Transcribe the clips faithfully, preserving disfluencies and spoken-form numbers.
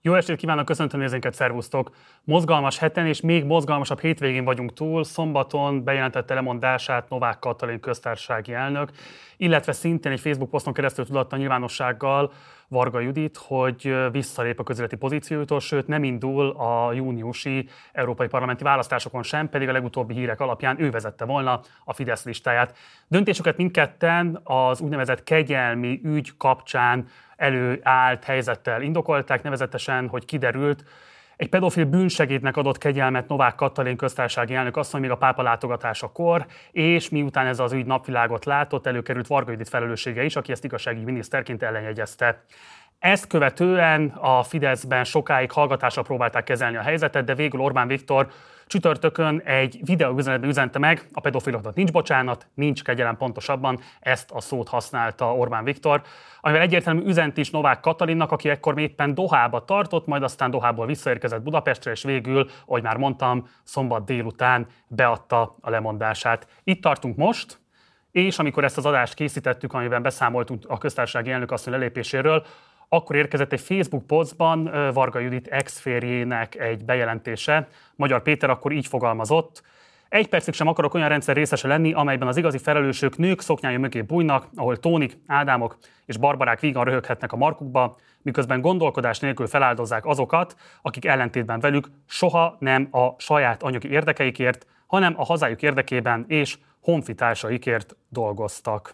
Jó estét kívánok, köszöntöm nézőinket, szervusztok! Mozgalmas heten és még mozgalmasabb hétvégén vagyunk túl. Szombaton bejelentette lemondását Novák Katalin köztársasági elnök, illetve szintén egy Facebook poszton keresztül tudatta nyilvánossággal Varga Judit, hogy visszalép a közéleti pozíciótól, sőt nem indul a júniusi európai parlamenti választásokon sem, pedig a legutóbbi hírek alapján ő vezette volna a Fidesz listáját. Döntésüket mindketten az úgynevezett kegyelmi ügy kapcsán előállt helyzettel indokolták, nevezetesen, hogy kiderült, egy pedofil bűnsegédnek adott kegyelmet Novák Katalin köztársasági elnök asszony még a pápa látogatásakor, és miután ez az ügy napvilágot látott, előkerült Varga Judit felelőssége is, aki ezt igazságügyi miniszterként ellenjegyezte. Ezt követően a Fideszben sokáig hallgatásra próbálták kezelni a helyzetet, de végül Orbán Viktor csütörtökön egy videóüzenetben üzente meg, a pedofiloknak nincs bocsánat, nincs kegyelem, pontosabban ezt a szót használta Orbán Viktor, amivel egyértelmű üzent is Novák Katalinnak, aki ekkor éppen Dohába tartott, majd aztán Dohából visszaérkezett Budapestre, és végül, ahogy már mondtam, szombat délután beadta a lemondását. Itt tartunk most, és amikor ezt az adást készítettük, amiben beszámoltunk a köztársasági elnök asszony lelépéséről, akkor érkezett egy Facebook posztban Varga Judit ex-férjének egy bejelentése. Magyar Péter akkor így fogalmazott: egy percig sem akarok olyan rendszer részese lenni, amelyben az igazi felelősök nők szoknyája mögé bújnak, ahol Tónik, Ádámok és Barbarák vígan röhöghetnek a markukba, miközben gondolkodás nélkül feláldozzák azokat, akik ellentétben velük soha nem a saját anyagi érdekeikért, hanem a hazájuk érdekében és honfitársaikért dolgoztak.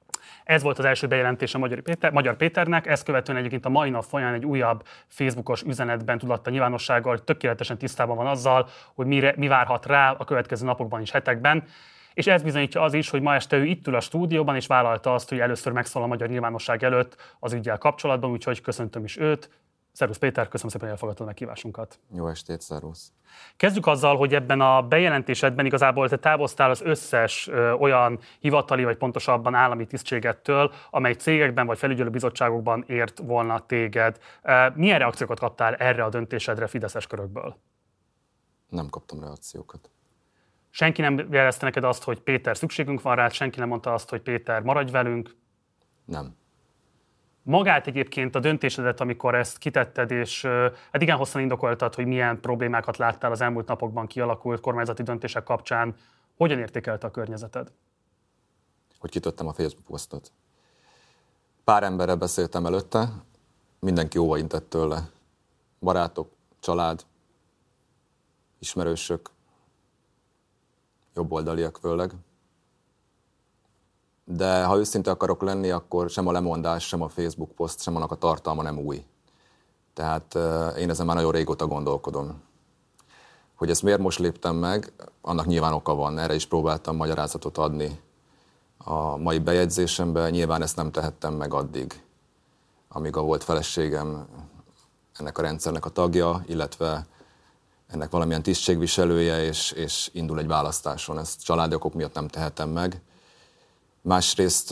Ez volt az első bejelentése Magyar, Péter, Magyar Péternek, ezt követően egyébként a mai nap folyamán egy újabb Facebookos üzenetben tudatta nyilvánossággal, hogy tökéletesen tisztában van azzal, hogy mire, mi várhat rá a következő napokban és hetekben. És ez bizonyítja az is, hogy ma este ő itt ül a stúdióban, és vállalta azt, hogy először megszólal a magyar nyilvánosság előtt az üggyel kapcsolatban, úgyhogy köszöntöm is őt. Szervusz Péter, köszönöm szépen, hogy elfogadtad a meghívásunkat. Jó estét, szervusz. Kezdjük azzal, hogy ebben a bejelentésedben igazából te távoztál az összes ö, olyan hivatali, vagy pontosabban állami tisztségettől, amely cégekben vagy felügyelőbizottságokban ért volna téged. Milyen reakciókat kaptál erre a döntésedre fideszes körökből? Nem kaptam reakciókat. Senki nem jelezte neked azt, hogy Péter, szükségünk van rád, senki nem mondta azt, hogy Péter, maradj velünk? Nem. Magát egyébként a döntésedet, amikor ezt kitetted, és hát igen hosszan indokoltad, hogy milyen problémákat láttál az elmúlt napokban kialakult kormányzati döntések kapcsán, hogyan értékelte a környezeted? Hogy kitöltem a Facebook posztot. Pár emberrel beszéltem előtte, mindenki óva intett tőle. Barátok, család, ismerősök, jobboldaliak főleg. De ha őszinte akarok lenni, akkor sem a lemondás, sem a Facebook poszt, sem annak a tartalma nem új. Tehát én ezen már nagyon régóta gondolkodom. Hogy ezt miért most léptem meg, annak nyilván oka van, erre is próbáltam magyarázatot adni a mai bejegyzésemben. Nyilván ezt nem tehettem meg addig, amíg a volt feleségem ennek a rendszernek a tagja, illetve ennek valamilyen tisztségviselője, és, és indul egy választáson. Ezt családi okok miatt nem tehetem meg. Másrészt,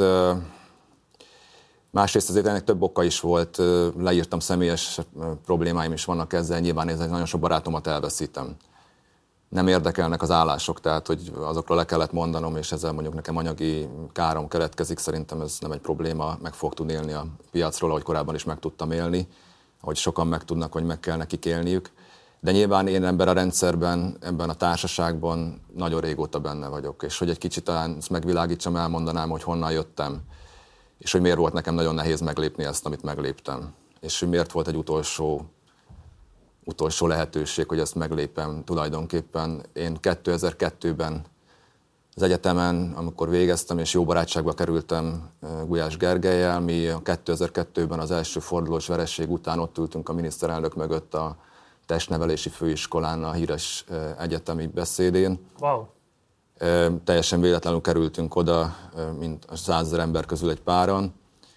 másrészt azért ennek több oka is volt, leírtam, személyes problémáim is vannak ezzel, nyilván ez nagyon sok barátomat elveszítem. Nem érdekelnek az állások, tehát hogy azokról le kellett mondanom, és ezzel mondjuk nekem anyagi károm keletkezik, szerintem ez nem egy probléma, meg fog tudni élni a piacról, ahogy korábban is meg tudtam élni, ahogy sokan megtudnak, hogy meg kell nekik élniük. De nyilván én ebben a rendszerben, ebben a társaságban nagyon régóta benne vagyok, és hogy egy kicsit talán ezt megvilágítsam, elmondanám, hogy honnan jöttem, és hogy miért volt nekem nagyon nehéz meglépni ezt, amit megléptem, és hogy miért volt egy utolsó, utolsó lehetőség, hogy ezt meglépem tulajdonképpen. Én kétezer-kettőben az egyetemen, amikor végeztem, és jó barátságba kerültem Gulyás Gergellyel, mi kétezer-kettőben az első fordulós vereség után ott ültünk a miniszterelnök mögött a testnevelési főiskolán a híres egyetemi beszédén. Wow. Teljesen véletlenül kerültünk oda, mint százezer ember közül egy páran,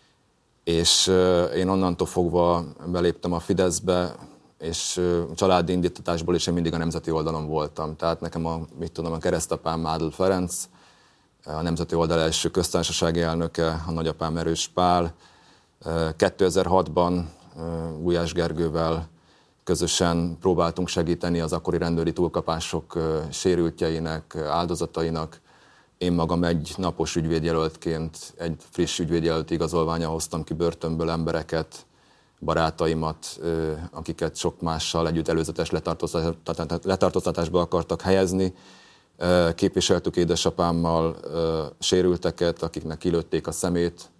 és én onnantól fogva beléptem a Fideszbe, és családi indítatásból is én mindig a nemzeti oldalon voltam. Tehát nekem a, mit tudom, a keresztapám Mádl Ferenc, a nemzeti oldal első köztársasági elnöke, a nagyapám Erős Pál. kétezer-hatban Gulyás Gergővel közösen próbáltunk segíteni az akkori rendőri túlkapások sérültjeinek, áldozatainak. Én magam egy napos ügyvédjelöltként, egy friss ügyvédjelölti igazolvánnyal hoztam ki börtönből embereket, barátaimat, akiket sok mással együtt előzetes letartóztatásba akartak helyezni. Képviseltük édesapámmal sérülteket, akiknek kilőtték a szemét.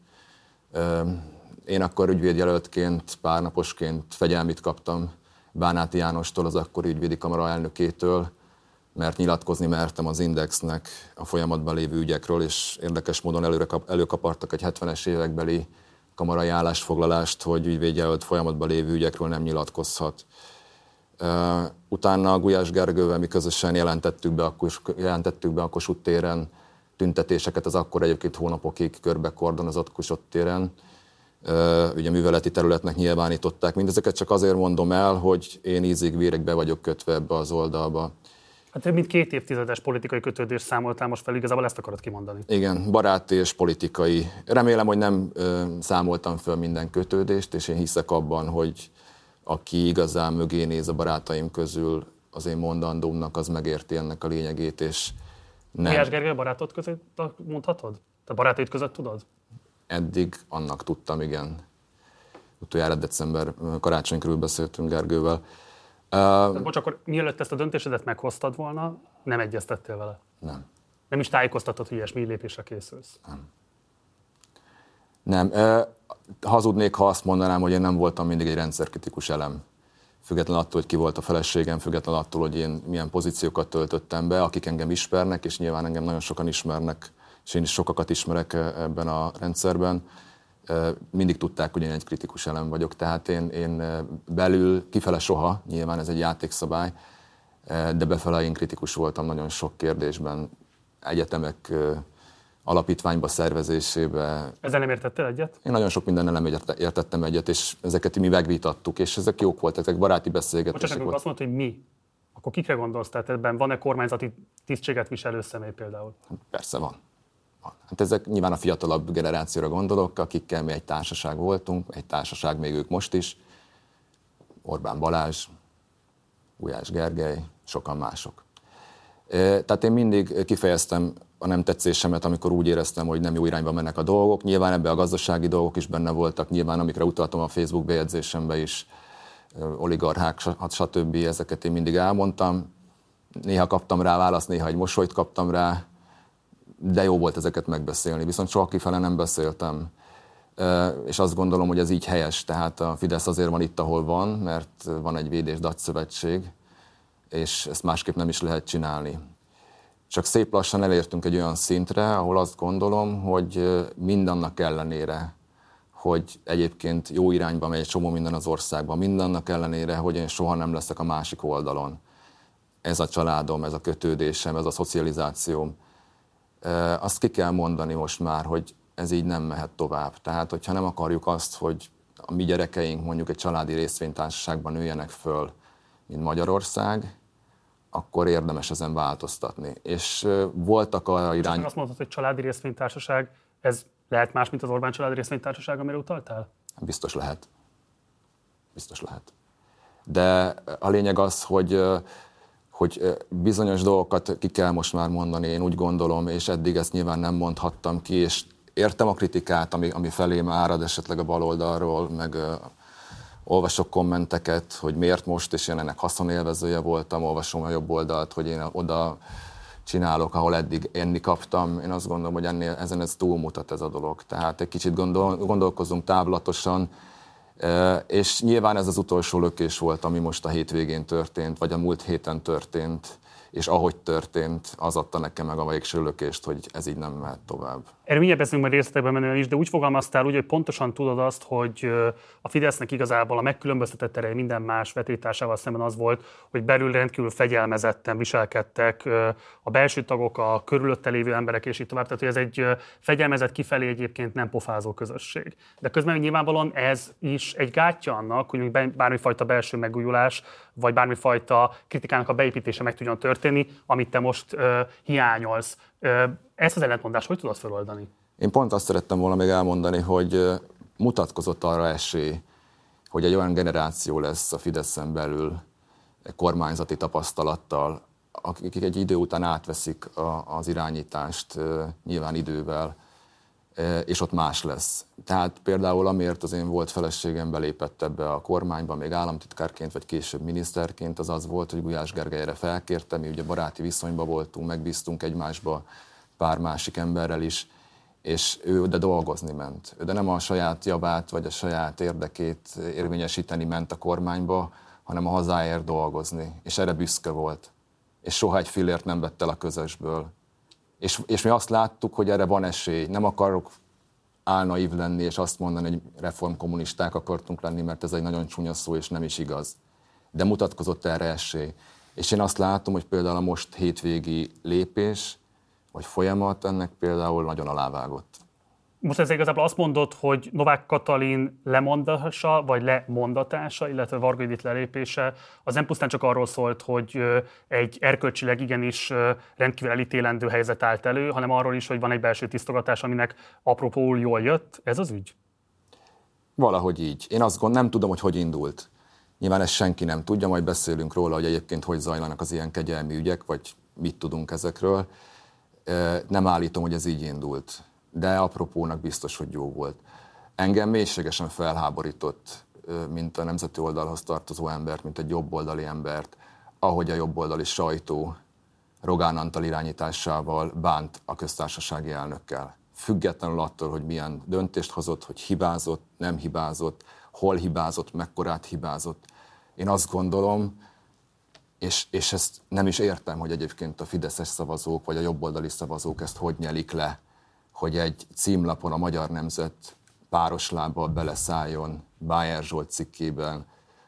Én akkor ügyvédjelöltként, párnaposként fegyelmit kaptam Bánáti Jánostól, az akkori ügyvédi kamara elnökétől, mert nyilatkozni mertem az Indexnek a folyamatban lévő ügyekről, és érdekes módon előre kap, előkapartak egy hetvenes évekbeli kamarai állásfoglalást, hogy ügyvédjelölt folyamatban lévő ügyekről nem nyilatkozhat. Utána Gulyás Gergővel mi közösen jelentettük be, a, jelentettük be a Kossuth téren tüntetéseket, az akkor egyébként hónapokig körbe kordonozott Kossuth téren. Ugye műveleti területnek nyilvánították. Mindezeket csak azért mondom el, hogy én ízig-vérig be vagyok kötve ebbe az oldalba. Hát több mint két évtizedes politikai kötődés számoltál most fel, igazából ezt akarod kimondani. Igen, baráti és politikai. Remélem, hogy nem ö, számoltam föl minden kötődést, és én hiszek abban, hogy aki igazán mögé néz a barátaim közül, az én mondandómnak, az megérti ennek a lényegét, és nem. Gulyás Gergely barátod között mondhatod? Te barátaid között tudod? Eddig annak tudtam, igen. Utoljára december karácsony körül beszéltünk Gergővel. Uh, Bocs, akkor mielőtt ezt a döntésedet meghoztad volna, nem egyeztettél vele? Nem. Nem is tájékoztatod, hogy ilyesmi lépésre készülsz? Nem. Nem. Uh, hazudnék, ha azt mondanám, hogy én nem voltam mindig egy rendszerkritikus elem. Független attól, hogy ki volt a feleségem, független attól, hogy én milyen pozíciókat töltöttem be, akik engem ismernek, és nyilván engem nagyon sokan ismernek, és én is sokakat ismerek ebben a rendszerben. Mindig tudták, hogy én egy kritikus elem vagyok, tehát én, én belül, kifele soha, nyilván ez egy játékszabály, de befele én kritikus voltam nagyon sok kérdésben, egyetemek alapítványba, szervezésébe. Ezzel nem értettél egyet? Én nagyon sok mindennel nem értettem egyet, és ezeket mi megvitattuk, és ezek jók voltak, ezek baráti beszélgetések voltak. Azt mondtad, hogy mi? Akkor kikre gondolsz? Tehát ebben van-e kormányzati tisztséget viselő személy például? Persze van. Hát ezek nyilván a fiatalabb generációra gondolok, akikkel mi egy társaság voltunk, egy társaság még ők most is. Orbán Balázs, Gulyás Gergely, sokan mások. Tehát én mindig kifejeztem a nem tetszésemet, amikor úgy éreztem, hogy nem jó irányba mennek a dolgok. Nyilván ebben a gazdasági dolgok is benne voltak, nyilván amikre utaltam a Facebook bejegyzésembe is, oligarchák, stb. Ezeket én mindig elmondtam. Néha kaptam rá választ, néha egy mosolyt kaptam rá, de jó volt ezeket megbeszélni, viszont soha kifele nem beszéltem. És azt gondolom, hogy ez így helyes, tehát a Fidesz azért van itt, ahol van, mert van egy Véd- Dacs Szövetség, és ezt másképp nem is lehet csinálni. Csak szép lassan elértünk egy olyan szintre, ahol azt gondolom, hogy mindannak ellenére, hogy egyébként jó irányba megy egy csomó minden az országban, mindannak ellenére, hogy én soha nem leszek a másik oldalon. Ez a családom, ez a kötődésem, ez a szocializációm. Azt ki kell mondani most már, hogy ez így nem mehet tovább. Tehát, hogyha nem akarjuk azt, hogy a mi gyerekeink mondjuk egy családi részvénytársaságban nőjenek föl, mint Magyarország, akkor érdemes ezen változtatni. És voltak arra irány... Csak azt mondtad, hogy családi részvénytársaság, ez lehet más, mint az Orbán családi részvénytársaság, amire utaltál? Biztos lehet. Biztos lehet. De a lényeg az, hogy hogy bizonyos dolgokat ki kell most már mondani, én úgy gondolom, és eddig ezt nyilván nem mondhattam ki, és értem a kritikát, ami, ami felém árad esetleg a baloldalról, meg uh, olvasok kommenteket, hogy miért most, és én ennek haszonélvezője voltam, olvasom a jobb oldalt, hogy én oda csinálok, ahol eddig enni kaptam. Én azt gondolom, hogy ennél, ezen ez túlmutat ez a dolog. Tehát egy kicsit gondol, gondolkozzunk távlatosan, és nyilván ez az utolsó lökés volt, ami most a hétvégén történt, vagy a múlt héten történt, és ahogy történt, az adta nekem meg a végső lökést, hogy ez így nem mehet tovább. Erről mindjárt beszélünk majd részletekben menően is, de úgy fogalmaztál, úgy, hogy pontosan tudod azt, hogy a Fidesznek igazából a megkülönböztetett ereje minden más vetításával szemben az volt, hogy belül rendkívül fegyelmezetten viselkedtek a belső tagok, a körülötte lévő emberek, és így tovább. Tehát, hogy ez egy fegyelmezett, kifelé egyébként nem pofázó közösség. De közben nyilvánvalóan ez is egy gátja annak, hogy bármifajta belső megújulás, vagy bármifajta kritikának a beépítése meg tudjon történni, amit te most uh, hiányolsz. Uh, ezt az ellentmondást hogy tudod feloldani? Én pont azt szerettem volna még elmondani, hogy mutatkozott arra esély, hogy egy olyan generáció lesz a Fideszen belül kormányzati tapasztalattal, akik egy idő után átveszik a, az irányítást, uh, nyilván idővel, és ott más lesz. Tehát például amiért az én volt feleségem belépett ebbe a kormányba, még államtitkárként, vagy később miniszterként, az az volt, hogy Gulyás Gergelyre felkérte, mi ugye baráti viszonyban voltunk, megbíztunk egymásba pár másik emberrel is, és ő oda dolgozni ment. Ő de nem a saját javát, vagy a saját érdekét érvényesíteni ment a kormányba, hanem a hazáért dolgozni, és erre büszke volt. És soha egy fillért nem vett el a közösből. És, és mi azt láttuk, hogy erre van esély. Nem akarok álnaív lenni, és azt mondani, hogy reformkommunisták akartunk lenni, mert ez egy nagyon csúnya szó, és nem is igaz. De mutatkozott erre esély. És én azt látom, hogy például a most hétvégi lépés, vagy folyamat ennek például nagyon alávágott. Most ezzel igazából azt mondod, hogy Novák Katalin lemondása, vagy lemondatása, illetve Varga Judit lelépése, az nem pusztán csak arról szólt, hogy egy erkölcsileg igenis rendkívül elítélendő helyzet állt elő, hanem arról is, hogy van egy belső tisztogatás, aminek apropóul jól jött. Ez az ügy? Valahogy így. Én azt gondolom, nem tudom, hogy hogy indult. Nyilván ezt senki nem tudja, majd beszélünk róla, hogy egyébként hogy zajlanak az ilyen kegyelmi ügyek, vagy mit tudunk ezekről. Nem állítom, hogy ez így indult. De apropónak biztos, hogy jó volt. Engem mélységesen felháborított, mint a nemzeti oldalhoz tartozó embert, mint egy jobboldali embert, ahogy a jobboldali sajtó Rogán Antal irányításával bánt a köztársasági elnökkel. Függetlenül attól, hogy milyen döntést hozott, hogy hibázott, nem hibázott, hol hibázott, mekkorát hibázott. Én azt gondolom, és, és ezt nem is értem, hogy egyébként a fideszes szavazók, vagy a jobboldali szavazók ezt hogy nyelik le, hogy egy címlapon a Magyar Nemzet páros lábbal beleszálljon Bájer Zsolt cikkében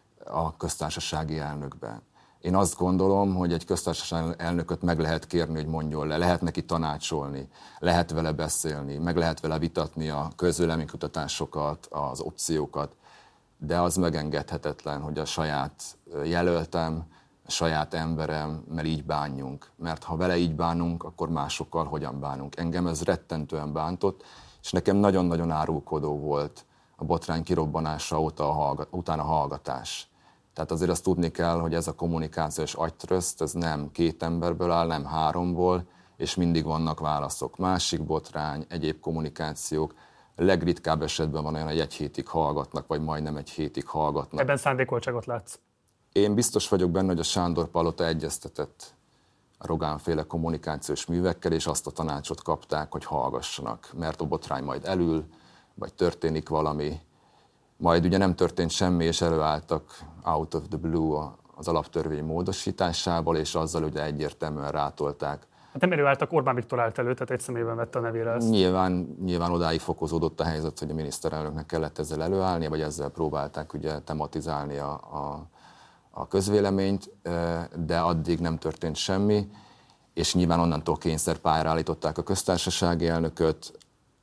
a köztársasági elnökben. Én azt gondolom, hogy egy köztársasági elnököt meg lehet kérni, hogy mondjon le, lehet neki tanácsolni, lehet vele beszélni, meg lehet vele vitatni a közvéleménykutatásokat, az opciókat, de az megengedhetetlen, hogy a saját jelöltem, a saját emberemmel így bánjunk. Mert ha vele így bánunk, akkor másokkal hogyan bánunk. Engem ez rettentően bántott, és nekem nagyon-nagyon árulkodó volt a botrány kirobbanása óta a hallga- utána a hallgatás. Tehát azért azt tudni kell, hogy ez a kommunikációs agytröszt, ez nem két emberből áll, nem háromból, és mindig vannak válaszok. Másik botrány, egyéb kommunikációk. Legritkább esetben van olyan, hogy egy hétig hallgatnak, vagy majdnem egy hétig hallgatnak. Ebben szándékoltságot látsz? Én biztos vagyok benne, hogy a Sándor Palota egyeztetett a Rogán-féle kommunikációs művekkel, és azt a tanácsot kapták, hogy hallgassanak, mert a botrány majd elül, vagy történik valami. Majd ugye nem történt semmi, és előálltak out of the blue az alaptörvény módosításával, és azzal ugye egyértelműen rátolták. Hát nem előálltak, Orbán Viktor állt elő, tehát egy személyben vette a nevére ezt. Nyilván, nyilván odáig fokozódott a helyzet, hogy a miniszterelnöknek kellett ezzel előállni, vagy ezzel próbálták ugye tematizálni a, a, a közvéleményt, de addig nem történt semmi, és nyilván onnantól kényszerpályára állították a köztársasági elnököt,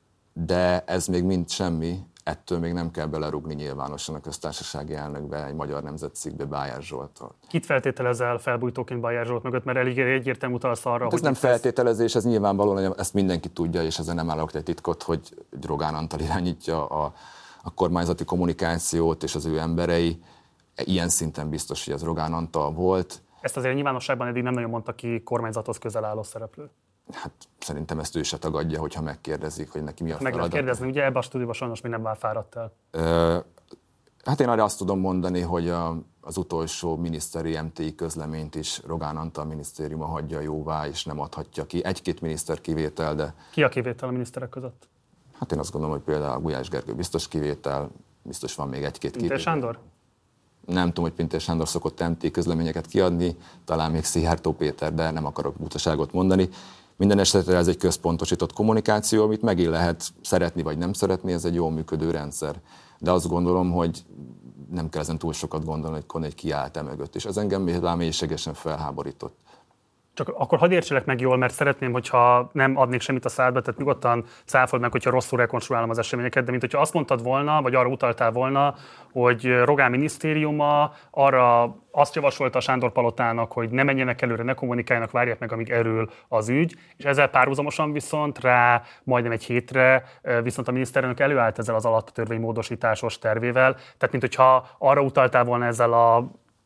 de ez még mind semmi, ettől még nem kell belerúgni nyilvánosan a köztársasági elnökbe, egy Magyar Nemzetcikkbe Bájer Zsoltól. Kit feltételezel felbújtóként Bájer Zsolt mögött, mert elég egyértelmű utalsz arra, hát hogy... Ez nem feltételezés, ez nyilvánvalóan, ezt mindenki tudja, és ezen nem állok egy titkot, hogy Rogán Antal irányítja a, a kormányzati kommunikációt, és az ő emberei. Ilyen szinten biztos, hogy ez Rogán Antal volt. Ezt azért nyilvánosságban eddig nem nagyon mondta ki kormányzathoz közel álló szereplő. Hát szerintem ezt ő se tagadja, hogyha megkérdezik, hogy neki mi a Meg feladat. lehet kérdezni, ugye ebben a stúdióban sajnos még nem vár fáradt el. Ö, hát én arra azt tudom mondani, hogy a, az utolsó miniszteri em té i közleményt is Rogán Antal minisztériuma hagyja jóvá, és nem adhatja ki. Egy-két miniszter kivétel, de... Ki a kivétel a miniszterek között? Hát én azt gondolom, hogy például Gulyás Gergő biztos kivétel, biztos van még egy-két kivétel. Pintér Sándor? Nem tudom, hogy Pintér Sándor szokott em té i közleményeket kiadni, talán még Szijjártó Péter, de nem akarok butaságot mondani. Minden esetre ez egy központosított kommunikáció, amit megint lehet szeretni vagy nem szeretni, ez egy jól működő rendszer. De azt gondolom, hogy nem kell ezen túl sokat gondolni, hogy Kon egy kiállt e mögött, és ez engem mélységesen felháborított. Csak akkor hadd értselek meg jól, mert szeretném, hogyha nem adnék semmit a szádba, tehát nyugodtan cáfold meg, hogyha rosszul rekonstruálom az eseményeket, de mint hogyha azt mondtad volna, vagy arra utaltál volna, hogy Rogán minisztériuma arra azt javasolta a Sándor Palotának, hogy ne menjenek előre, ne kommunikáljanak, várják meg, amíg erül az ügy, és ezzel párhuzamosan viszont rá majdnem egy hétre viszont a miniszterelnök előállt ezzel az alaptörvény módosításos tervével, tehát mint hogyha arra utaltál volna ezzel a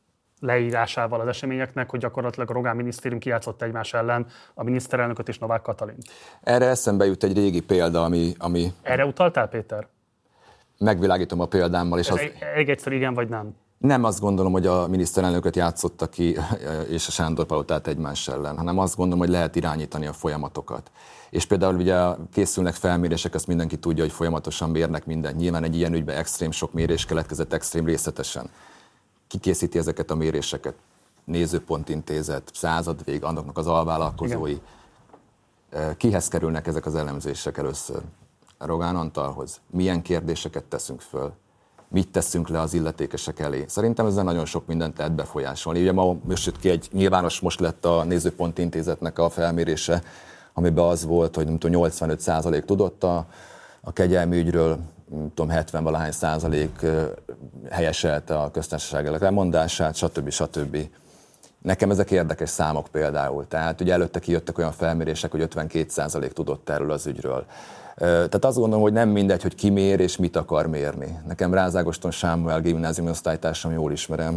leírásával az eseményeknek, hogy gyakorlatilag a Rogán minisztérium kijátszott egymás ellen a miniszterelnököt és Novák Katalint. Erre eszembe jut egy régi példa, ami... ami... Erre utaltál, Péter? Megvilágítom a példámmal. És Ez az... egy, egy egyszer igen vagy nem? Nem azt gondolom, hogy a miniszterelnököt játszotta ki és a Sándor Palotát egymás ellen, hanem azt gondolom, hogy lehet irányítani a folyamatokat. És például ugye készülnek felmérések, azt mindenki tudja, hogy folyamatosan mérnek mindent. Nyilván egy ilyen ügyben extrém sok mérés keletkezett, extrém részletesen. Ki készíti ezeket a méréseket? Nézőpont Intézet, Századvég, annak az alvállalkozói. Igen. Kihez kerülnek ezek az elemzések először? Rogán Antalhoz. Milyen kérdéseket teszünk föl? Mit teszünk le az illetékesek elé? Szerintem ezzel nagyon sok mindent lehet befolyásolni. Ugye ma most jött ki egy nyilvános, most lett a Nézőpont Intézetnek a felmérése, amiben az volt, hogy nem tudom, nyolcvanöt százalék tudott a, a kegyelmi ügyről, nem tudom, hetven valahány százalék helyeselte a köztársaság elnök lemondását, stb. stb. Nekem ezek érdekes számok például. Tehát ugye előtte kijöttek olyan felmérések, hogy ötvenkét százalék tudott erről az ügyről. Tehát azt gondolom, hogy nem mindegy, hogy ki mér és mit akar mérni. Nekem Rázágoston Sámuel gimnáziumi osztálytársam, jól ismerem,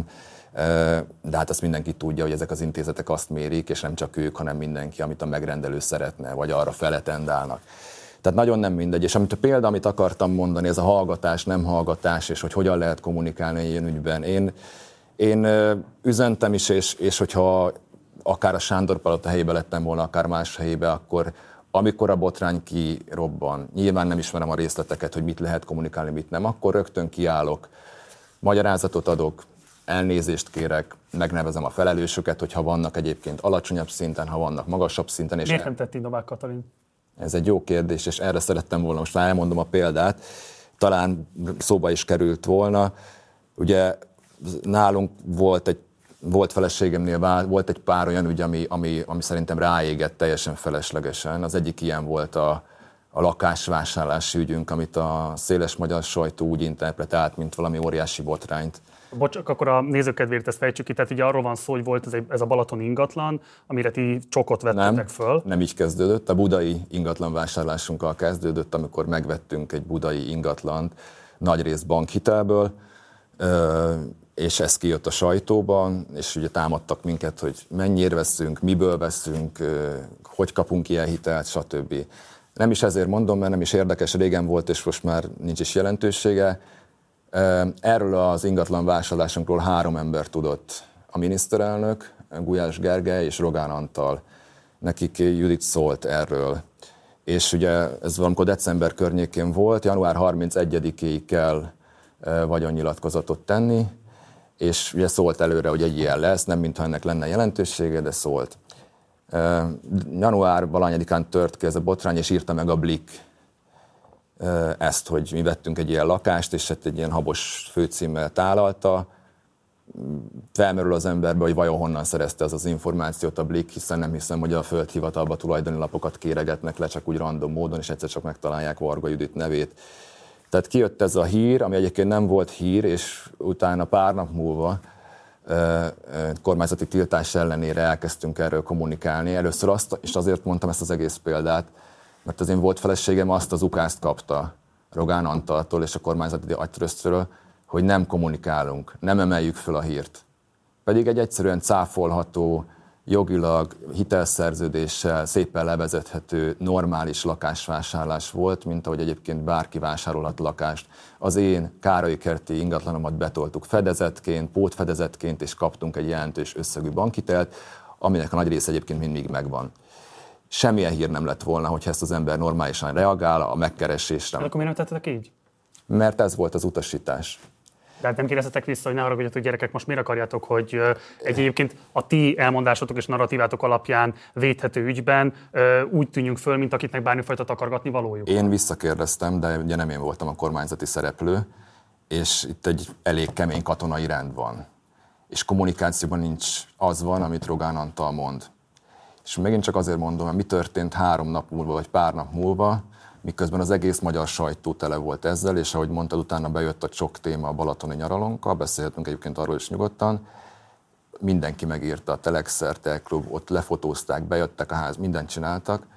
de hát azt mindenki tudja, hogy ezek az intézetek azt mérik, és nem csak ők, hanem mindenki, amit a megrendelő szeretne, vagy arra feletendálnak. Tehát nagyon nem mindegy. És amit a példa, amit akartam mondani, ez a hallgatás, nem hallgatás, és hogy hogyan lehet kommunikálni egy ilyen ügyben. Én, én üzentem is, és, és hogyha akár a Sándor Palota helyébe lettem volna, akár más helyébe, akkor amikor a botrány kirobban, nyilván nem ismerem a részleteket, hogy mit lehet kommunikálni, mit nem, akkor rögtön kiállok, magyarázatot adok, elnézést kérek, megnevezem a felelősöket, hogyha vannak egyébként alacsonyabb szinten, ha vannak magasabb szinten. És miért nem tett így Novák Katalin? Ez egy jó kérdés, és erre szerettem volna, most már elmondom a példát, talán szóba is került volna. Ugye nálunk volt egy Volt feleségemnél, volt egy pár olyan ügy, ami, ami, ami szerintem ráégett teljesen feleslegesen. Az egyik ilyen volt a, a lakásvásárlási ügyünk, amit a széles magyar sajtó úgy interpretált, mint valami óriási botrányt. Bocs, akkor a nézőkedvéért ezt fejtsük ki, tehát ugye arról van szó, hogy volt ez, egy, ez a Balaton ingatlan, amire ti csokot vettetek nem, föl. Nem így kezdődött, a budai ingatlan vásárlásunkkal kezdődött, amikor megvettünk egy budai ingatlant, nagyrészt bankhitelből, és ez kijött a sajtóban, és ugye támadtak minket, hogy mennyire veszünk, miből veszünk, hogy kapunk ilyen hitelt, stb. Nem is ezért mondom, mert nem is érdekes, régen volt, és most már nincs is jelentősége. Erről az ingatlan vásárlásunkról három ember tudott. A miniszterelnök, Gulyás Gergely és Rogán Antal. Nekik Judit szólt erről. És ugye ez valamikor december környékén volt, január harmincegyedikéig kell vagyonnyilatkozatot tenni, és ugye szólt előre, hogy egy ilyen lesz, nem mintha ennek lenne jelentősége, de szólt. Uh, január valahányadikán tört ki ez a botrány, és írta meg a Blik uh, ezt, hogy mi vettünk egy ilyen lakást, és hát egy ilyen habos főcímmel tálalta. Felmerül az emberbe, hogy vajon honnan szerezte az az információt a Blik, hiszen nem hiszem, hogy a földhivatalba tulajdoni lapokat kéregetnek le, csak úgy random módon, és egyszer csak megtalálják Varga Judit nevét. Tehát kijött ez a hír, ami egyébként nem volt hír, és utána pár nap múlva e, kormányzati tiltás ellenére elkezdtünk erről kommunikálni. Először azt, és azért mondtam ezt az egész példát, mert az én volt feleségem azt az ukázt kapta Rogán Antaltól és a kormányzati agytrösztről, hogy nem kommunikálunk, nem emeljük föl a hírt. Pedig egy egyszerűen cáfolható, jogilag, hitelszerződéssel szépen levezethető, normális lakásvásárlás volt, mint ahogy egyébként bárki vásárolhat lakást. Az én Károly kerti ingatlanomat betoltuk fedezetként, pótfedezetként, és kaptunk egy jelentős összegű bankhitelt, aminek a nagy része egyébként mindig megvan. Semmilyen hír nem lett volna, hogyha ezt az ember normálisan reagál a megkeresésre. De akkor miért nem tettetek így? Mert ez volt az utasítás. De hát nem kérdeztetek vissza, hogy ne haragudjatok, gyerekek, most miért akarjátok, hogy egyébként a ti elmondásotok és narratívátok alapján védhető ügyben úgy tűnjünk föl, mint akiknek bármifajta takargatni valójuk? Én visszakérdeztem, de ugye nem én voltam a kormányzati szereplő, és itt egy elég kemény katonai rend van. És kommunikációban nincs az van, amit Rogán Antal mond. És megint csak azért mondom, hogy mi történt három nap múlva, vagy pár nap múlva, miközben az egész magyar sajtó tele volt ezzel, és ahogy mondtad, utána bejött a csok téma a balatoni nyaralónkkal, beszélhetünk egyébként arról is nyugodtan, mindenki megírta, a Telex-er, Telklub, ott lefotózták, bejöttek a ház, mindent csináltak,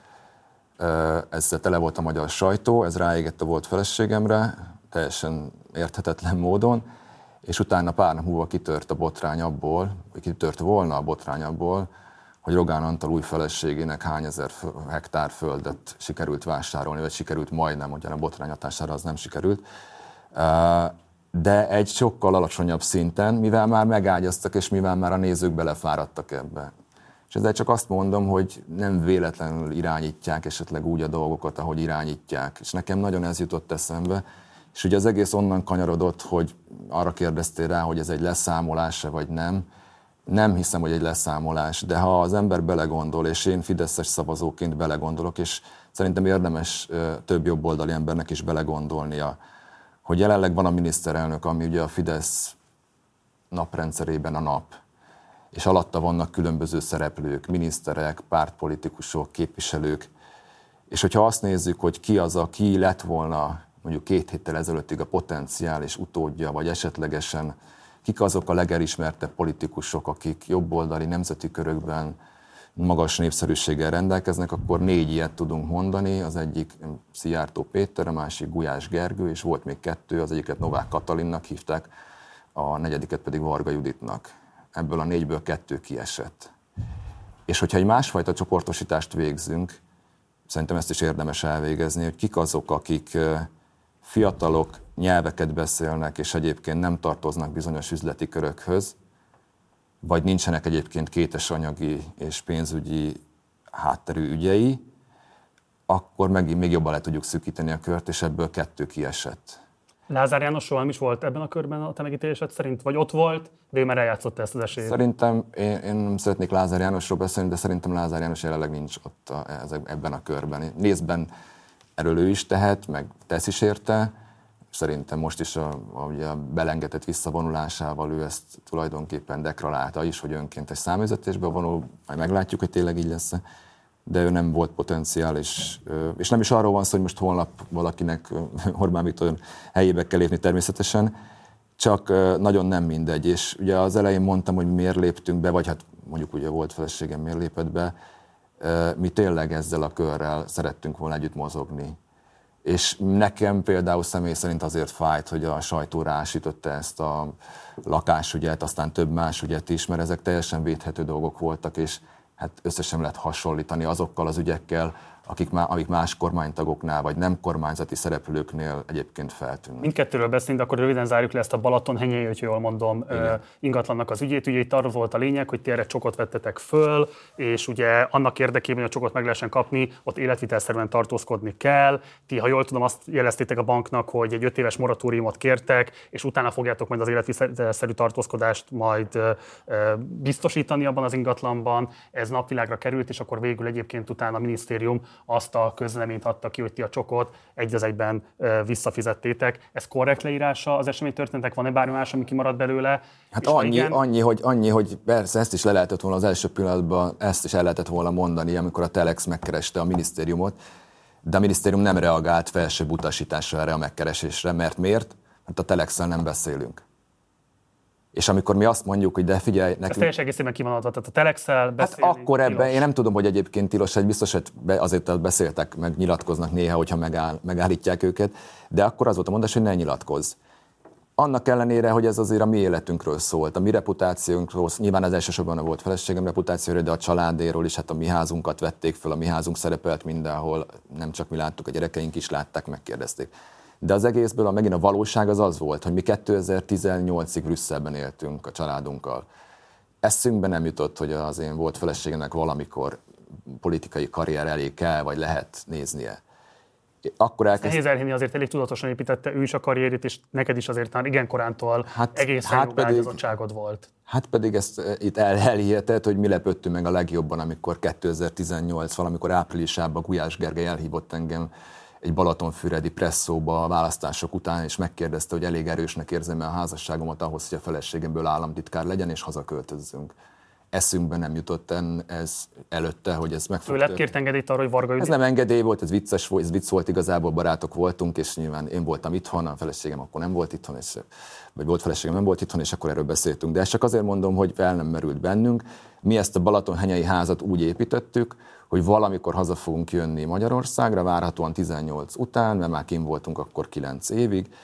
ezzel tele volt a magyar sajtó, ez ráégett a volt feleségemre, teljesen érthetetlen módon, és utána pár nap múlva kitört a botrány abból, vagy kitört volna a botrány abból, hogy Rogán Antal új feleségének hány ezer hektár földet sikerült vásárolni, vagy sikerült majdnem, ugyan a botrány hatására az nem sikerült. De egy sokkal alacsonyabb szinten, mivel már megágyaztak, és mivel már a nézők belefáradtak ebbe. És ezzel csak azt mondom, hogy nem véletlenül irányítják esetleg úgy a dolgokat, ahogy irányítják. És nekem nagyon ez jutott eszembe. És ugye az egész onnan kanyarodott, hogy arra kérdeztél rá, hogy ez egy leszámolás-e vagy nem. Nem hiszem, hogy egy leszámolás, de ha az ember belegondol, és én fideszes szavazóként belegondolok, és szerintem érdemes több jobboldali embernek is belegondolnia, hogy jelenleg van a miniszterelnök, ami ugye a Fidesz naprendszerében a nap, és alatta vannak különböző szereplők, miniszterek, pártpolitikusok, képviselők, és hogyha azt nézzük, hogy ki az, aki lett volna mondjuk két héttel ezelőttig a potenciális utódja, vagy esetlegesen kik azok a legelismertebb politikusok, akik jobboldali nemzeti körökben magas népszerűséggel rendelkeznek, akkor négy ilyet tudunk mondani. Az egyik Szijjártó Péter, a másik Gulyás Gergő, és volt még kettő, az egyiket Novák Katalinnak hívták, a negyediket pedig Varga Juditnak. Ebből a négyből kettő kiesett. És hogyha egy másfajta csoportosítást végzünk, szerintem ezt is érdemes elvégezni, hogy kik azok, akik fiatalok, nyelveket beszélnek, és egyébként nem tartoznak bizonyos üzleti körökhöz, vagy nincsenek egyébként kétes anyagi és pénzügyi hátterű ügyei, akkor megint még jobban le tudjuk szűkíteni a kört, és ebből kettő kiesett. Lázár János soha nem is volt ebben a körben a te megítélésed szerint? Vagy ott volt, de ő már eljátszotta ezt az esélyt? Szerintem, én, én nem szeretnék Lázár Jánosról beszélni, de szerintem Lázár János jelenleg nincs ott a, ebben a körben. Nézben erről ő is tehet, meg tesz is érte. Szerintem most is a, a, a belengetett visszavonulásával ő ezt tulajdonképpen deklarálta is, hogy önkéntes száműzetésbe vonul, majd meglátjuk, hogy tényleg így lesz, de ő nem volt potenciális, és nem is arról van szó, hogy most holnap valakinek Orbán Viktor helyébe kell lépni természetesen, csak nagyon nem mindegy, és ugye az elején mondtam, hogy miért léptünk be, vagy hát mondjuk ugye volt feleségem, miért lépett be, mi tényleg ezzel a körrel szerettünk volna együtt mozogni. És nekem például személy szerint azért fájt, hogy a sajtó rásütötte ezt a lakásügyet, aztán több más ügyet is, mert ezek teljesen védhető dolgok voltak, és hát összesen lehet hasonlítani azokkal az ügyekkel, akik má, amik más kormánytagoknál, vagy nem kormányzati szereplőknél egyébként feltűnnek. Mindkettőről beszélünk, akkor röviden zárjuk le ezt a Balatonhenyei, hogy jól mondom, uh, ingatlannak az ügyét. Ugye itt arról volt a lényeg, hogy ti erre csokot vettetek föl, és ugye annak érdekében, hogy a csokot meg lehessen kapni, ott életvitelszerűen tartózkodni kell. Ti, ha jól tudom, azt jeleztétek a banknak, hogy egy öt éves moratóriumot kértek, és utána fogjátok majd az életvitelszerű tartózkodást majd uh, biztosítani abban az ingatlanban. Ez napvilágra került, és akkor végül egyébként utána a minisztérium azt a közleményt adta ki, hogy ti a csokot egy az egyben visszafizettétek. Ez korrekt leírása az eseménytörténetek? Van-e bármi más, ami kimaradt belőle? Hát annyi, annyi, hogy, annyi, hogy persze ezt is le lehetett volna az első pillanatban, ezt is el lehetett volna mondani, amikor a Telex megkereste a minisztériumot, de a minisztérium nem reagált felsőbb utasításra erre a megkeresésre, mert miért? Mert a Telexsel nem beszélünk. És amikor mi azt mondjuk, hogy de figyelj, nekünk... Ez teljes egészében kivanadva, tehát a Telexsel beszélni. Hát akkor ebben, tilos. Én nem tudom, hogy egyébként tilos, egy biztos, hogy azért beszéltek, meg nyilatkoznak néha, hogyha megáll, megállítják őket, de akkor az volt a mondás, hogy ne nyilatkozz. Annak ellenére, hogy ez azért a mi életünkről szólt, a mi reputációnkról, nyilván az elsősorban volt feleségem reputációra, de a családéről is, hát a mi házunkat vették föl, a mi házunk szerepelt mindenhol, nem csak mi láttuk, a gyerekeink is látták, megkérdezték. De az egészből a, megint a valóság az az volt, hogy mi kétezer-tizennyolcig Brüsszelben éltünk a családunkkal. Eszünkbe nem jutott, hogy az én volt feleségemnek valamikor politikai karrier elé kell, vagy lehet néznie. Akkor elkezd... Nehéz elhinni, azért elég tudatosan építette ő is a karrierét, és neked is azért már igen korántól hát, egészen hát jó ágyazottságod volt. Hát pedig ezt itt el, elhihetett, hogy mi lepődtünk meg a legjobban, amikor kétezer-tizennyolc valamikor áprilisában Gulyás Gergely elhívott engem egy balatonfüredi presszóba a választások után, és megkérdezte, hogy elég erősnek érzem-e a házasságomat ahhoz, hogy a feleségemből államtitkár legyen, és hazaköltözzünk. Eszünkbe nem jutott ez előtte, hogy ez meg fog történni. Ő lett kért engedélyt arra, hogy Varga Judit? Ez nem engedély volt, ez vicces volt, ez vicc volt, igazából barátok voltunk, és nyilván én voltam itthon, a feleségem akkor nem volt itthon, és, vagy volt feleségem nem volt itthon, és akkor erről beszéltünk. De ezt csak azért mondom, hogy fel nem merült bennünk. Mi ezt a Balatonhenyei házat úgy építettük, hogy valamikor haza fogunk jönni Magyarországra, várhatóan tizennyolc után, mert már kint voltunk akkor kilenc évig,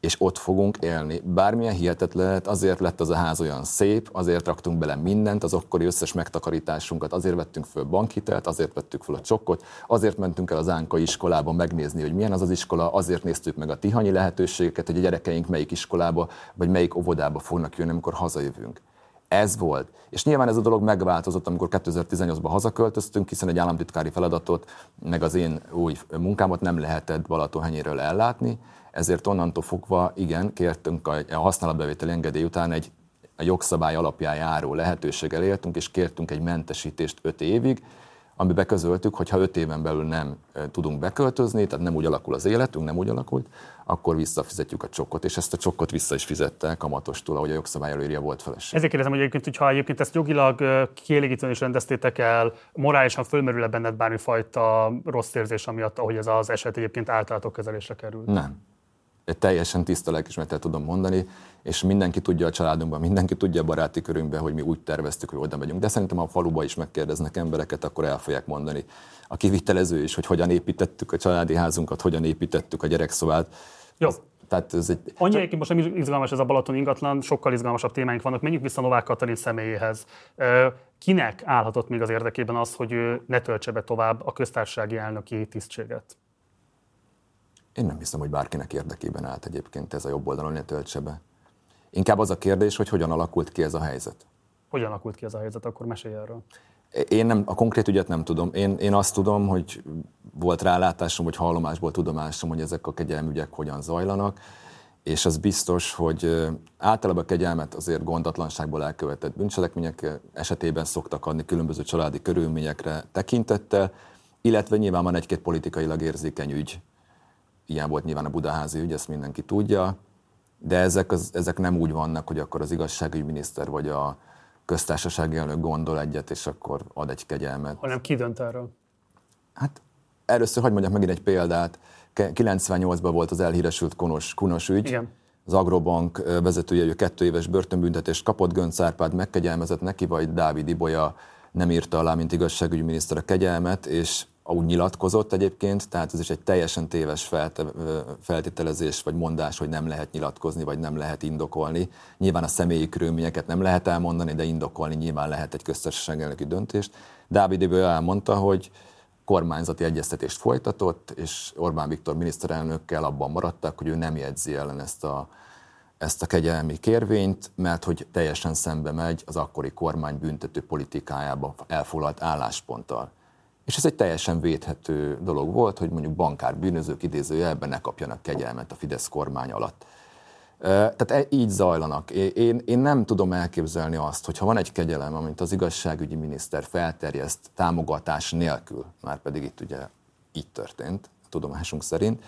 és ott fogunk élni. Bármilyen hihetetlen lehet, azért lett az a ház olyan szép, azért raktunk bele mindent, az akkori összes megtakarításunkat, azért vettünk föl bankhitelt, azért vettük föl a csokkot, azért mentünk el az Ánkai iskolába megnézni, hogy milyen az az iskola, azért néztük meg a tihanyi lehetőségeket, hogy a gyerekeink melyik iskolába, vagy melyik óvodába fognak jönni, amikor hazajövünk. Ez volt. És nyilván ez a dolog megváltozott, amikor kétezer-tizennyolcban hazaköltöztünk, hiszen egy államtitkári feladatot, meg az én új munkámat nem lehetett Balatonhenyéről ellátni, ezért onnantól fogva igen, kértünk a használatbevételi engedély után egy a jogszabály alapján járó lehetőséggel éltünk, és kértünk egy mentesítést öt évig, amiben közöltük, hogy ha öt éven belül nem tudunk beköltözni, tehát nem úgy alakul az életünk, nem úgy alakult, akkor visszafizetjük a csokkot, és ezt a csokkot vissza is fizette kamatostól, ahogy a jogszabály előírja, volt feleség. Ezért kérdezem, hogy egyébként, hogyha egyébként ezt jogilag kielégítően is rendeztétek el, morálisan fölmerül-e benned bármifajta rossz érzés amiatt, ahogy ez az eset egyébként általatok kezelésre került? Nem. Egy teljesen tiszta lelkismerettel tudom mondani, és mindenki tudja a családunkban, mindenki tudja a baráti körünkben, hogy mi úgy terveztük, hogy oda megyünk. De szerintem, ha a faluba is megkérdeznek embereket, akkor el fogják mondani. A kivitelező is, hogy hogyan építettük a családi házunkat, hogyan építettük a gyerekszobát. Jó. Az, tehát ez egy... Annyi egyébként most nem izgalmas ez a Balaton ingatlan, sokkal izgalmasabb témáink vannak. Menjünk vissza Novák Katalin személyéhez. Kinek állhatott még az érdekében az, hogy ő ne töltse be tovább a köztársasági elnöki tisztséget? Én nem hiszem, hogy bárkinek érdekében állt egyébként ez a jobb oldalon, ne töltse be. Inkább az a kérdés, hogy hogyan alakult ki ez a helyzet. Hogyan alakult ki ez a helyzet, akkor mesélj erről. Én nem, a konkrét ügyet nem tudom. Én, én azt tudom, hogy volt rálátásom, vagy hallomásból tudomásom, hogy ezek a kegyelmi ügyek hogyan zajlanak, és az biztos, hogy általában a kegyelmet azért gondatlanságból elkövetett bűncselekmények esetében szoktak adni különböző családi körülményekre tekintettel, illetve nyilván van egy-két politikailag érzékeny ügy. Ilyen volt nyilván a budaházi ügy, ezt mindenki tudja, de ezek, az, ezek nem úgy vannak, hogy akkor az igazságügyminiszter vagy a köztársasági elnök gondol egyet, és akkor ad egy kegyelmet. Hanem ki dönt erről? Hát először hadd mondjak megint egy példát. kilencvennyolcban volt az elhíresült Kunos, Kunos ügy. Igen. Az Agrobank vezetője, ő kettő éves börtönbüntetést kapott, Göncz Árpád megkegyelmezett neki, vagy Dávid Ibolya nem írta alá, mint igazságügyminiszter a kegyelmet, és úgy nyilatkozott egyébként, tehát ez is egy teljesen téves feltételezés vagy mondás, hogy nem lehet nyilatkozni, vagy nem lehet indokolni. Nyilván a személyi körülményeket nem lehet elmondani, de indokolni nyilván lehet egy köztársaság elnöki döntést. Dávid Ibolya elmondta, hogy kormányzati egyeztetést folytatott, és Orbán Viktor miniszterelnökkel abban maradtak, hogy ő nem jegyzi ellen ezt a, ezt a kegyelmi kérvényt, mert hogy teljesen szembe megy az akkori kormány büntető politikájába elfoglalt állásponttal. És ez egy teljesen védhető dolog volt, hogy mondjuk bankár bűnözők idézőjelben ne kapjanak kegyelmet a Fidesz kormány alatt. Tehát így zajlanak. Én, én nem tudom elképzelni azt, hogy ha van egy kegyelem, amit az igazságügyi miniszter felterjeszt támogatás nélkül, már pedig itt ugye így történt, a tudomásunk szerint,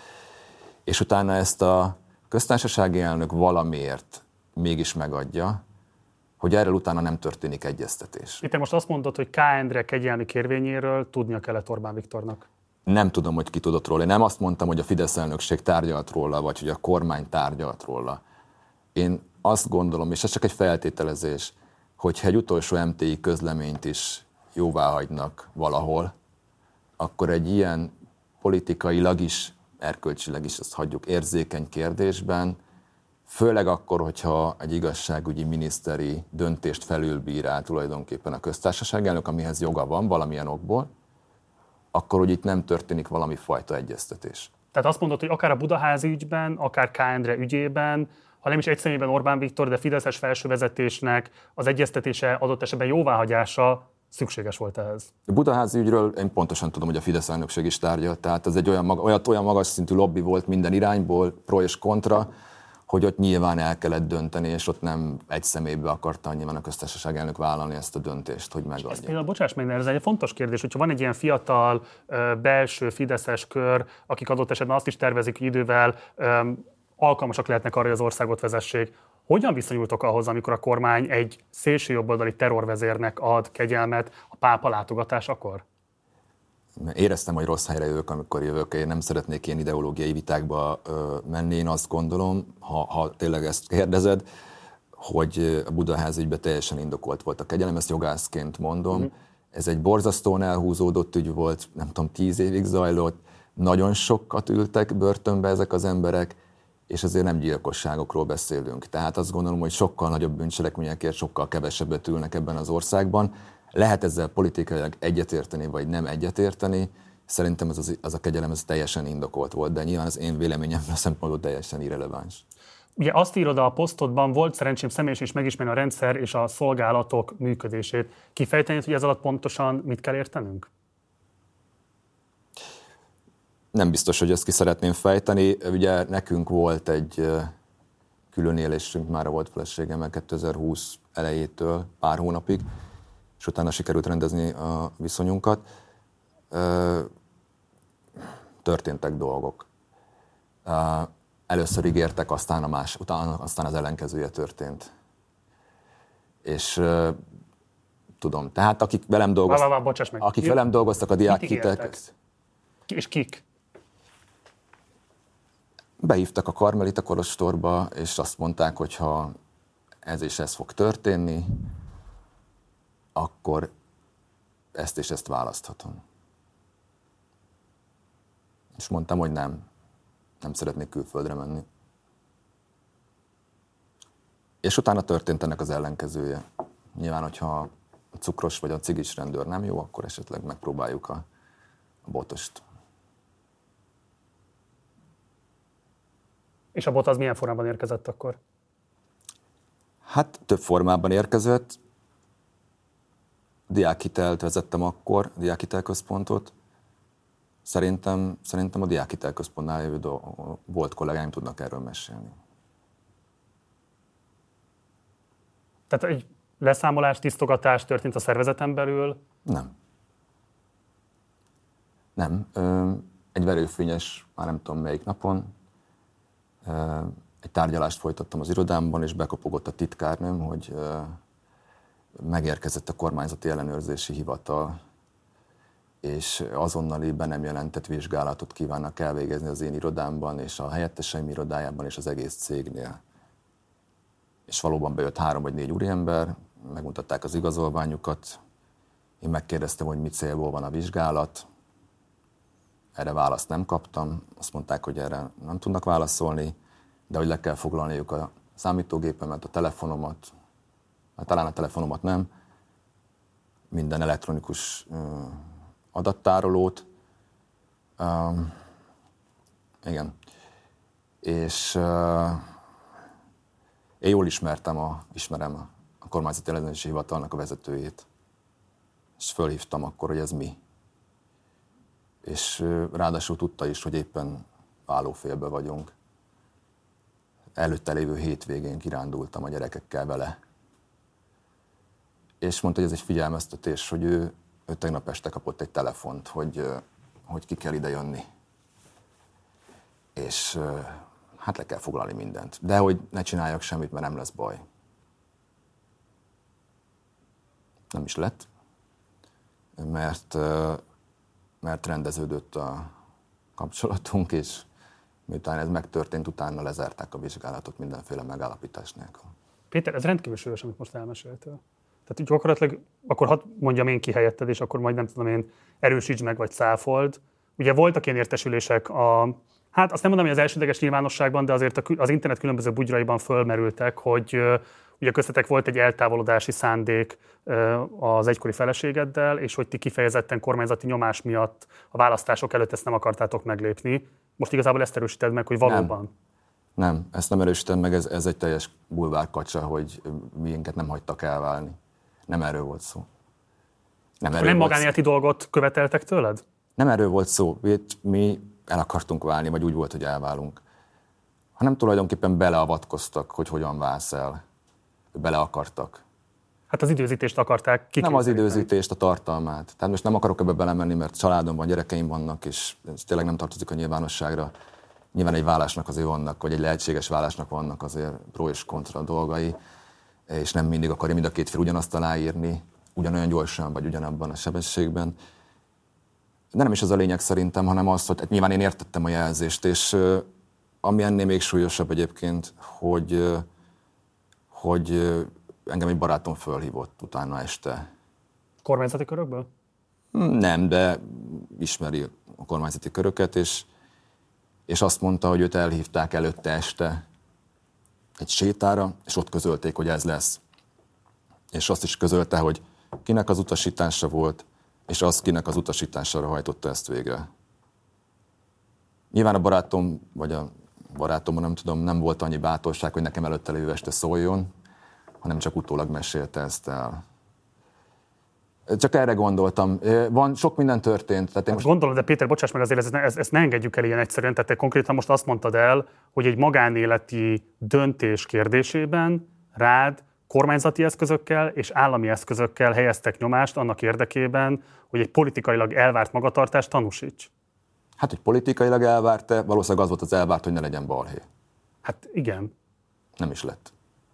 és utána ezt a köztársasági elnök valamiért mégis megadja, hogy erről utána nem történik egyeztetés. Itt most azt mondod, hogy K. Endre kegyelmi kérvényéről tudnia kellett Orbán Viktornak. Nem tudom, hogy ki tudott róla. Én nem azt mondtam, hogy a Fidesz elnökség tárgyalt róla, vagy hogy a kormány tárgyalt róla. Én azt gondolom, és ez csak egy feltételezés, hogyha egy utolsó em té i közleményt is jóvá hagynak valahol, akkor egy ilyen politikailag is, erkölcsileg is, azt hagyjuk érzékeny kérdésben, főleg akkor, hogyha egy igazságügyi miniszteri döntést felülbírál tulajdonképpen a köztársaság elnök, amihez joga van valamilyen okból, akkor, hogy itt nem történik valami fajta egyeztetés. Tehát azt mondod, hogy akár a budaházi ügyben, akár K. Endre ügyében, ha nem is egy személyben Orbán Viktor, de fideszes felsővezetésnek az egyeztetése, adott esetben jóváhagyása szükséges volt ehhez. A budaházi ügyről én pontosan tudom, hogy a Fidesz elnökség is tárgyalt, tehát ez egy olyan, olyan, olyan magas szintű lobby volt minden irányból, pro és kontra, hogy ott nyilván el kellett dönteni, és ott nem egy személybe akarta nyilván a köztársaság elnök vállalni ezt a döntést, hogy megadja. Ez például, bocsáss meg, ez egy fontos kérdés, hogyha van egy ilyen fiatal, belső fideszes kör, akik adott esetben azt is tervezik, hogy idővel alkalmasak lehetnek arra, hogy az országot vezessék. Hogyan viszonyultok ahhoz, amikor a kormány egy szélsőjobboldali terrorvezérnek ad kegyelmet a pápa látogatásakor? Éreztem, hogy rossz helyre jövök, amikor jövök. Én nem szeretnék ilyen ideológiai vitákba ö, menni. Én azt gondolom, ha, ha tényleg ezt kérdezed, hogy a budaházi ügyben teljesen indokolt volt a kegyelem, ezt jogászként mondom. Mm. Ez egy borzasztóan elhúzódott ügy volt, nem tudom, tíz évig zajlott, nagyon sokat ültek börtönbe ezek az emberek, és azért nem gyilkosságokról beszélünk. Tehát azt gondolom, hogy sokkal nagyobb bűncselekményekért sokkal kevesebbet ülnek ebben az országban. Lehet ezzel politikailag egyetérteni, vagy nem egyetérteni. Szerintem ez az, az a kegyelem ez teljesen indokolt volt, de nyilván az én véleményem a szempontból teljesen irreleváns. Ugye azt írod a posztodban, volt szerencsém személyesen is megismerni a rendszer és a szolgálatok működését. Kifejtenéd, hogy ez alatt pontosan mit kell értenünk? Nem biztos, hogy ezt ki szeretném fejteni. Ugye nekünk volt egy külön élésünk már a volt feleségemmel kétezer-húsz elejétől pár hónapig, és utána sikerült rendezni a viszonyunkat. Történtek dolgok. Először ígértek, aztán, a más, utána, aztán az ellenkezője történt. És tudom, tehát akik velem dolgoztak, vá, vá, vá, meg. akik velem dolgoztak a diákhitek... És kik? Behívtak a Karmelita kolostorba, és azt mondták, hogy ha ez és ez fog történni, akkor ezt és ezt választhatom. És mondtam, hogy nem. Nem szeretnék külföldre menni. És utána történt ennek az ellenkezője. Nyilván, hogyha a cukros vagy a cigis rendőr nem jó, akkor esetleg megpróbáljuk a, a botost. És a bot az milyen formában érkezett akkor? Hát több formában érkezett. Diákhitelt vezettem akkor, diákhitelközpontot. Szerintem, szerintem a diákhitelközpontnál jövő do- volt kollégáim tudnak erről mesélni. Tehát egy leszámolás, tisztogatás történt a szervezeten belül? Nem. Nem. Egy verőfényes, már nem tudom melyik napon, egy tárgyalást folytattam az irodámban, és bekopogott a titkárnőm, hogy megérkezett a kormányzati ellenőrzési hivatal, és azonnali be nem jelentett vizsgálatot kívánnak elvégezni az én irodámban, és a helyetteseim irodájában, és az egész cégnél. És valóban bejött három vagy négy úriember, megmutatták az igazolványukat, én megkérdeztem, hogy mi célból van a vizsgálat, erre választ nem kaptam, azt mondták, hogy erre nem tudnak válaszolni, de hogy le kell foglalniuk a számítógépemet, a telefonomat, hát talán a telefonomat nem, minden elektronikus uh, adattárolót. Um, igen. És uh, én jól ismertem, a, ismerem a, a kormányzati ellenőrzési hivatalnak a vezetőjét. És fölhívtam akkor, hogy ez mi. És uh, ráadásul tudta is, hogy éppen vállófélbe vagyunk. Előtte lévő hétvégén kirándultam a gyerekekkel vele. És mondta, hogy ez egy figyelmeztetés, hogy ő, ő tegnap este kapott egy telefont, hogy, hogy ki kell ide jönni. És hát le kell foglalni mindent. De hogy ne csináljak semmit, mert nem lesz baj. Nem is lett, mert, mert rendeződött a kapcsolatunk, és miután ez megtörtént, utána lezárták a vizsgálatot mindenféle megállapítás nélkül. Péter, ez rendkívül súlyos, amit most elmeséltél. Tehát gyakorlatilag, akkor hadd mondjam én ki helyetted, és akkor majd nem tudom én, erősítsd meg, vagy cáfold. Ugye voltak ilyen értesülések a, hát azt nem mondom, hogy az elsődleges nyilvánosságban, de azért az internet különböző bugyraiban fölmerültek, hogy ugye köztetek volt egy eltávolodási szándék az egykori feleségeddel, és hogy ti kifejezetten kormányzati nyomás miatt a választások előtt ezt nem akartátok meglépni. Most igazából ezt erősíted meg, hogy valóban. Nem, nem ezt nem erősítem meg, ez, ez egy teljes bulvárkacsa, hogy minket nem hagytak elválni. Nem erről volt szó. Nem, nem magánéleti dolgot követeltek tőled? Nem erről volt szó. Mi el akartunk válni, vagy úgy volt, hogy elválunk. Hanem tulajdonképpen beleavatkoztak, hogy hogyan válsz el. Bele akartak. Hát az időzítést akarták kikényszeríteni. Nem az időzítést, a tartalmát. Tehát most nem akarok ebbe belemenni, mert családom van, gyerekeim vannak, és ez tényleg nem tartozik a nyilvánosságra. Nyilván egy vállásnak azért vannak, vagy egy lehetséges vállásnak vannak azért pro és kontra dolgai, és nem mindig akarja mind a két fél ugyanazt aláírni, ugyanolyan gyorsan, vagy ugyanabban a sebességben. De nem is ez a lényeg szerintem, hanem az, hogy hát nyilván én értettem a jelzést, és uh, ami ennél még súlyosabb egyébként, hogy, uh, hogy uh, engem egy barátom fölhívott utána este. Kormányzati körökből? Nem, de ismeri a kormányzati köröket, és és azt mondta, hogy őt elhívták előtte este egy sétára, és ott közölték, hogy ez lesz. És azt is közölte, hogy kinek az utasítása volt, és az kinek az utasítására hajtotta ezt végre. Nyilván a barátom, vagy a barátom, nem tudom, nem volt annyi bátorság, hogy nekem előtte lévő este szóljon, hanem csak utólag mesélte ezt el. Csak erre gondoltam. Van, sok minden történt. Tehát én most... most... Gondolom, de Péter, bocsáss meg, azért ezt, ezt, ezt ne engedjük el ilyen egyszerűen. Tehát te konkrétan most azt mondtad el, hogy egy magánéleti döntés kérdésében rád kormányzati eszközökkel és állami eszközökkel helyeztek nyomást annak érdekében, hogy egy politikailag elvárt magatartást tanúsíts. Hát, hogy politikailag elvárta, valószínűleg az volt az elvárt, hogy ne legyen balhé. Hát igen. Nem is lett.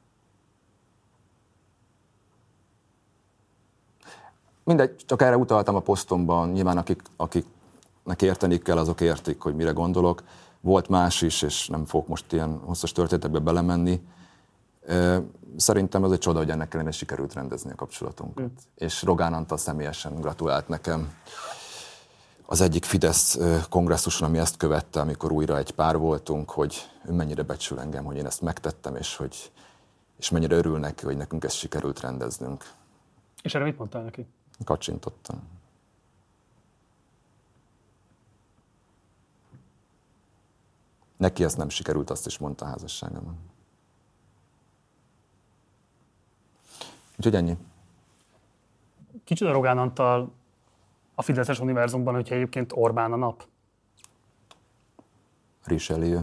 Mindegy, csak erre utaltam a posztomban, nyilván akik, akiknek érteni kell, azok értik, hogy mire gondolok. Volt más is, és nem fogok most ilyen hosszas történetekbe belemenni. Szerintem az egy csoda, hogy ennek ellenére sikerült rendezni a kapcsolatunkat. Mm. És Rogán Antal személyesen gratulált nekem az egyik Fidesz kongresszuson, ami ezt követte, amikor újra egy pár voltunk, hogy ő mennyire becsül engem, hogy én ezt megtettem, és, hogy, és mennyire örül neki, hogy nekünk ezt sikerült rendeznünk. És erre mit mondtál neki? Kacsintottam. Neki ezt nem sikerült, azt is mondta a házasságomban. Úgyhogy ennyi. Kicsit a Rogán Antal a fideszes univerzumban, hogyha egyébként Orbán a nap? Richelieu.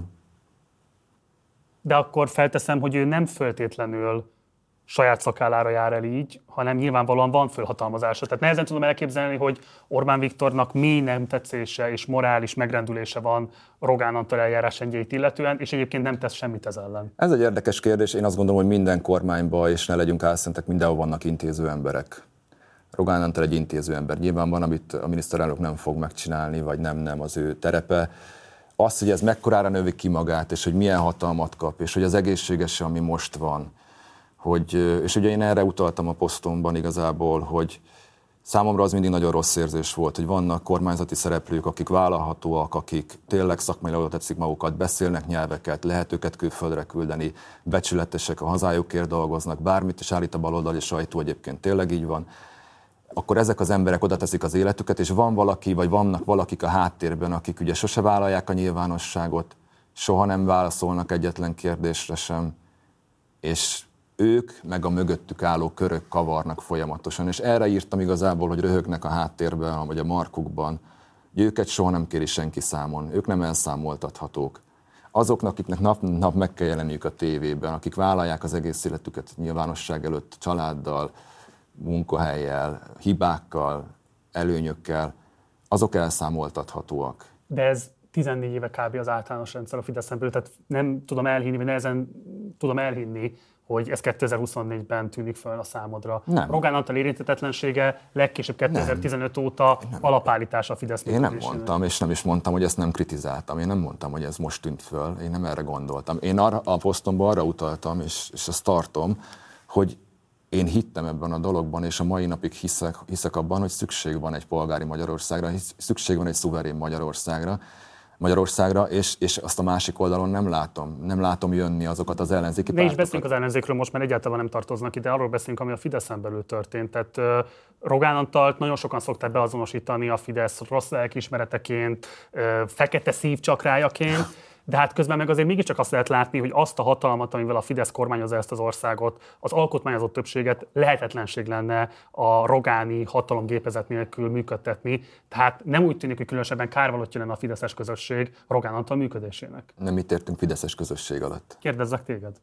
De akkor felteszem, hogy ő nem föltétlenül saját szakállára jár el így, hanem nyilvánvalóan van fölhatalmazása. Tehát nehezen tudom elképzelni, hogy Orbán Viktornak mély nem tetszése és morális megrendülése van Rogán Antal eljárásrendjeit illetően, és egyébként nem tesz semmit ez ellen. Ez egy érdekes kérdés. Én azt gondolom, hogy minden kormányban, és ne legyünk álszentek, mindenhol vannak intéző emberek. Rogán Antal egy intéző ember. Nyilván van, amit a miniszterelnök nem fog megcsinálni, vagy nem, nem az ő terepe. Az, hogy ez mekkorára növi ki magát, és hogy milyen hatalmat kap, és hogy az egészséges, ami most van. Hogy, és ugye én erre utaltam a posztomban igazából, hogy számomra az mindig nagyon rossz érzés volt, hogy vannak kormányzati szereplők, akik vállalhatóak, akik tényleg szakmailag tetszik magukat, beszélnek nyelveket, lehet őket külföldre küldeni, becsületesek, a hazájukért dolgoznak, bármit is állít a baloldali sajtó, egyébként tényleg így van, akkor ezek az emberek oda teszik az életüket, és van valaki, vagy vannak valakik a háttérben, akik ugye sose vállalják a nyilvánosságot, soha nem válaszolnak egyetlen kérdésre sem, és ők meg a mögöttük álló körök kavarnak folyamatosan, és erre írtam igazából, hogy röhögnek a háttérben, vagy a markukban, hogy őket soha nem kéri senki számon, ők nem elszámoltathatók. Azoknak, akiknek nap, nap meg kell jelenniük a tévében, akik vállalják az egész életüket nyilvánosság előtt, családdal, munkahelyjel, hibákkal, előnyökkel, azok elszámoltathatóak. De ez tizennégy éve kb. Az általános rendszer a Fideszen belül, tehát nem tudom elhinni, vagy nehezen tudom elhinni, hogy ez kétezer-huszonnégyben tűnik föl a számodra. Nem. Rogán Antal érintetetlensége legkésőbb kétezer-tizenöt nem. óta nem. alapállítása a Fidesz. Én nem mondtam, és nem is mondtam, hogy ezt nem kritizáltam. Én nem mondtam, hogy ez most tűnt föl. Én nem erre gondoltam. Én arra, a posztomban arra utaltam, és, és ezt tartom, hogy én hittem ebben a dologban, és a mai napig hiszek, hiszek abban, hogy szükség van egy polgári Magyarországra, szükség van egy szuverén Magyarországra, Magyarországra, és, és azt a másik oldalon nem látom. Nem látom jönni azokat az ellenzéki pártokat. Ne is beszélünk az ellenzékről, most már egyáltalán nem tartoznak ide, arról beszélünk, ami a Fideszen belül történt. Tehát uh, Rogán Antalt nagyon sokan szokták beazonosítani a Fidesz rossz lelkiismereteként, uh, fekete szívcsakrájaként, de hát közben meg azért mégiscsak azt lehet látni, hogy azt a hatalmat, amivel a Fidesz kormányozza ezt az országot, az alkotmányozott többséget lehetetlenség lenne a rogáni hatalomgépezet nélkül működtetni. Tehát nem úgy tűnik, hogy különösebben kárvalótja lenne a fideszes közösség Rogán Antal működésének. Nem mit értünk fideszes közösség alatt? Kérdezzek téged.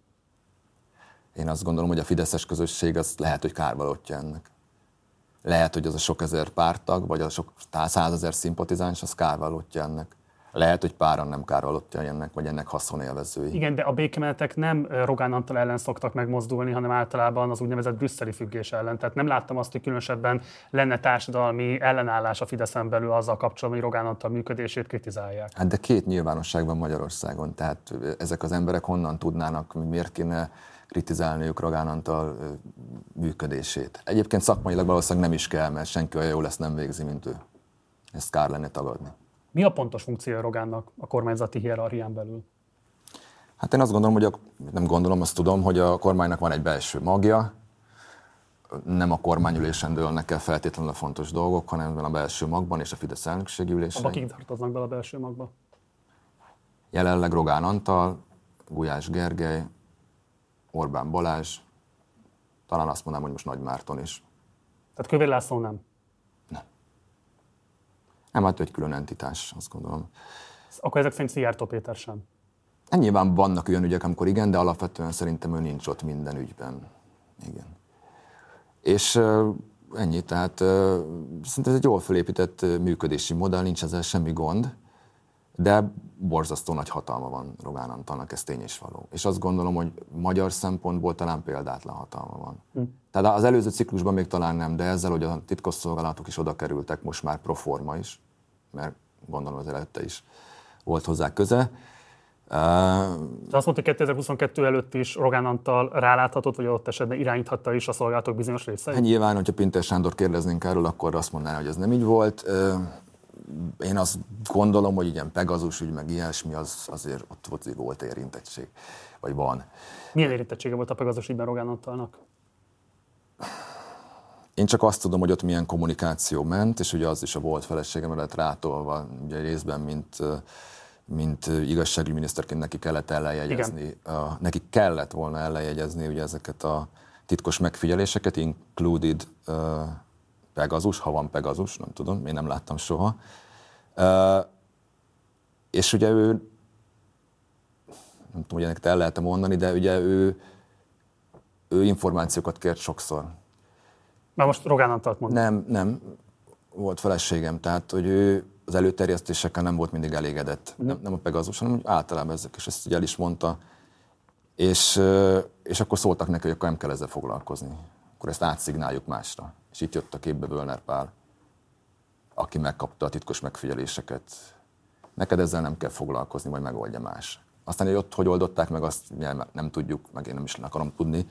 Én azt gondolom, hogy a fideszes közösség az lehet, hogy kárvalótja ennek. Lehet, hogy az a sok ezer párttag, vagy a sok százezer szimpatizáns, az kárvalótja ennek. Lehet, hogy páran nem kárvalótja ennek, vagy ennek haszonélvezői. Igen, de a békemenetek nem Rogán Antal ellen szoktak megmozdulni, hanem általában az úgynevezett brüsszeli függés ellen. Tehát nem láttam azt, hogy különösebben lenne társadalmi ellenállás a Fideszen belül azzal kapcsolatban, hogy Rogán Antal működését kritizálják. Hát de két nyilvánosság van Magyarországon, tehát ezek az emberek honnan tudnának, miért kéne kritizálniuk Rogán Antal működését. Egyébként szakmailag valószínűleg nem is kell, mert senki olyan jól ezt nem végzi, mint ő. Ezt kár lenne tagadni. Mi a pontos funkciója Rogánnak a kormányzati hierarchián belül? Hát én azt gondolom, hogy a, nem gondolom, azt tudom, hogy a kormánynak van egy belső magja, nem a kormányülésen dőlnek el feltétlenül a fontos dolgok, hanem a belső magban és a Fidesz elnökségi ülésen. Abba kik tartoznak bele a belső magba? Jelenleg Rogán Antal, Gulyás Gergely, Orbán Balázs, talán azt mondanám, hogy most Nagy Márton is. Tehát Kövér László nem? Nem. Nem, hát egy külön entitás, azt gondolom. Akkor ezek szerint Szijjártó Péter sem? Nyilván vannak olyan ügyek, amikor igen, de alapvetően szerintem ő nincs ott minden ügyben. Igen. És uh, ennyi, tehát uh, szerintem ez egy jól felépített uh, működési modell, nincs ezzel semmi gond, de borzasztó nagy hatalma van Rogán Antalnak, ez tény és való. És azt gondolom, hogy magyar szempontból talán példátlan hatalma van. Hm. Tehát az előző ciklusban még talán nem, de ezzel, hogy a titkosszolgálatok is oda kerültek, most már proforma is, mert gondolom az előtte is volt hozzá köze. Uh, De azt mondta, hogy kétezer-huszonkettő előtt is Rogán Antal ráláthatott, vagy ott esetben irányíthatta is a szolgálatok bizonyos részeit? Hát nyilván, hogyha Pintér Sándor kérdeznénk erről, akkor azt mondaná, hogy ez nem így volt. Én azt gondolom, hogy ilyen Pegazus ügy, meg ilyesmi, az azért ott, ott volt érintettség, vagy van. Milyen érintettsége volt a Pegazus ügyben Rogán Antalnak? Én csak azt tudom, hogy ott milyen kommunikáció ment, és ugye az is a volt feleségem lett rátolva, ugye részben, mint mint igazságügyi miniszterként neki kellett ellenjegyezni, a, neki kellett volna ellenjegyezni ugye ezeket a titkos megfigyeléseket, included uh, Pegasus, ha van Pegasus, nem tudom, én nem láttam soha. Uh, és ugye ő, nem tudom, hogy ennek el lehet mondani, de ugye ő, ő információkat kért sokszor. Már most Rogán Antalt mondta. Nem, nem, volt feleségem, tehát hogy ő az előterjesztésekkel nem volt mindig elégedett. Mm. Nem, nem a Pegasus, hanem általában ezek, és ezt így el is mondta. És, és akkor szóltak neki, hogy akkor nem kell ezzel foglalkozni. Akkor ezt átszignáljuk másra. És itt jött a képbe Völner Pál, aki megkapta a titkos megfigyeléseket. Neked ezzel nem kell foglalkozni, majd megoldja más. Aztán, hogy ott hogy oldották meg, azt nem tudjuk, meg én nem is akarom tudni.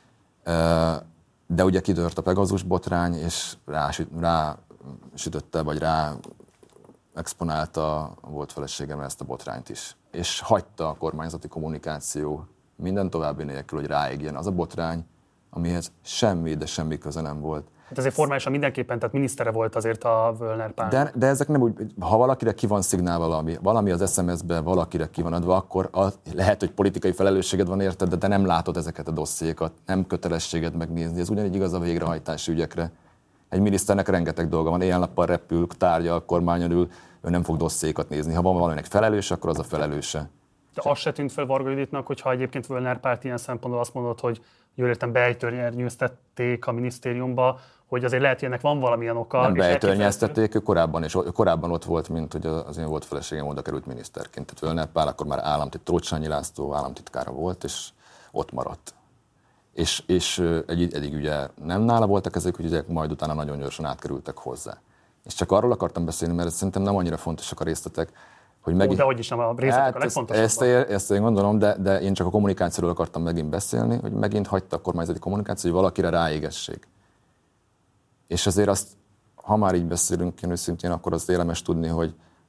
De ugye kitört a Pegasus botrány, és rá, rá sütötte, vagy rá exponálta volt feleségem ezt a botrányt is. És hagyta a kormányzati kommunikáció minden további nélkül, hogy ráégjen az a botrány, amihez semmi, de semmi köze nem volt. Hát ezért formálisan mindenképpen, tehát minisztere volt azért a Völner Pál. De, de ezek nem úgy, ha valakire ki van szignál valami, valami az es em es-ben valakire ki van adva, akkor az, lehet, hogy politikai felelősséged van érted, de te nem látod ezeket a dossziékat, nem kötelességed megnézni. Ez ugyanígy igaz a végrehajtási ügyekre. Egy miniszternek rengeteg dolga van, éjjel-nappal repül, tárgyal, kormányon ül, ő nem fog dossziékat nézni. Ha van valaminek felelős, akkor az a felelőse. De az se tűnt fel Varga Juditnak, hogyha egyébként Völner Pált ilyen szempontból azt mondott, hogy jól értem, beejtörnyeztették a minisztériumba, hogy azért lehet, hogy ennek van valamilyen oka. Nem beejtörnyeztették, ő korábban, és korábban ott volt, mint hogy az én volt feleségem oda került miniszterként. Tehát Völner Pál akkor már államtit, Trócsányi László államtitkára volt, és ott maradt. És, és egy, eddig ugye nem nála voltak ezek, hogy ügyek, majd utána nagyon gyorsan átkerültek hozzá. És csak arról akartam beszélni, mert szerintem nem annyira fontosak a részletek, hogy megint... Ó, de hogy is nem a részletek hát, a legfontosabb. Ezt, ezt, ezt én gondolom, de, de én csak a kommunikációról akartam megint beszélni, hogy megint hagyta a kormányzati kommunikáció, hogy valakire ráégessék. És azért azt, ha már így beszélünk én őszintén, akkor az érdemes tudni, hogy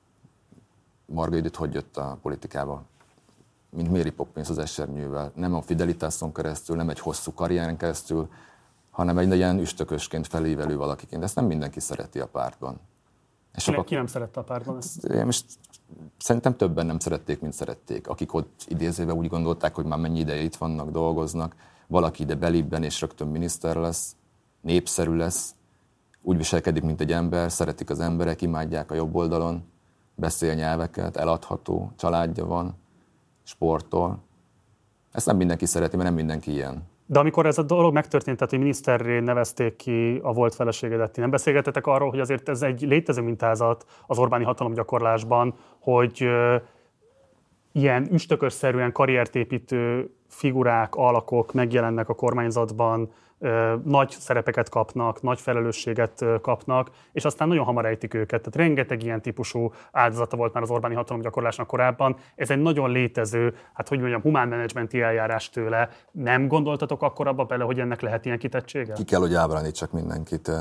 Varga Judit hogy jött a politikába. Mint Mary Poppins az esernyővel. Nem a Fidelitáson keresztül, nem egy hosszú karrieren keresztül, hanem egy ilyen üstökösként felévelő valakiként. Ezt nem mindenki szereti a pártban. És ki, ki nem szerette a pártban? Ezt? Most szerintem többen nem szerették, mint szerették. Akik ott idézőben úgy gondolták, hogy már mennyi ideje itt vannak, dolgoznak, valaki ide belibben és rögtön miniszter lesz, népszerű lesz, úgy viselkedik, mint egy ember, szeretik az emberek, imádják a jobb oldalon, beszél nyelveket, eladható, családja van, sportol. Ezt nem mindenki szereti, mert nem mindenki ilyen. De amikor ez a dolog megtörtént, tehát hogy miniszterré nevezték ki a volt feleségedet, ti nem beszélgetetek arról, hogy azért ez egy létező mintázat az Orbáni hatalomgyakorlásban, hogy uh, ilyen üstökösszerűen karriertépítő figurák, alakok megjelennek a kormányzatban, nagy szerepeket kapnak, nagy felelősséget kapnak, és aztán nagyon hamar ejtik őket. Tehát rengeteg ilyen típusú áldozata volt már az Orbáni hatalomgyakorlásnak korábban. Ez egy nagyon létező, hát hogy mondjam, humán menedzsmenti eljárás tőle. Nem gondoltatok akkor abba bele, hogy ennek lehet ilyen kitettsége? Ki kell, hogy ábránítsak mindenkit.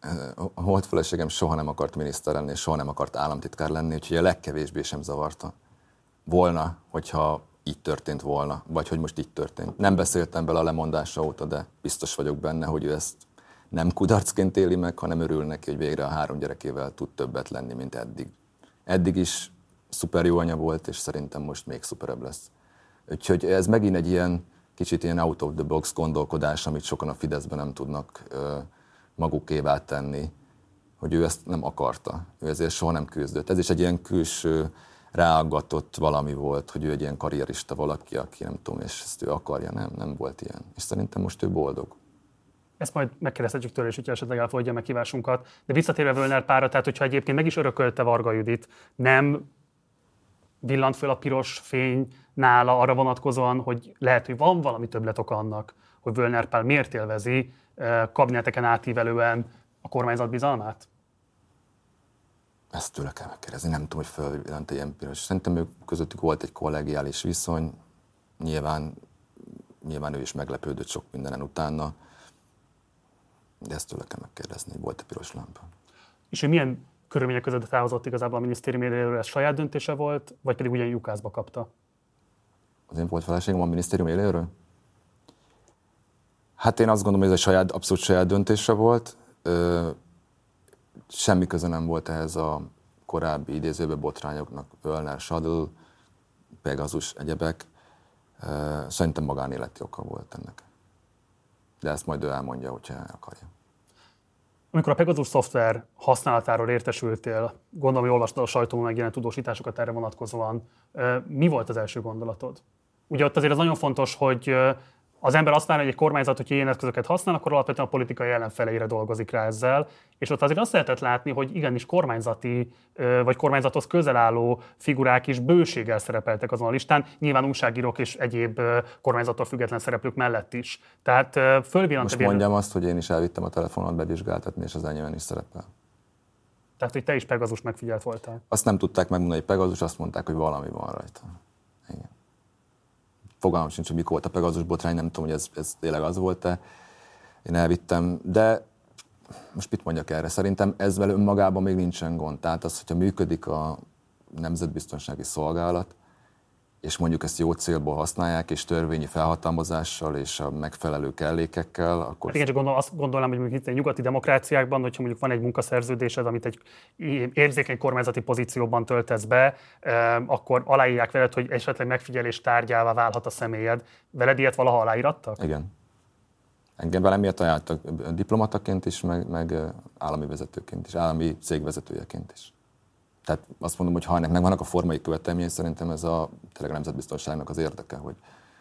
A volt feleségem soha nem akart miniszter lenni, és soha nem akart államtitkár lenni, úgyhogy a legkevésbé sem zavarta volna, hogyha így történt volna, vagy hogy most így történt. Nem beszéltem bele a lemondása óta, de biztos vagyok benne, hogy ő ezt nem kudarcként éli meg, hanem örül neki, hogy végre a három gyerekével tud többet lenni, mint eddig. Eddig is szuper jó anya volt, és szerintem most még szuperebb lesz. Úgyhogy ez megint egy ilyen kicsit ilyen out of the box gondolkodás, amit sokan a Fideszben nem tudnak ö, magukévá tenni, hogy ő ezt nem akarta. Ő ezért soha nem küzdött. Ez is egy ilyen külső ráaggatott valami volt, hogy ő egy ilyen karrierista valaki, aki nem tudom, és ezt ő akarja, nem, nem volt ilyen. És szerintem most ő boldog. Ezt majd megkérdezhetjük tőle, és hogyha esetleg elfogadja a meghívásunkat. De visszatérve Völner párra, tehát hogyha egyébként meg is örökölte Varga Judit, nem villant föl a piros fény nála arra vonatkozóan, hogy lehet, hogy van valami többlet oka annak, hogy Völner Pál miért élvezi kabineteken átívelően a kormányzat bizalmát? Ezt tőle kell megkérdezni, nem tudom, hogy fölvillant ilyen piros. Szerintem ők közöttük volt egy kollegiális viszony, nyilván, nyilván ő is meglepődött sok mindenen utána, de ezt tőle kell megkérdezni, hogy volt-e piros lámpa. És hogy milyen körülmények között távozott igazából a minisztérium élőről, ez saját döntése volt, vagy pedig ugyan lyukászba kapta? Az én volt feleségem a minisztérium élőről? Hát én azt gondolom, hogy ez egy saját, abszolút saját döntése volt. Ö, semmi köze nem volt ehhez a korábbi idézőbe botrányoknak, Völner, Sadl, Pegasus, egyebek. Ö, szerintem magánéleti oka volt ennek. De ezt majd ő elmondja, hogyha el akarja. Amikor a Pegasus szoftver használatáról értesültél, gondolom, hogy olvastad a sajtóban megjelent tudósításokat erre vonatkozóan, mi volt az első gondolatod? Ugye ott azért az nagyon fontos, hogy az ember azt mondja, hogy egy kormányzat, hogy ilyen eszközöket használ, akkor alapvetően a politikai ellenfeleire dolgozik rá ezzel. És ott azért azt lehetett látni, hogy igenis kormányzati vagy kormányzathoz közel álló figurák is bőséggel szerepeltek azon a listán, nyilván újságírók és egyéb kormányzattól független szereplők mellett is. Tehát fölvillant. Most mondjam azt, hogy én is elvittem a telefonon bevizsgáltatni, és az enyémen is szerepel. Tehát, hogy te is Pegasus megfigyelt voltál. Azt nem tudták megmondani, hogy Pegasus, azt mondták, hogy valami van rajta. Igen. Fogalmam sincs, hogy mikor volt a Pegasus botrány, nem tudom, hogy ez, ez tényleg az volt-e. Én elvittem, de most mit mondjak erre? Szerintem ezzel önmagában még nincsen gond. Tehát az, hogyha működik a Nemzetbiztonsági Szolgálat, és mondjuk ezt jó célból használják, és törvényi felhatalmazással és a megfelelő kellékekkel, akkor... Hát igen, csak gondol, azt gondolom, hogy mondjuk itt egy nyugati demokráciákban, hogyha mondjuk van egy munkaszerződésed, amit egy érzékeny kormányzati pozícióban töltesz be, akkor aláírják veled, hogy esetleg megfigyelés tárgyává válhat a személyed. Veled ilyet valaha aláírattak? Igen. Engem velem ilyet ajánlottak diplomataként is, meg, meg állami vezetőként is, állami cégvezetőjeként is. Tehát azt mondom, hogy ha ennek megvannak a formai követelményei, szerintem ez a tényleg a nemzetbiztonságnak az érdeke, hogy,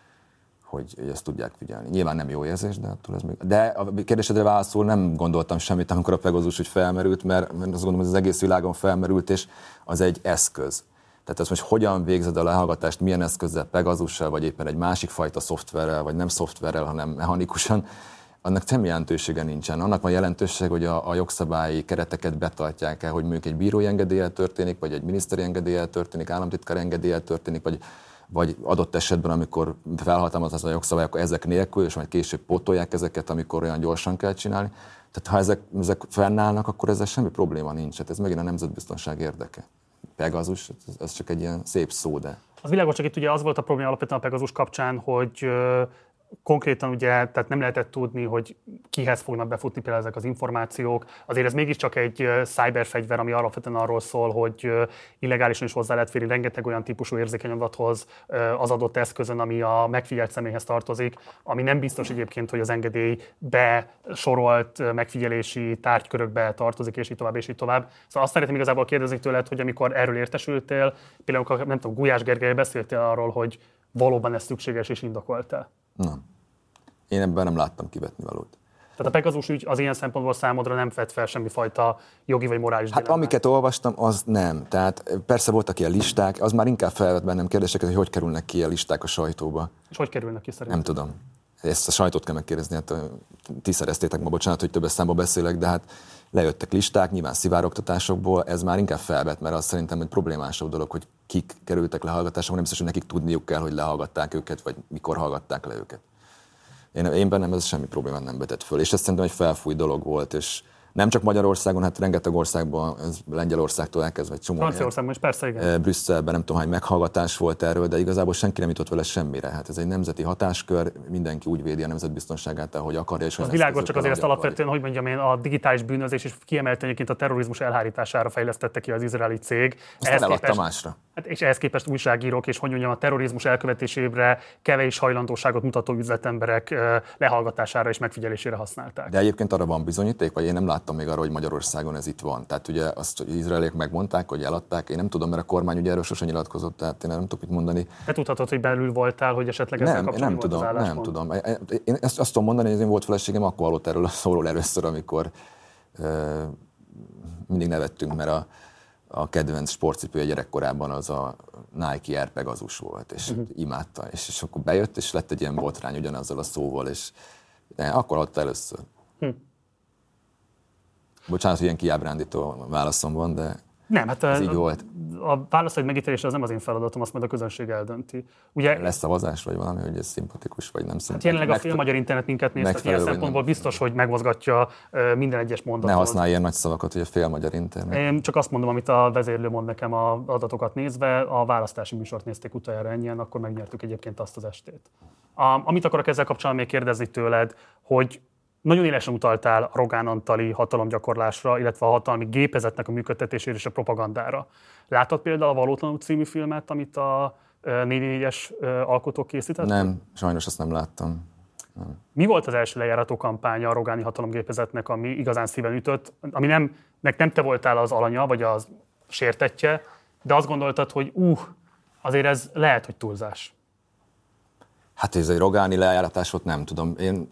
hogy, hogy ezt tudják figyelni. Nyilván nem jó érzés, de attól ez még... De a kérdésedre válaszul nem gondoltam semmit, amikor a Pegasus úgy felmerült, mert, mert azt gondolom, hogy az egész világon felmerült, és az egy eszköz. Tehát az, hogy hogyan végzed a lehallgatást, milyen eszközzel, Pegasussal, vagy éppen egy másik fajta szoftverrel, vagy nem szoftverrel, hanem mechanikusan, annak semmi jelentősége nincsen. Annak van jelentőség, hogy a, a jogszabályi kereteket betartják el, hogy mondjuk egy bírói engedéllyel történik, vagy egy miniszteri engedéllyel történik, államtitkár engedéllyel történik, vagy, vagy adott esetben, amikor felhatalmaz a jogszabály, akkor ezek nélkül, és majd később pótolják ezeket, amikor olyan gyorsan kell csinálni. Tehát ha ezek, ezek fennállnak, akkor ezzel semmi probléma nincs. Hát ez megint a nemzetbiztonság érdeke. Pegasus, ez csak egy ilyen szép szó, de... Az világos, csak itt ugye az volt a probléma alapvetően a Pegasus kapcsán, hogy konkrétan ugye, tehát nem lehetett tudni, hogy kihez fognak befutni például ezek az információk. Azért ez mégiscsak egy cyberfegyver, ami alapvetően arról szól, hogy illegálisan is hozzá lehet férni rengeteg olyan típusú érzékeny adathoz az adott eszközön, ami a megfigyelt személyhez tartozik, ami nem biztos egyébként, hogy az engedély besorolt megfigyelési tárgykörökbe tartozik, és így tovább, és így tovább. Szóval azt szeretném igazából kérdezni tőled, hogy amikor erről értesültél, például, nem tudom, Gulyás Gergely beszéltél arról, hogy valóban ez szükséges és indokolt-e? Nem. Én ebben nem láttam kivetni valót. Tehát a Pegasus ügy az ilyen szempontból számodra nem vett fel semmifajta jogi vagy morális dilemmát? Hát amiket olvastam, az nem. Tehát persze voltak ilyen listák, az már inkább felvett bennem kérdéseket, hogy hogy kerülnek ki ilyen listák a sajtóba. És hogy kerülnek ki szerintem? Nem tudom. Ezt a sajtót kell megkérdezni, hát ti szereztétek ma, bocsánat, hogy többes számba beszélek, de hát lejöttek listák, nyilván szivárogtatásokból, ez már inkább felvett, mert az szerintem egy problémásabb dolog, hogy kik kerültek lehallgatásra, nem biztos, hogy nekik tudniuk kell, hogy lehallgatták őket, vagy mikor hallgatták le őket. Én, én bennem ez semmi problémát nem vetett föl, és ez szerintem egy felfújt dolog volt, és Nem csak Magyarországon, hát rengeteg országban, ez Lengyelországtól elkezdve egy csomó. Franciaországban is persze, igen. Brüsszelben nem tudom hány meghallgatás volt erről, de igazából senki nem jutott vele semmire. Hát ez egy nemzeti hatáskör, mindenki úgy védi a nemzetbiztonságát, ahogy akarja. És az világos, csak azért ezt alapvetően, hogy mondjam én, a digitális bűnözés és kiemelten egyébként a terrorizmus elhárítására fejlesztette ki az izraeli cég. Ezt eladta másra. Hát és ehhez képest újságírók és hogy mondjam, a terrorizmus elkövetésére kevés hajlandóságot mutató üzletemberek lehallgatására és megfigyelésére használták. De egyébként arra van bizonyíték, vagy én nem láttam még arra, hogy Magyarországon ez itt van. Tehát ugye azt, hogy izraeliek megmondták, hogy eladták, én nem tudom, mert a kormány ugye erről sosem nyilatkozott, tehát én nem tudok mit mondani. Te tudhatod, hogy belül voltál, hogy esetleg ezzel kapcsolatban nem tudom, az nem tudom. Én ezt azt tudom mondani, hogy az én volt feleségem akkor hallott erről szólól először, amikor uh, mindig nevettünk, mert a a kedvenc sportcipője gyerekkorában az a Nike Air Pegasus volt, és uh-huh. imádta, és, és akkor bejött, és lett egy ilyen botrány ugyanazzal a szóval, és de akkor hallotta először. Hm. Bocsánat, hogy ilyen kiábrándító válaszom van, de nem, hát ez a, így volt. A, a válaszai megítélésre az nem az én feladatom, azt majd a közönség eldönti. Ugye, lesz szavazás, vagy valami, hogy ez szimpatikus, vagy nem szimpatikus? Hát jelenleg a fél magyar internet minket néz, tehát ilyen szempontból biztos, hogy megmozgatja uh, minden egyes mondatot. Ne használj ilyen nagy szavakat, hogy a fél magyar internet. Én csak azt mondom, amit a vezérlő mond nekem az adatokat nézve, a választási műsort nézték utoljára ennyien, akkor megnyertük egyébként azt az estét. A, amit akarok ezzel kapcsolatban még kérdezni tőled, hogy nagyon élesen utaltál a Rogán Antali hatalomgyakorlásra, illetve a hatalmi gépezetnek a működtetésére és a propagandára. Láttad például a Valótlanul című filmet, amit a négy négyes alkotók készítettek? Nem, sajnos azt nem láttam. Nem. Mi volt az első lejárató kampánya a rogáni hatalomgépezetnek, ami igazán szíven ütött, ami nem, nem te voltál az alanya, vagy az sértettje, de azt gondoltad, hogy uh, azért ez lehet, hogy túlzás. Hát ez egy rogáni lejáratás volt, nem tudom. Én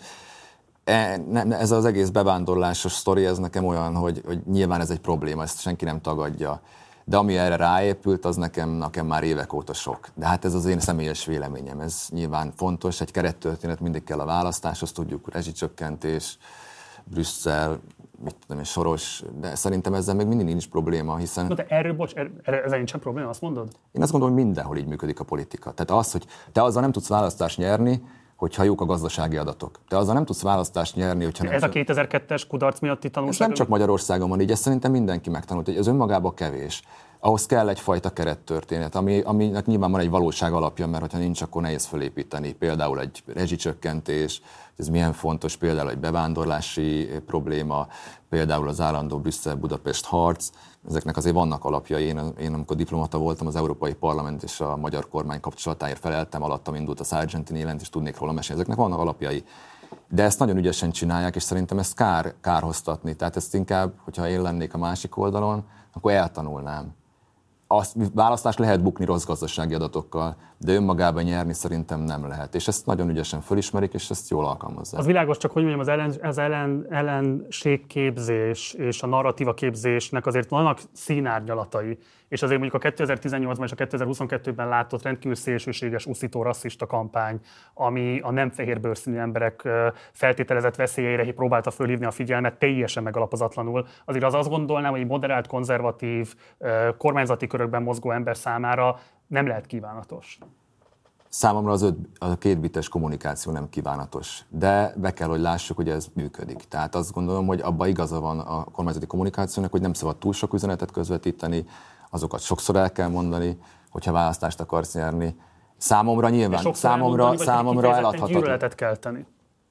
Ez az egész bevándorlásos sztori, ez nekem olyan, hogy, hogy nyilván ez egy probléma, ezt senki nem tagadja. De ami erre ráépült, az nekem, nekem már évek óta sok. De hát ez az én személyes véleményem, ez nyilván fontos, egy kerettörténet mindig kell a választáshoz, tudjuk, rezsicsökkentés, Brüsszel, mit tudom én, Soros, de szerintem ezzel még mindig nincs probléma, hiszen... No, de erről, bocs, erről, ezzel nincsen probléma, azt mondod? Én azt gondolom, hogy mindenhol így működik a politika. Tehát az, hogy te azzal nem tudsz választást nyerni, hogyha jók a gazdasági adatok. Te azzal nem tudsz választást nyerni, hogyha nem... Ez a kétezer-kettes kudarc miatti tanulság? Ez nem csak Magyarországon van így, ezt szerintem mindenki megtanult, hogy ez önmagában kevés. Ahhoz kell egyfajta kerettörténet, ami, aminek nyilván van egy valóság alapja, mert hogyha nincs, akkor nehéz felépíteni. Például egy rezsicsökkentés, ez milyen fontos, például egy bevándorlási probléma, például az állandó Brüsszel-Budapest harc. Ezeknek azért vannak alapjai. Én, én amikor diplomata voltam, az Európai Parlament és a magyar kormány kapcsolatáért feleltem, alattam indult a Sargentini jelent, és tudnék róla mesélni. Ezeknek vannak alapjai. De ezt nagyon ügyesen csinálják, és szerintem ezt kár kárhoztatni. Tehát ezt inkább, hogyha én lennék a másik oldalon, akkor eltanulnám. Azt, választást lehet bukni rossz gazdasági adatokkal, de önmagában nyerni szerintem nem lehet. És ezt nagyon ügyesen fölismerik, és ezt jól alkalmazzák. Az világos, csak hogy mondjam, az, ellen, az ellen, ellenségképzés és a narratíva képzésnek azért vannak színárnyalatai. És azért mondjuk a kétezer-tizennyolcban és a kétezer-huszonkettőben látott rendkívül szélsőséges, uszító, rasszista kampány, ami a nem fehér bőrszínű emberek feltételezett veszélyeire próbálta fölhívni a figyelmet, teljesen megalapozatlanul. Azért az azt gondolnám, hogy egy moderált, konzervatív, kormányzati körökben mozgó ember számára nem lehet kívánatos. Számomra az, öt, a kétbites kommunikáció nem kívánatos, de be kell, hogy lássuk, hogy ez működik. Tehát azt gondolom, hogy abban igaza van a kormányzati kommunikációnak, hogy nem szabad túl sok üzenetet közvetíteni, azokat sokszor el kell mondani, hogyha választást akarsz nyerni. Számomra nyilván, számomra, mondani, számomra eladhatatlan. Gyűlöletet kell tenni.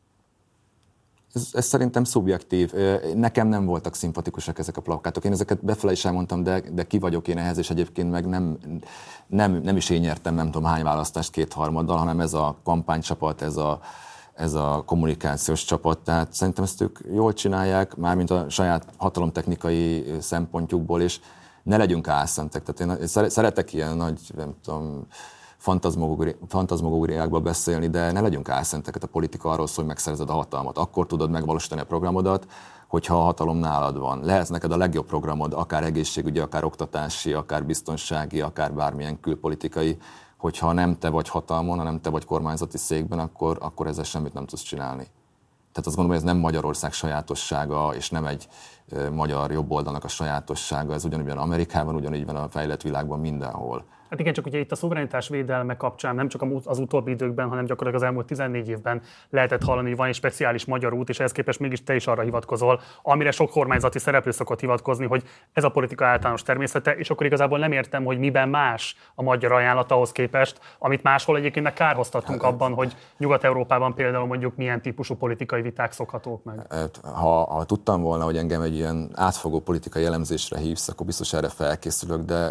Ez, ez szerintem szubjektív. Nekem nem voltak szimpatikusak ezek a plakátok. Én ezeket befele is elmondtam, de, de ki vagyok én ehhez, és egyébként meg nem, nem, nem is én nyertem nem tudom hány választást kétharmaddal, hanem ez a kampánycsapat, ez a, ez a kommunikációs csapat. Tehát szerintem ezt ők jól csinálják, mármint a saját hatalomtechnikai szempontjukból, és ne legyünk álszentek. Tehát én szeretek ilyen nagy, nem tudom, fantazmagóriákba beszélni, de ne legyünk álszenteket. A politika arról szól, hogy megszerzed a hatalmat. Akkor tudod megvalósítani a programodat, hogyha a hatalom nálad van. Lehet neked a legjobb programod, akár egészségügyi, akár oktatási, akár biztonsági, akár bármilyen külpolitikai, hogyha nem te vagy hatalmon, hanem te vagy kormányzati székben, akkor, akkor ezzel semmit nem tudsz csinálni. Tehát azt gondolom, hogy ez nem Magyarország sajátossága, és nem egy magyar jobboldalnak a sajátossága, ez ugyanúgy van Amerikában, ugyanígy van a fejlett világban mindenhol. Hát igen, csak ugye itt a szuverenitás védelme kapcsán nem csak az utóbbi időkben, hanem gyakorlatilag az elmúlt tizennégy évben lehetett hallani, hogy van egy speciális magyar út, és ehhez képest mégis te is arra hivatkozol, amire sok kormányzati szereplő szokott hivatkozni, hogy ez a politika általános természete, és akkor igazából nem értem, hogy miben más a magyar ajánlat ahhoz képest, amit máshol egyébként meg kárhoztattunk abban, hogy Nyugat-Európában például mondjuk milyen típusú politikai viták szokhatók meg. Ha, ha tudtam volna, hogy engem egy ilyen átfogó politikai elemzésre hívsz, akkor biztos erre felkészülök, de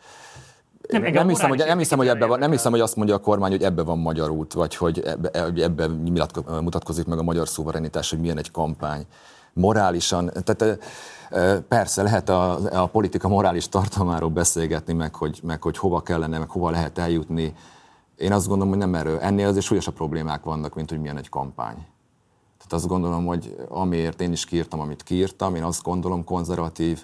Nem, nem, hiszem, hogy, nem, hiszem, hogy ebbe van, nem hiszem, hogy azt mondja a kormány, hogy ebbe van magyar út, vagy hogy ebbe, ebbe mutatkozik meg a magyar szuverenitás, hogy milyen egy kampány. Morálisan, tehát persze lehet a, a politika morális tartalmáról beszélgetni, meg hogy, meg hogy hova kellene, meg hova lehet eljutni. Én azt gondolom, hogy nem erről. Ennél azért súlyosabb problémák vannak, mint hogy milyen egy kampány. Tehát azt gondolom, hogy amiért én is kiírtam, amit kiírtam, én azt gondolom konzervatív,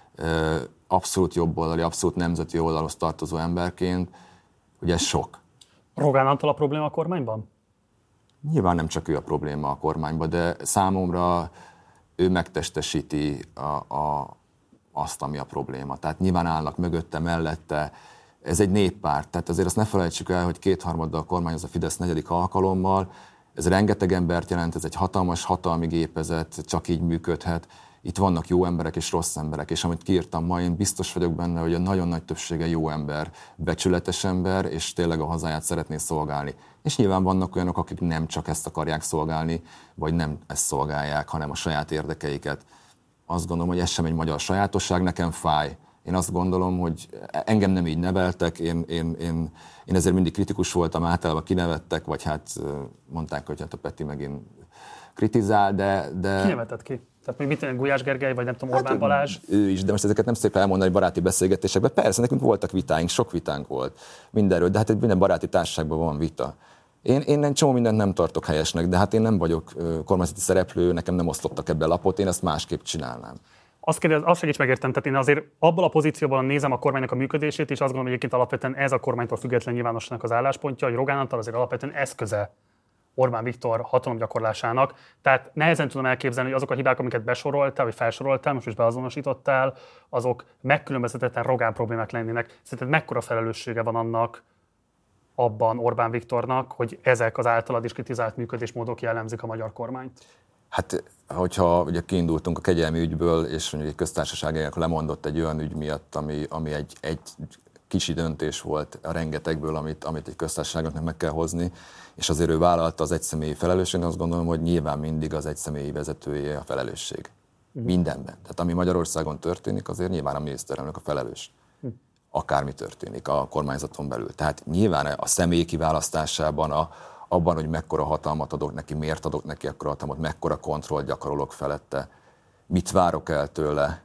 abszolút jobboldali, abszolút nemzeti oldalhoz tartozó emberként, hogy ez sok. Rogán Antal a probléma a kormányban? Nyilván nem csak ő a probléma a kormányban, de számomra ő megtestesíti a, a, azt, ami a probléma. Tehát nyilván állnak mögötte, mellette. Ez egy néppárt, tehát azért azt ne felejtsük el, hogy kétharmaddal kormányoz a Fidesz negyedik alkalommal. Ez rengeteg embert jelent, ez egy hatalmas hatalmi gépezet, csak így működhet. Itt vannak jó emberek és rossz emberek, és amit kiírtam ma, én biztos vagyok benne, hogy a nagyon nagy többsége jó ember, becsületes ember, és tényleg a hazáját szeretné szolgálni. És nyilván vannak olyanok, akik nem csak ezt akarják szolgálni, vagy nem ezt szolgálják, hanem a saját érdekeiket. Azt gondolom, hogy ez sem egy magyar sajátosság, nekem fáj. Én azt gondolom, hogy engem nem így neveltek, én, én, én, én ezért mindig kritikus voltam, általában kinevettek, vagy hát mondták, hogy hát a Peti megint kritizál, de... de... Ki nevetett ki? Tehát még mit tenni, Gulyás Gergely, vagy nem tudom, Orbán hát, Balázs? Ő is, de most ezeket nem szépen elmondani baráti beszélgetésekben. Persze, nekünk voltak vitáink, sok vitánk volt mindenről, de hát minden baráti társaságban van vita. Én, én egy csomó mindent nem tartok helyesnek, de hát én nem vagyok kormányzati szereplő, nekem nem osztottak ebbe a lapot, én ezt másképp csinálnám. Azt, kérdez, azt segíts megértem, tehát én azért abból a pozícióban nézem a kormánynak a működését, és azt gondolom, hogy egyébként alapvetően ez a kormánytól független nyilvánosnak az álláspontja, hogy Rogán Antal azért alapvetően eszköze Orbán Viktor hatalomgyakorlásának. Tehát nehezen tudom elképzelni, hogy azok a hibák, amiket besoroltál, vagy felsoroltál, most is beazonosítottál, azok megkülönböztethetetlen Rogán problémák lennének. Szerinted mekkora felelőssége van annak abban Orbán Viktornak, hogy ezek az általad is kritizált működésmódok jellemzik a magyar kormányt? Hát, hogyha ugye kiindultunk a kegyelmi ügyből, és mondjuk egy köztársaság lemondott egy olyan ügy miatt, ami, ami egy, egy kicsi döntés volt a rengetegből, amit, amit egy köztársaságnak meg kell hozni, és azért ő vállalta az egyszemélyi felelősséget, azt gondolom, hogy nyilván mindig az egyszemélyi vezetője a felelősség. Uh-huh. Mindenben. Tehát ami Magyarországon történik, azért nyilván a miniszterelnök a felelős. Uh-huh. Akármi történik a kormányzaton belül. Tehát nyilván a személy kiválasztásában, a, abban, hogy mekkora hatalmat adok neki, miért adok neki akkora hatalmat, mekkora kontrollt gyakorolok felette, mit várok el tőle,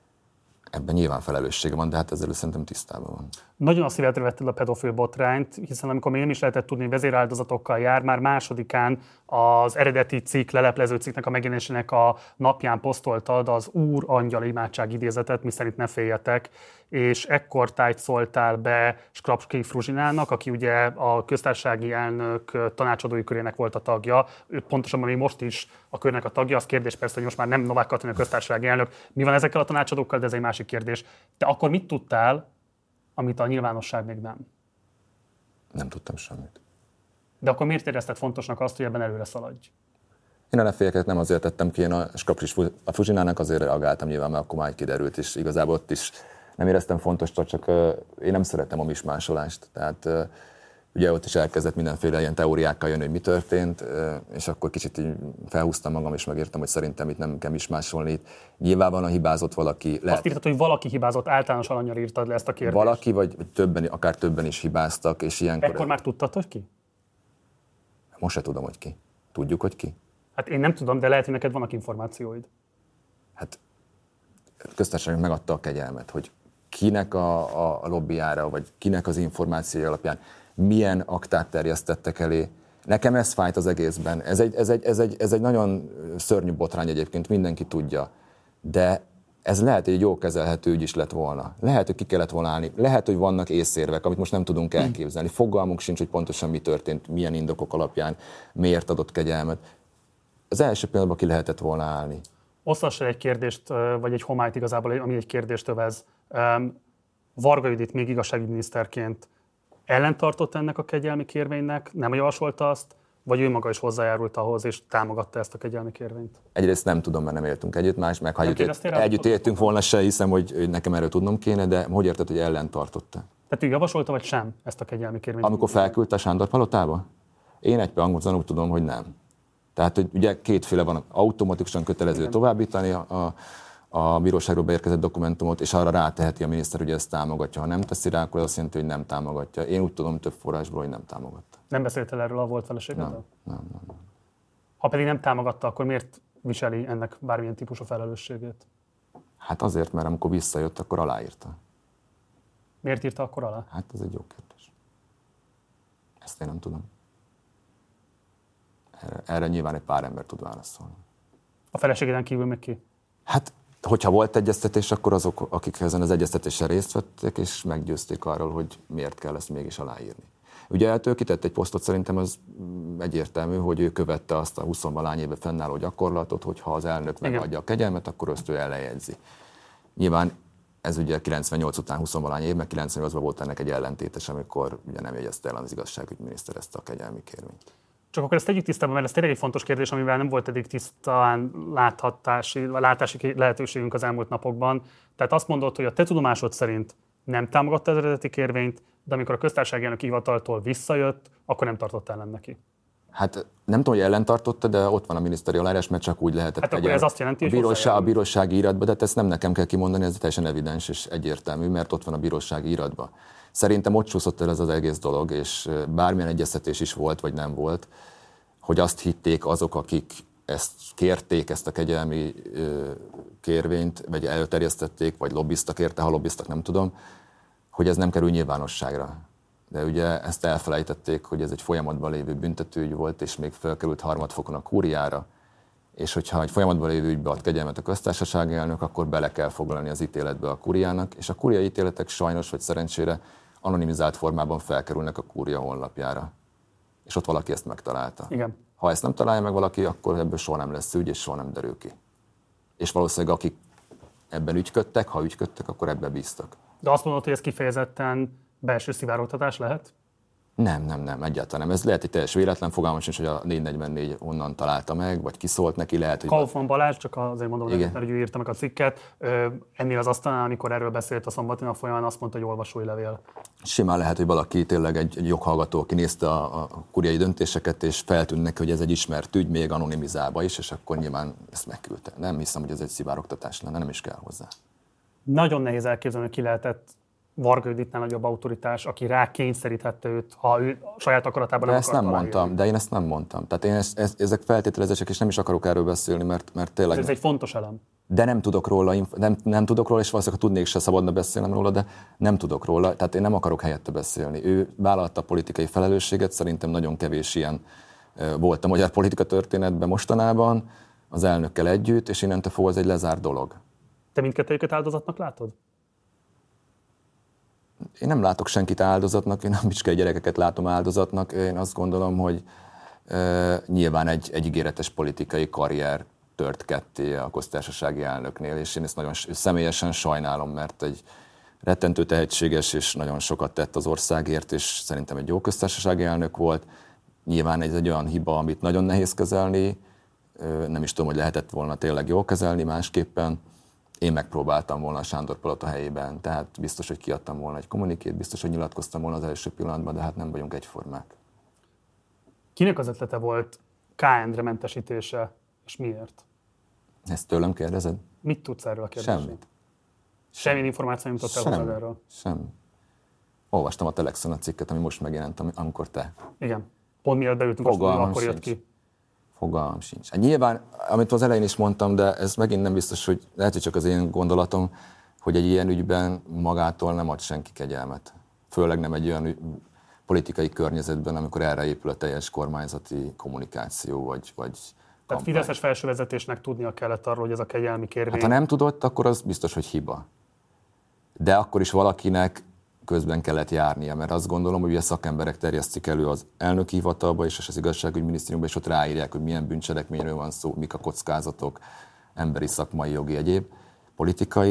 ebben nyilván felelőssége van, de hát ezzel szerintem tisztában van. Nagyon a szívedre vetted a pedofil botrányt, hiszen amikor még nem is lehetett tudni, vezéráldozatokkal jár, már másodikán az eredeti cikk, leleplező cikknek a megjelenésének a napján posztoltad az Úr angyal imádság idézetet, miszerint ne féljetek, és ekkor tájszoltál be Skrapski Fruzsinának, aki ugye a köztársasági elnök tanácsadói körének volt a tagja, ő pontosabban még most is a körnek a tagja, az kérdés persze, hogy most már nem Novák Katalin a köztársasági elnök, mi van ezekkel a tanácsadókkal, de ez egy másik kérdés. Te akkor mit tudtál, amit a nyilvánosság még nem? Nem tudtam semmit. De akkor miért érezted fontosnak azt, hogy ebben előre szaladj? Én a lefélyeket nem azért tettem ki, én a Skrapsis a Fruzsinának azért reagáltam nyilván, mert akkor már kiderült, és igazából ott is nem éreztem fontosnak, csak uh, én nem szeretem a mismásolást. Tehát uh, ugye ott is elkezdett mindenféle ilyen teóriákkal jönni, hogy mi történt, uh, és akkor kicsit így felhúztam magam, és megértem, hogy szerintem itt nem kell mismásolni. Nyilvánvalóan hibázott valaki. Lehet... Azt írtad, hogy valaki hibázott, általános alanyal írtad le ezt a kérdést. Valaki, vagy, vagy többen, akár többen is hibáztak, és ilyenkor... Ekkor már tudtad, hogy ki? Most se tudom, hogy ki. Tudjuk, hogy ki? Hát én nem tudom, de lehet, hogy neked vannak információid. Hát köztársaság megadta a kegyelmet, hogy kinek a, a, a lobbyára, vagy kinek az információi alapján milyen aktát terjesztettek elé. Nekem ez fájt az egészben. Ez egy, ez egy, ez egy, ez egy nagyon szörnyű botrány egyébként, mindenki tudja. De ez lehet, hogy egy jó kezelhető ügy is lett volna. Lehet, hogy ki kellett volna állni. Lehet, hogy vannak észérvek, amit most nem tudunk elképzelni. Fogalmunk sincs, hogy pontosan mi történt, milyen indokok alapján, miért adott kegyelmet. Az első pillanatban ki lehetett volna állni. Oszlass el egy kérdést, vagy egy homályt igazából, ami egy kérdést övez. Varga Judit még igazságügyminiszterként ellentartott ennek a kegyelmi kérvénynek, nem javasolta azt, vagy ő maga is hozzájárult ahhoz, és támogatta ezt a kegyelmi kérvényt? Egyrészt nem tudom, mert nem éltünk együtt, más meg ha együtt, együtt éltünk volna se, hiszem, hogy nekem erről tudnom kéne, de hogy érted, hogy ellentartotta? Tehát ő javasolta, vagy sem ezt a kegyelmi kérvényt? Amikor felküldte a Sándor palotába? Én egy pillanaton úgy tudom, hogy nem. Tehát, hogy ugye kétféle van, automatikusan kötelező Igen. továbbítani a, a, a bíróságról beérkezett dokumentumot, és arra ráteheti a miniszter, hogy ezt támogatja. Ha nem teszi rá, akkor azt jelenti, hogy nem támogatja. Én úgy tudom több forrásból, hogy nem támogatta. Nem beszéltél erről a volt feleségeddel? Nem, nem, nem, nem. Ha pedig nem támogatta, akkor miért viseli ennek bármilyen típusú felelősségét? Hát azért, mert amikor visszajött, akkor aláírta. Miért írta akkor alá? Hát ez egy jó kérdés. Ezt én nem tudom. Erre, erre nyilván egy pár ember tud válaszolni. A feleségeden kívül meg ki? Hát, hogyha volt egyeztetés, akkor azok, akik ezen az egyeztetésen részt vettek, és meggyőzték arról, hogy miért kell ezt mégis aláírni. Ugye hát ő kitett egy posztot, szerintem az egyértelmű, hogy ő követte azt a huszonvalány éve fennálló gyakorlatot, hogy ha az elnök megadja a kegyelmet, akkor azt ő ellejegyzi. Nyilván ez ugye kilencvennyolc után huszonvalány év, meg kilencvennyolcban volt ennek egy ellentétes, amikor ugye nem jegyezte el az igazságügyminiszter ezt a kegyelmi kérvényt. Csak akkor ezt tegyük tisztában, mert ez tényleg egy fontos kérdés, amivel nem volt eddig tisztán láthatási, látási lehetőségünk az elmúlt napokban. Tehát azt mondod, hogy a te tudomásod szerint nem támogatta az eredeti kérvényt, de amikor a köztársasági elnöki hivataltól visszajött, akkor nem tartott ellen neki. Hát nem tudom, hogy ellentartotta, de ott van a miniszteri aláírás, mert csak úgy lehetett. Hát akkor ez azt jelenti, a bíróság, a bírósági iratban, de hát ezt nem nekem kell kimondani, ez teljesen evidens és egyértelmű, mert ott van a bírósági iratban. Szerintem ott csúszott el ez az egész dolog, és bármilyen egyeztetés is volt, vagy nem volt, hogy azt hitték azok, akik ezt kérték, ezt a kegyelmi kérvényt, vagy előterjesztették, vagy lobbiztak érte, ha lobbiztak, nem tudom, hogy ez nem kerül nyilvánosságra. De ugye ezt elfelejtették, hogy ez egy folyamatban lévő büntetőügy volt, és még felkerült harmadfokon a kúriára, és hogyha egy folyamatban lévő ügybe ad kegyelmet a köztársasági elnök, akkor bele kell foglalni az ítéletbe a kúriának, és a kúriai ítéletek sajnos, vagy szerencsére anonimizált formában felkerülnek a kúria honlapjára. És ott valaki ezt megtalálta. Igen. Ha ezt nem találja meg valaki, akkor ebből soha nem lesz ügy, és soha nem derül ki. És valószínűleg akik ebben ügyködtek, ha ügyködtek, akkor ebben bíztak. De azt mondod, hogy ez kifejezetten belső szivárogtatás lehet? Nem, nem, nem, egyáltalán nem. Ez lehet egy teljes véletlen, fogalmam sincs, hogy a négy negyvennégy onnan találta meg, vagy kiszólt neki, lehet, hogy... Kaufmann Balázs, csak azért mondom, hogy mert ő írta meg a cikket, ennél az asztalnál, amikor erről beszélt a szombati nap folyamán, azt mondta, hogy olvasói levél. Simán lehet, hogy valaki tényleg egy, egy joghallgató, aki nézte a, a kuriai döntéseket, és feltűnt neki, hogy ez egy ismert ügy, még anonimizálva is, és akkor nyilván ezt megküldte. Nem hiszem, hogy ez egy szivárogtatás lenne, nem is kell hozzá. Nagyon nehéz elképzelni, hogy ki lehetett Varga Juditnál nagyobb autoritás, aki rá kényszeríthette őt, ha ő saját akaratában nem akart aláírni. De ezt nem mondtam, de én ezt nem mondtam. Tehát én ezt, ezt, ezek feltételezések, és nem is akarok erről beszélni, mert, mert tényleg... Ez egy fontos elem. De nem tudok róla, nem, nem tudok róla, és valószínűleg ha tudnék, se szabadna beszélnem róla, de nem tudok róla, tehát én nem akarok helyette beszélni. Ő vállalta a politikai felelősséget, szerintem nagyon kevés ilyen volt a magyar politika történetben mostanában, az elnökkel együtt, és innentől fogva ez egy lezárt dolog. Te mindkettőjüket áldozatnak látod? Én nem látok senkit áldozatnak, én a bicskai gyerekeket látom áldozatnak. Én azt gondolom, hogy e, nyilván egy, egy ígéretes politikai karrier tört ketté a köztársasági elnöknél, és én ezt nagyon személyesen sajnálom, mert egy rettentő tehetséges és nagyon sokat tett az országért, és szerintem egy jó köztársasági elnök volt. Nyilván ez egy olyan hiba, amit nagyon nehéz kezelni, nem is tudom, hogy lehetett volna tényleg jól kezelni másképpen. Én megpróbáltam volna a Sándor palota helyében, tehát biztos, hogy kiadtam volna egy kommunikét, biztos, hogy nyilatkoztam volna az első pillanatban, de hát nem vagyunk egyformák. Kinek az ötlete volt K. Endre mentesítése, és miért? Ezt tőlem kérdezed? Mit tudsz erről a kérdésről? Semmit. Semmilyen információ nem jutott el erről? Semmi. Olvastam a Telexon a cikket, ami most megjelent, amikor te. Igen. Pont miért beültünk, azt mondom, akkor jött ki. Fogalmam sincs. Hát nyilván, amit az elején is mondtam, de ez megint nem biztos, hogy lehet, hogy csak az én gondolatom, hogy egy ilyen ügyben magától nem ad senki kegyelmet. Főleg nem egy olyan ügy, politikai környezetben, amikor erre épül a teljes kormányzati kommunikáció, vagy, vagy tehát fideszes felsővezetésnek tudnia kellett arról, hogy ez a kegyelmi kérvény... Hát ha nem tudott, akkor az biztos, hogy hiba. De akkor is valakinek közben kellett járnia, mert azt gondolom, hogy a szakemberek terjesztik elő az elnöki hivatalba és az igazságügyminisztériumba, és ott ráírják, hogy milyen bűncselekményről van szó, mik a kockázatok, emberi, szakmai, jogi, egyéb, politikai.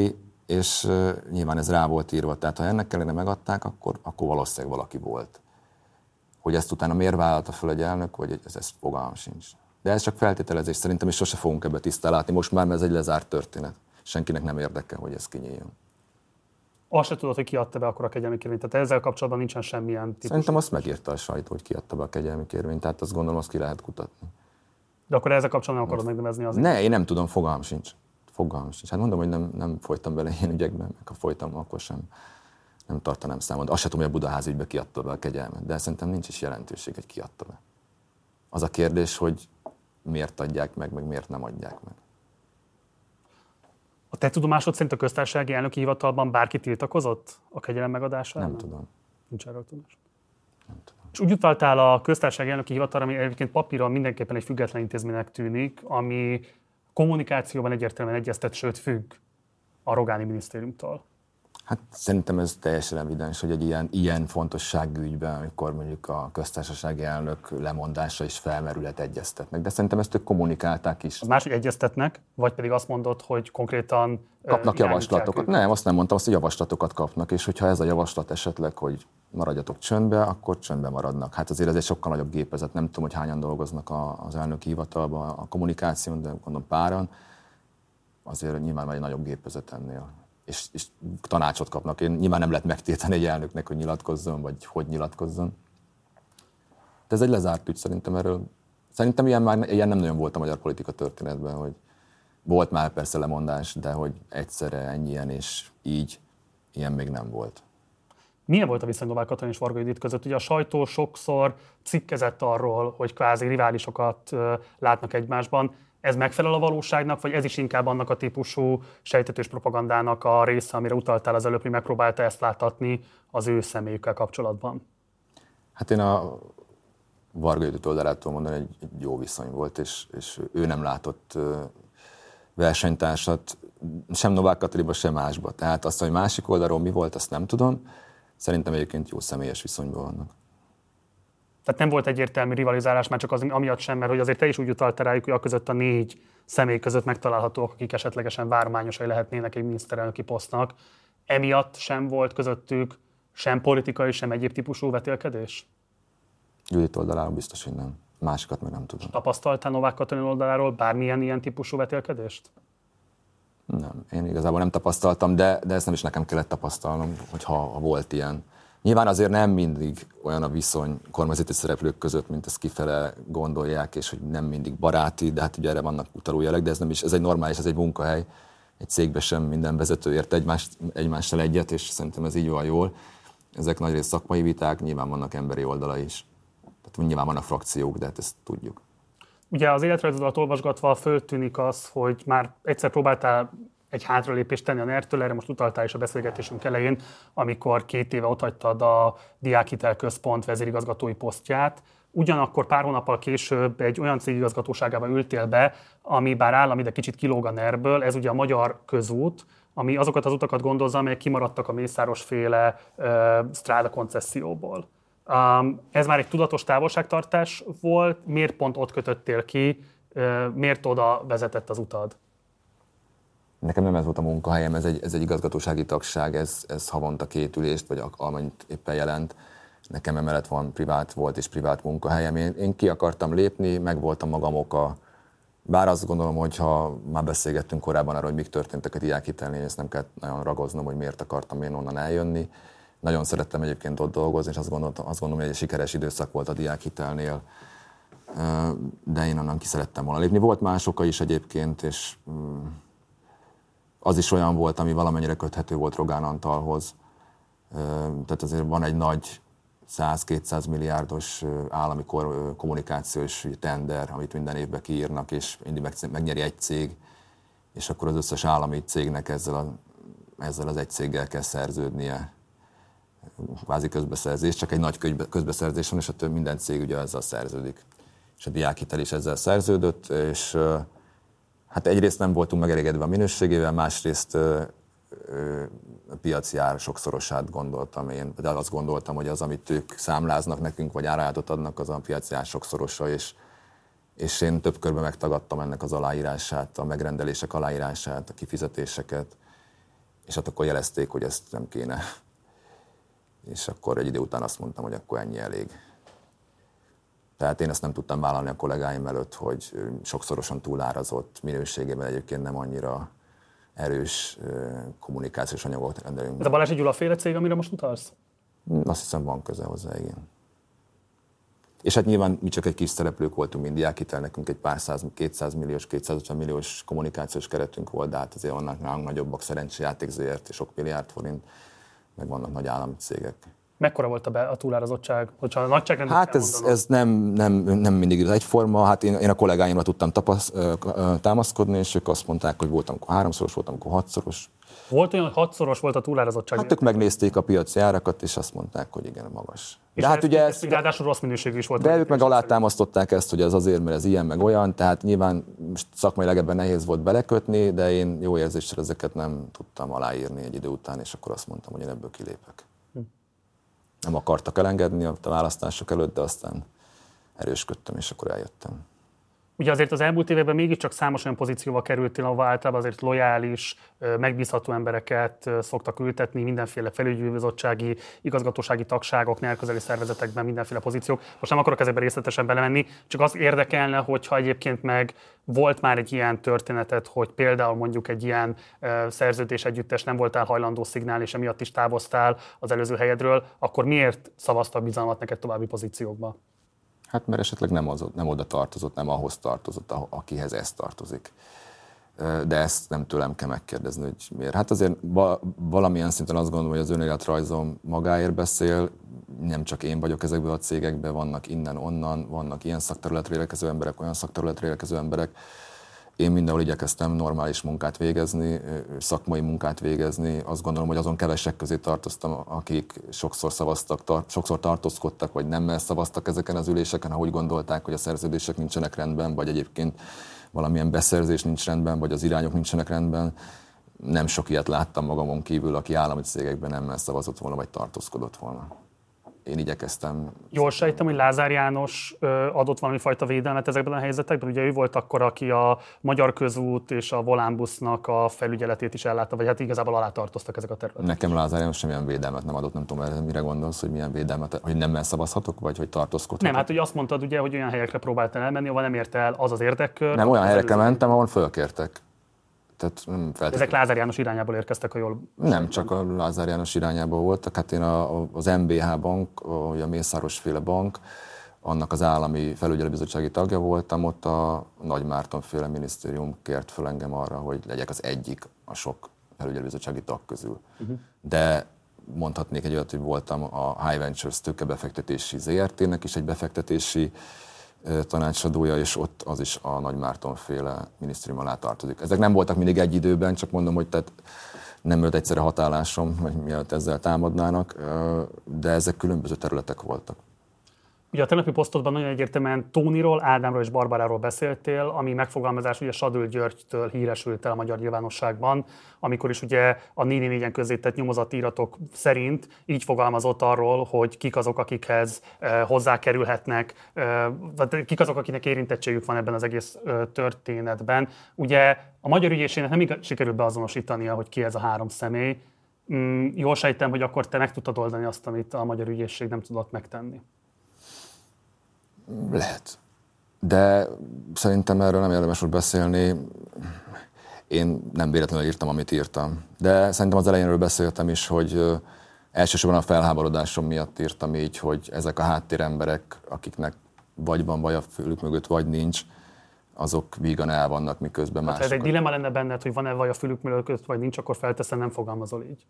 és uh, nyilván ez rá volt írva, tehát ha ennek kellene megadták, akkor, akkor valószínűleg valaki volt. Hogy ezt utána miért vállalta föl egy elnök, vagy ez, ez fogalmam sincs. De ez csak feltételezés, szerintem is sose fogunk ebbe tisztán látni, most már, mert ez egy lezárt történet. Senkinek nem érdekel, hogy ez kinyíljon. Azt se tudod, hogy ki adta be akkor a kegyelmi kérvényt, tehát ezzel kapcsolatban nincsen semmilyen típusú. Szerintem azt megírta a sajtó, hogy ki adta be a kegyelmi kérvényt, tehát azt gondolom, azt ki lehet kutatni. De akkor ezzel kapcsolatban nem akarod megnevezni az? Ne, én nem tudom, fogalmam sincs. Fogalmam sincs. Hát mondom, hogy nem, nem folytam bele ilyen ügyekben, meg ha folytam, akkor sem nem tartanám számon. Azt sem tudom, hogy a Budaház ügybe kiadta be a kegyelmet, de szerintem nincs is jelentőség, hogy kiadta be. Az a kérdés, hogy miért adják meg, meg miért nem adják meg. A te tudomásod szerint a köztársasági elnöki hivatalban bárki tiltakozott a kegyelem megadására? Nem tudom. Nincs erről tudás. Nem tudom. És úgy utaltál a köztársasági elnöki hivatalra, ami egyébként papíron mindenképpen egy független intézménynek tűnik, ami kommunikációban egyértelműen egyeztet, sőt függ a Rogáni minisztériumtól. Hát szerintem ez teljesen evidens, hogy egy ilyen, ilyen fontosságú ügyben, amikor mondjuk a köztársasági elnök lemondása is felmerület egyeztetnek. De szerintem ezt ők kommunikálták is. Az más, hogy egyeztetnek, vagy pedig azt mondod, hogy konkrétan kapnak javaslatokat. Nem, azt nem mondtam, azt, hogy javaslatokat kapnak, és hogyha ez a javaslat esetleg, hogy maradjatok csöndbe, akkor csöndbe maradnak. Hát azért ez egy sokkal nagyobb gépezet. Nem tudom, hogy hányan dolgoznak az elnöki hivatalban a kommunikáción, de gondolom páran. Azért nyilván egy nagyobb gépezet ennél. És, és tanácsot kapnak. Én nyilván nem lehet megtiltani egy elnöknek, hogy nyilatkozzon, vagy hogy nyilatkozzon. De ez egy lezárt ügy szerintem erről. Szerintem ilyen, már, ilyen nem nagyon volt a magyar politika történetben, hogy volt már persze lemondás, de hogy egyszerre ennyien és így, ilyen még nem volt. Milyen volt a viszony Novák Katalin és Varga Judit között? Ugye a sajtó sokszor cikkezett arról, hogy kvázi riválisokat látnak egymásban. Ez megfelel a valóságnak, vagy ez is inkább annak a típusú sejtetős propagandának a része, amire utaltál az előbb, hogy megpróbálta ezt láthatni az ő személyükkel kapcsolatban? Hát én a Varga Judit oldalától mondani, egy, egy jó viszony volt, és, és ő nem látott versenytársat sem Novák Katalinba, sem másba. Tehát azt, hogy másik oldalról mi volt, azt nem tudom. Szerintem egyébként jó személyes viszonyban vannak. Tehát nem volt egyértelmű rivalizálás, már csak az amiatt sem, mert hogy azért te is úgy utaltál rájuk, hogy a között a négy személy között megtalálhatóak, akik esetlegesen várományosai lehetnének egy miniszterelnöki posztnak. Emiatt sem volt közöttük sem politikai, sem egyéb típusú vetélkedés? Judit oldaláról biztos, hogy nem. Másikat meg nem tudom. Tapasztaltál Novák Katalin oldaláról bármilyen ilyen típusú vetélkedést? Nem, én igazából nem tapasztaltam, de, de ezt nem is nekem kellett tapasztalnom, hogyha ha volt ilyen. Nyilván azért nem mindig olyan a viszony kormányzati szereplők között, mint ezt kifele gondolják, és hogy nem mindig baráti, de hát ugye erre vannak utalójelek, de ez nem is, ez egy normális, ez egy munkahely. Egy cégben sem minden vezető ért egymást, egymással egyet, és szerintem ez így van jól. Ezek nagyrészt szakmai viták, nyilván vannak emberi oldala is. Tehát nyilván vannak frakciók, de hát ezt tudjuk. Ugye az életrajzodat olvasgatva föltűnik az, hogy már egyszer próbáltál egy hátralépést tenni a NER-től, erre most utaltál is a beszélgetésünk elején, amikor két éve otthagytad a Diákhitel Központ vezérigazgatói posztját. Ugyanakkor pár hónappal később egy olyan cég igazgatóságában ültél be, ami bár állami, de kicsit kilóg a NER-ből, ez ugye a Magyar Közút, ami azokat az utakat gondozza, amelyek kimaradtak a Mészáros-féle uh, Stráda koncesszióból. Um, ez már egy tudatos távolságtartás volt, miért pont ott kötöttél ki, uh, miért oda vezetett az utad? Nekem nem ez volt a munkahelyem, ez egy, ez egy igazgatósági tagság, ez, ez havonta két ülést, vagy amennyit éppen jelent. Nekem emellett van privát, volt és privát munkahelyem. Én, én ki akartam lépni, meg voltam magam oka. Bár azt gondolom, hogy ha már beszélgettünk korábban arról, hogy mik történtek a diákhitelnél, ezt nem kell nagyon ragoznom, hogy miért akartam én onnan eljönni. Nagyon szerettem egyébként ott dolgozni, és azt gondolom, azt gondolom, hogy egy sikeres időszak volt a diákhitelnél, de én onnan ki szerettem volna lépni. Volt más oka is egyébként, és az is olyan volt, ami valamennyire köthető volt Rogán Antalhoz. Tehát azért van egy nagy száz-kétszáz milliárdos állami kommunikációs tender, amit minden évben kiírnak, és mindig megnyeri egy cég, és akkor az összes állami cégnek ezzel, a, ezzel az egy céggel kell szerződnie. Kvázi közbeszerzés, csak egy nagy közbeszerzés van, és a több minden cég ugye ezzel szerződik. És a Diákhitel is ezzel szerződött, és hát egyrészt nem voltunk megelégedve a minőségével, másrészt a piaci ár sokszorosát gondoltam én, de azt gondoltam, hogy az, amit ők számláznak nekünk, vagy árajátot adnak, az a piaci ár sokszorosa, és, és én több körben megtagadtam ennek az aláírását, a megrendelések aláírását, a kifizetéseket, És hát akkor jelezték, hogy ezt nem kéne. És akkor egy idő után azt mondtam, hogy akkor ennyi elég. Tehát én ezt nem tudtam vállalni a kollégáim előtt, hogy sokszorosan túlárazott, minőségében egyébként nem annyira erős kommunikációs anyagot rendelünk. Ez a Balázs Gyula féle cég, amire most utalsz? Azt hiszem van köze hozzá, igen. És hát nyilván mi csak egy kis szereplők voltunk, mint diákhitel, nekünk egy pár száz, kétszáz milliós, kétszázötven milliós kommunikációs keretünk volt, de hát azért vannak nálunk nagyobbak, Szerencsejáték zé er té, sok milliárd forint, meg vannak nagy állami cégek. Mekkora volt a, be, a túlárazottság? Hogyha a nagyságrendben Hát ez, ez nem, nem, nem mindig az egyforma, hát én, én a kollégáimra tudtam tapasz, támaszkodni, és ők azt mondták, hogy voltam, amikor háromszoros, voltam, amikor hatszoros. Volt olyan, hogy hatszoros volt a túlárazottság? Hát ők megnézték a piaci árakat, és azt mondták, hogy igen, magas. És de hát ez, ugye ez, ez ráadásul rossz minőségű is volt. De ők meg alátámasztották ezt, hogy ez azért, mert ez ilyen, meg olyan, tehát nyilván szakmailag ebben nehéz volt belekötni, de én jó érzéssel ezeket nem tudtam aláírni egy idő után, és akkor azt mondtam, hogy én ebből kilépek. Hm. Nem akartak elengedni a választások előtt, de aztán erősködtem, és akkor eljöttem. Ugye azért az elmúlt években mégiscsak számos olyan pozícióval kerültél, ahol általában azért lojális, megbízható embereket szoktak ültetni, mindenféle felügyelőbizottsági, igazgatósági tagságoknál, közeli szervezetekben, mindenféle pozíciók. Most nem akarok ezekbe részletesen belemenni, csak az érdekelne, hogyha egyébként meg volt már egy ilyen történetet, hogy például mondjuk egy ilyen szerződés együttes nem voltál hajlandó szignálni, és emiatt is távoztál az előző helyedről, akkor miért szavaztak bizalmat neked további pozíciókba? Hát mert esetleg nem, az, nem oda tartozott, nem ahhoz tartozott, akihez ez tartozik. De ezt nem tőlem kell megkérdezni, hogy miért. Hát azért valamilyen szinten azt gondolom, hogy az önéletrajzom magáért beszél, nem csak én vagyok ezekben a cégekben, vannak innen-onnan, vannak ilyen szakterületre érkező emberek, olyan szakterületre érkező emberek. Én mindenhol igyekeztem normális munkát végezni, szakmai munkát végezni. Azt gondolom, hogy azon kevesek közé tartoztam, akik sokszor szavaztak, tar- sokszor tartózkodtak, vagy nem szavaztak ezeken az üléseken, ha úgy gondolták, hogy a szerződések nincsenek rendben, vagy egyébként valamilyen beszerzés nincs rendben, vagy az irányok nincsenek rendben. Nem sok ilyet láttam magamon kívül, aki állami cégekben nem szavazott volna, vagy tartózkodott volna. Én igyekeztem. Jól sejtem, hogy Lázár János adott valami fajta védelmet ezekben a helyzetekben. Ugye ő volt akkor, aki a Magyar Közút és a Volánbusznak a felügyeletét is ellátta, vagy hát igazából alátartoztak ezek a területek. Nekem Lázár János semmilyen védelmet nem adott, nem tudom, mire gondolsz, hogy milyen védelmet, hogy nem szavazhatok, vagy hogy tartózkodhatok. Nem, hát ugye azt mondtad, ugye, hogy olyan helyekre próbáltál elmenni, ahol nem ért el az az érdekkör. Nem, olyan helyekre mentem, ahol fölkértek. Tehát nem feltétlenül. Ezek Lázár János irányából érkeztek, ha jól... Nem, csak a Lázár János irányából voltak. Hát én a, az em bé há bank, a Mészáros féle bank, annak az állami felügyelőbizottsági tagja voltam, ott a Nagy Márton féle minisztérium kért föl engem arra, hogy legyek az egyik a sok felügyelőbizottsági tag közül. Uh-huh. De mondhatnék egy olyat, hogy voltam a High Ventures tőkebefektetési zé er té-nek is egy befektetési tanácsadója, és ott az is a Nagy Márton féle minisztérium alá tartozik. Ezek nem voltak mindig egy időben, csak mondom, hogy tehát nem volt egyszerre hatállásom, hogy mielőtt ezzel támadnának, de ezek különböző területek voltak. Ugye a tegnapi posztodban nagyon egyértelműen Tóniról, Ádámról és Barbaráról beszéltél, ami megfogalmazás ugye Sadül Györgytől híresült el a magyar nyilvánosságban, amikor is ugye a négy négy négyen közzétett nyomozati iratok szerint így fogalmazott arról, hogy kik azok, akikhez eh, hozzákerülhetnek, eh, vagy kik azok, akinek érintettségük van ebben az egész eh, történetben. Ugye a magyar ügyészségnek nem igaz, sikerült beazonosítania, hogy ki ez a három személy. Mm, jól sejtem, hogy akkor te meg tudtad oldani azt, amit a magyar ügyészség nem tudott megtenni. Lehet. De szerintem erről nem érdemes úgy beszélni. Én nem véletlenül írtam, amit írtam. De szerintem az elejénről beszéltem is, hogy elsősorban a felháborodásom miatt írtam így, hogy ezek a háttéremberek, akiknek vagy van baj a fülük mögött, vagy nincs, azok vígan el vannak, miközben mások. Ha ez egy dilemma lenne benned, hogy van-e vaj a fülük mögött, vagy nincs, akkor felteszem, nem fogalmazol így.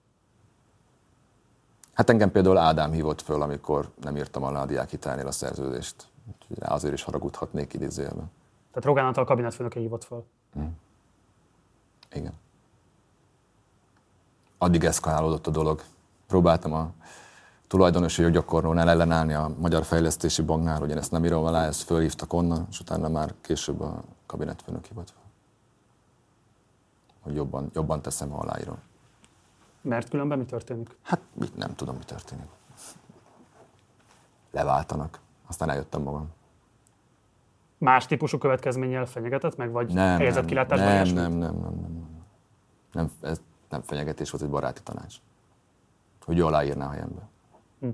Hát engem például Ádám hívott föl, amikor nem írtam alá a diákhitelnél a szerződést. Úgyhogy rá azért is haragudhatnék idézőjelben. Tehát Rogán Antal kabinetfőnöke hívott föl. Mm. Igen. Addig eszkalálódott a dolog. Próbáltam a tulajdonosi joggyakornónál ellenállni a Magyar Fejlesztési Banknál, hogy én ezt nem írom alá, ezt fölhívtak onnan, és utána már később a kabinetfőnök hívott föl. Hogy jobban, jobban teszem, ha aláírom. Mert különben mi történik? Hát mit nem tudom, mi történik. Leváltanak. Aztán eljöttem magam. Más típusú következménnyel fenyegetett meg, vagy nem, helyezett nem, kilátásban? Nem, nem, nem, nem, nem, nem. Ez nem fenyegetés, volt egy baráti tanács. Hogy ő aláírná a helyembe. Hm.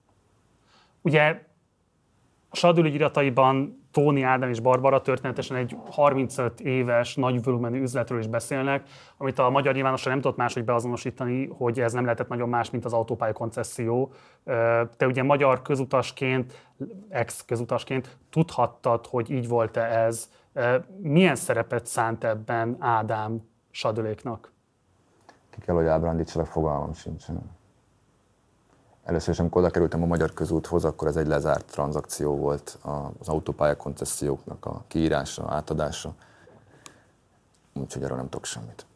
Ugye a Sadül ügyirataiban Tóni Ádám és Barbara történetesen egy harmincöt éves, nagy volumenű üzletről is beszélnek, amit a magyar nyilvánosság nem tudott máshogy beazonosítani, hogy ez nem lehetett nagyon más, mint az autópálya koncesszió. Te ugye magyar közutasként, ex-közutasként tudhattad, hogy így volt-e ez. Milyen szerepet szánt ebben Ádám Sadüléknak? Ki kell, hogy ábrándítsalak, fogalmam sincsen. Először is, amikor oda kerültem a Magyar Közúthoz, akkor ez egy lezárt tranzakció volt az autópálya koncesszióknak a kiírása, átadása. Úgyhogy erről nem tudok semmit.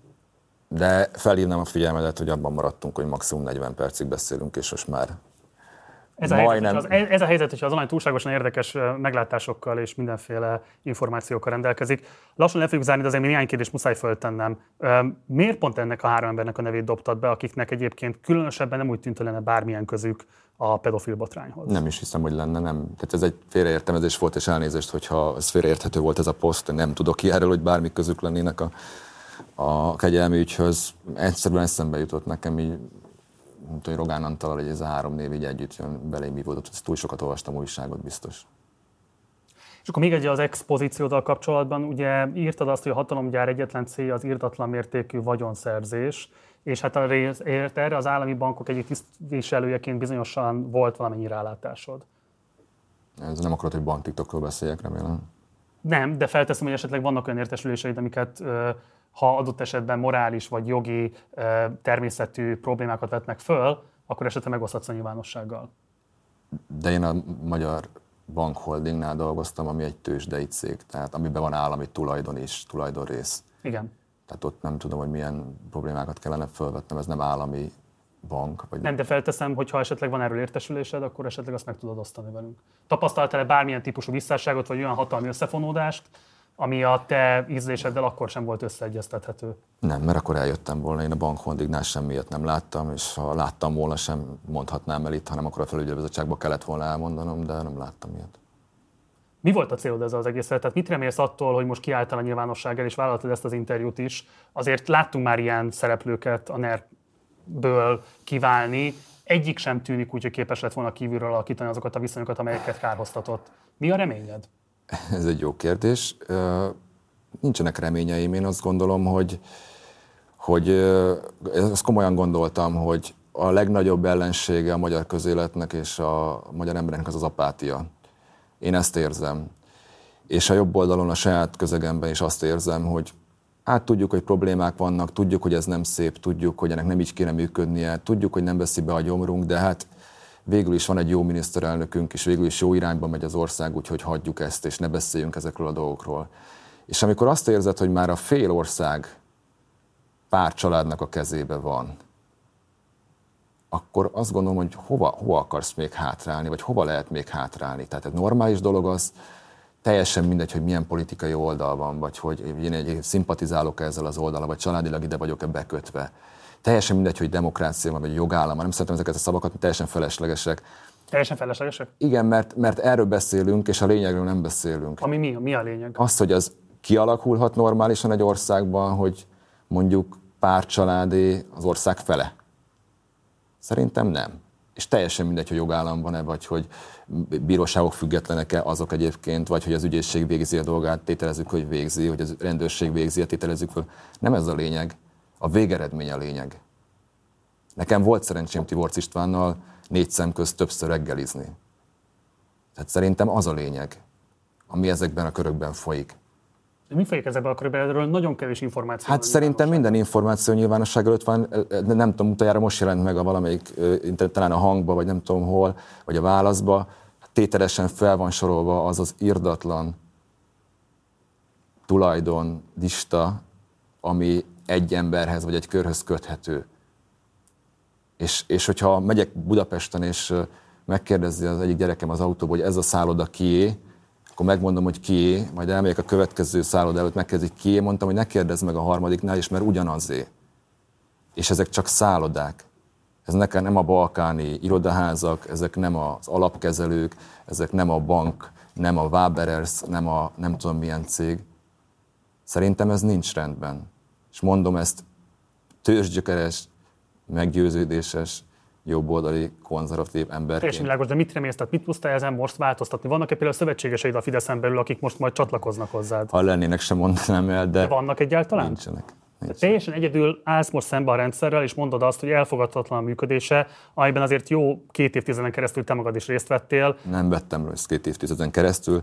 De felhívnám a figyelmedet, hogy abban maradtunk, hogy maximum negyven percig beszélünk, és most már Ez a, majdnem... helyzet, az, ez a helyzet, hogyha az online túlságosan érdekes meglátásokkal és mindenféle információkkal rendelkezik. Lassan le fogjuk zárni, de azért még néhány kérdést muszáj föltennem. Miért pont ennek a három embernek a nevét dobtad be, akiknek egyébként különösebben nem úgy tűnt, hogy lenne bármilyen közük a pedofil botrányhoz? Nem is hiszem, hogy lenne, nem. Tehát ez egy félreértelmezés volt, és elnézést, hogyha ez félreérthető volt ez a poszt, nem tudok ki erről, hogy bármi közük lennének a, a kegyelmi ügyhöz. Egyszerűen eszembe jutott nekem így, mint hogy Rogán Antallal, hogy ez a három név így együtt jön belém, mi volt, túl sokat olvastam újságot, biztos. És akkor még egy az expozícióddal kapcsolatban, ugye írtad azt, hogy a hatalomgyár egyetlen célja az irdatlan mértékű vagyonszerzés, és hát erre az állami bankok egyik tisztviselőjeként bizonyosan volt valamennyi rálátásod. Ez nem akarod, hogy banktiktokról beszéljek, remélem. Nem, de felteszem, hogy esetleg vannak olyan értesüléseid, amiket ha adott esetben morális vagy jogi természetű problémákat vetnek föl, akkor esetleg megoszthatsz a nyilvánossággal. De én a Magyar Bank Holdingnál dolgoztam, ami egy tőzsdei cég, tehát amiben van állami tulajdon és tulajdonrész. Igen. Tehát ott nem tudom, hogy milyen problémákat kellene fölvetnem, ez nem állami bank. Vagy nem, de felteszem, hogy ha esetleg van erről értesülésed, akkor esetleg azt meg tudod osztani velünk. Tapasztaltál-e bármilyen típusú visszásságot, vagy olyan hatalmi összefonódást, ami a te ízléseddel akkor sem volt összeegyeztethető? Nem, mert akkor eljöttem volna, én a Bank Holdingnál semmiért nem láttam, és ha láttam volna, sem mondhatnám el itt, hanem akkor a felügyelőbizottságba kellett volna elmondanom, de nem láttam ilyet. Mi volt a célod ezzel az egészet? Tehát mit remélsz attól, hogy most kiálltál a nyilvánosság el, és vállaltad ezt az interjút is? Azért láttunk már ilyen szereplőket a en e er-ből kiválni. Egyik sem tűnik úgy, hogy képes lett volna kívülről alakítani azokat a viszonyokat, amelyeket kárhoztatott. Mi a reményed? Ez egy jó kérdés. Nincsenek reményeim. Én azt gondolom, hogy, hogy ezt komolyan gondoltam, hogy a legnagyobb ellensége a magyar közéletnek és a magyar embereknek az az apátia. Én ezt érzem. És a jobb oldalon, a saját közegemben is azt érzem, hogy hát tudjuk, hogy problémák vannak, tudjuk, hogy ez nem szép, tudjuk, hogy ennek nem így kéne működnie, tudjuk, hogy nem veszi be a gyomrunk, de hát végül is van egy jó miniszterelnökünk, és végül is jó irányba megy az ország, úgyhogy hagyjuk ezt, és ne beszéljünk ezekről a dolgokról. És amikor azt érzed, hogy már a fél ország pár családnak a kezébe van, akkor azt gondolom, hogy hova, hova akarsz még hátrálni, vagy hova lehet még hátrálni. Tehát egy normális dolog az, teljesen mindegy, hogy milyen politikai oldal van, vagy hogy én egy szimpatizálok ezzel az oldalal, vagy családilag ide vagyok-e bekötve. Teljesen mindegy, hogy demokrácia van, vagy jogállam. Nem szeretem ezeket a szavakat, teljesen feleslegesek. Teljesen feleslegesek? Igen, mert, mert erről beszélünk, és a lényegről nem beszélünk. Ami mi? Mi a lényeg? Az, hogy az kialakulhat normálisan egy országban, hogy mondjuk pár családé az ország fele. Szerintem nem. És teljesen mindegy, hogy jogállam van-e, vagy hogy bíróságok függetlenek-e azok egyébként, vagy hogy az ügyészség végzi a dolgát, tételezzük, hogy végzi, hogy az rendőrség végzi, tételezzük fel. Nem ez a lényeg. A végeredmény a lényeg. Nekem volt szerencsém Tiborcs Istvánnal négy szem közt többször reggelizni. Tehát szerintem az a lényeg, ami ezekben a körökben folyik. De mi folyik ezekben a körökben? Erről nagyon kevés információ. Hát szerintem minden információ nyilvánosság előtt van, nem tudom, utoljára most jelent meg a valamelyik, talán a Hangba, vagy nem tudom hol, vagy a Válaszba, tételesen fel van sorolva az az irdatlan tulajdon lista, ami egy emberhez vagy egy körhöz köthető. És, és hogyha megyek Budapesten, és megkérdezi az egyik gyerekem az autóból, hogy ez a szálloda kié, akkor megmondom, hogy kié, majd elmegyek a következő szálloda előtt, megkérdezik, kié, mondtam, hogy ne kérdezz meg a harmadiknál is, mert ugyanazé. És ezek csak szállodák. Ez nekem nem a balkáni irodaházak, ezek nem az alapkezelők, ezek nem a bank, nem a Waberers, nem a nem tudom milyen cég. Szerintem ez nincs rendben. És mondom ezt törzsgyökeres, meggyőződéses, jobboldali, konzervatív emberként. Teljesen világos, de mit remélsz, tehát mit tudsz te ezen most változtatni? Vannak-e például szövetségeseid a Fideszen belül, akik most majd csatlakoznak hozzád? Ha lennének, sem mondanám el, de, de vannak egyáltalán? Nincsenek. nincsenek. Teljesen egyedül állsz most szembe a rendszerrel, és mondod azt, hogy elfogadhatatlan a működése, amiben azért jó két évtizeden keresztül te magad is részt vettél. Nem vettem részt két évtizeden keresztül.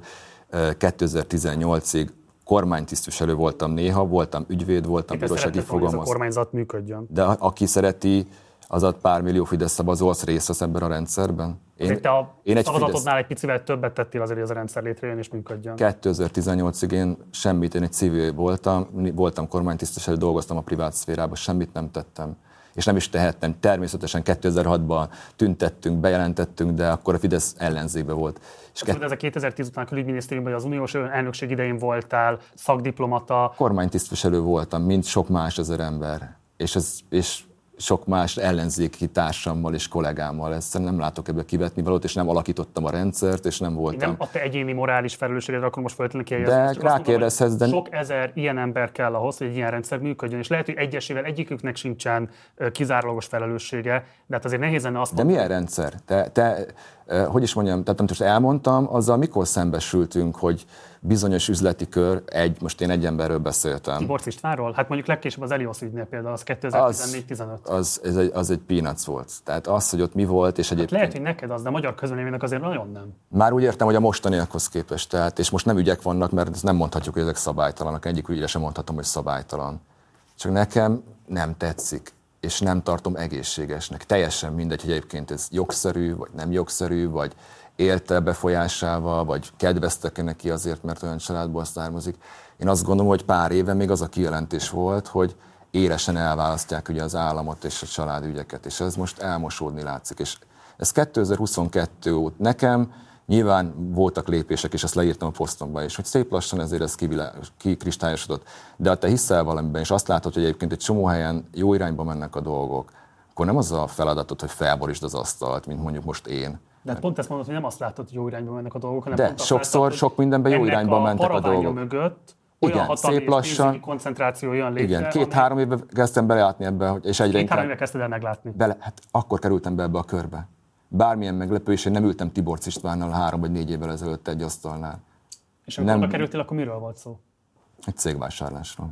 kétezer-tizennyolcig kormánytisztviselő voltam néha, voltam ügyvéd, voltam bírósági fogalmaz. A kormányzat működjön. De aki szereti, az a pár millió Fidesz szavazó, az részt vesz ebben a rendszerben. Én, te a én egy szavazatodnál Fidesz... egy picivel többet tettél azért, hogy ez a rendszer létrejön és működjön. kétezer-tizennyolcig én semmit, én egy civil voltam, voltam kormánytisztviselő, dolgoztam a privát szférában, semmit nem tettem. És nem is tehettem. Természetesen kétezer-hatban tüntettünk, bejelentettünk, de akkor a Fidesz ellenzékbe volt. És ke- ez a kétezer-tíz után a külügyminisztériumban, az uniós elnökség idején voltál, szakdiplomata. Kormánytisztviselő voltam, mint sok más ezer ember. És, ez, és sok más ellenzéki társammal és kollégámmal. Ezt nem látok ebbe kivetni valót, és nem alakítottam a rendszert, és nem voltam. Nem a te egyéni morális felelősségedre akkor most feltétlenül kijelzni. De rákérdezhetsz, de... Sok ezer ilyen ember kell ahhoz, hogy egy ilyen rendszer működjön, és lehet, hogy egyesével egyiküknek sincsen kizárólagos felelőssége, de hát azért nehéz lenne azt mondani. De milyen rendszer? Te, te hogy is mondjam, tehát amit most elmondtam, azzal mikor szembesültünk, hogy bizonyos üzleti kör, egy, most én egy emberről beszéltem. Tiborcs Istvánról? Hát mondjuk legkésőbb az Elios ügynél például, az kétezer-tizennégy tizenöt. Az, az, ez egy, az egy peanuts volt. Tehát az, hogy ott mi volt, és egyébként... Hát lehet, hogy neked az, de a magyar közvéleménynek azért nagyon nem. Már úgy értem, hogy a mostaniakhoz képest. Tehát, és most nem ügyek vannak, mert nem mondhatjuk, hogy ezek szabálytalanak. Egyik ügyre sem mondhatom, hogy szabálytalan. Csak nekem nem tetszik, és nem tartom egészségesnek. Teljesen mindegy, hogy egyébként ez jogszerű, vagy nem jogszerű, vagy élte befolyásával, vagy kedveztek-e neki azért, mert olyan családból származik. Én azt gondolom, hogy pár éve még az a kijelentés volt, hogy élesen elválasztják ugye az államot és a családügyeket, és ez most elmosódni látszik. És ez kétezer-huszonkettő óta nekem nyilván voltak lépések, és ezt leírtam a posztomban is, hogy szép lassan ezért ez kikristályosodott. De ha te hiszel valamiben, és azt látod, hogy egyébként egy csomó helyen jó irányba mennek a dolgok, akkor nem az a feladatod, hogy felborítsd az asztalt, mint mondjuk most én. De hát pont ezt mondod, hogy nem azt látod, hogy jó irányba mennek a dolgok, hanem de pont sokszor, látod, sok mindenben jó irányba mentek a dolgok. Mögött olyan igen, szép lassan, koncentráció jön létre. Igen, két-három amely... éve kezdtem belelátni ebbe, és egyre Két-három éve kezdted el meglátni. Bele, hát akkor kerültem be ebbe a körbe. Bármilyen meglepő, és én nem ültem Tiborcs Istvánnal három vagy négy évvel ezelőtt egy asztalnál. És amikor oda kerültél, akkor miről volt szó? Egy cégvásárlásról.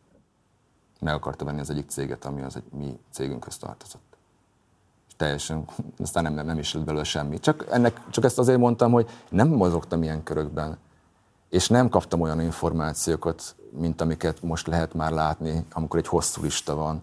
Meg akarta venni az egyik céget, ami az egy mi cégünkhöz tartozott. És teljesen, aztán nem, nem is lett belőle semmi. Csak, ennek, csak ezt azért mondtam, hogy nem mozogtam ilyen körökben. És nem kaptam olyan információkat, mint amiket most lehet már látni, amikor egy hosszú lista van.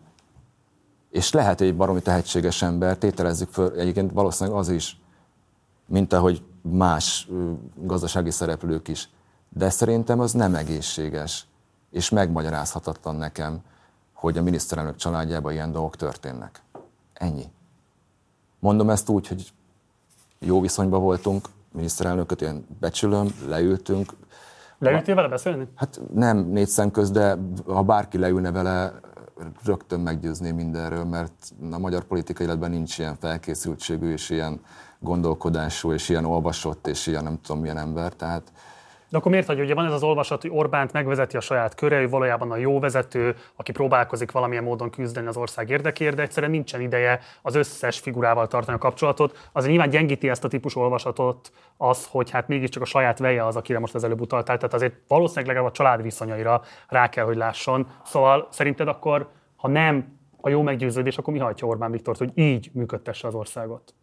És lehet egy baromi tehetséges ember, tételezzük föl, egyébként valószínűleg az is, mint ahogy más gazdasági szereplők is. De szerintem az nem egészséges, és megmagyarázhatatlan nekem, hogy a miniszterelnök családjában ilyen dolgok történnek. Ennyi. Mondom ezt úgy, hogy jó viszonyban voltunk, miniszterelnököt én becsülöm, leültünk. Leültél vele beszélni? Hát nem négy szem köz, de ha bárki leülne vele, rögtön meggyőzném mindenről, mert a magyar politikai életben nincs ilyen felkészültségű, és ilyen gondolkodású, és ilyen olvasott, és ilyen nem tudom milyen ember, tehát... De akkor miért, hogy ugye van ez az olvasat, hogy Orbánt megvezeti a saját köre, ő valójában a jó vezető, aki próbálkozik valamilyen módon küzdeni az ország érdekéért, de egyszerűen nincsen ideje az összes figurával tartani a kapcsolatot. Azért nyilván gyengíti ezt a típusú olvasatot az, hogy hát mégiscsak a saját veje az, akire most az előbb utaltál, tehát azért valószínűleg legalább a család viszonyaira rá kell, hogy lásson. Szóval szerinted akkor, ha nem a jó meggyőződés, akkor mi hajtja Orbán Viktort, hogy így működtesse az országot?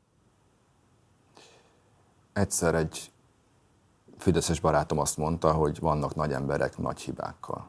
Egyszer egy fideszes barátom azt mondta, hogy vannak nagy emberek nagy hibákkal.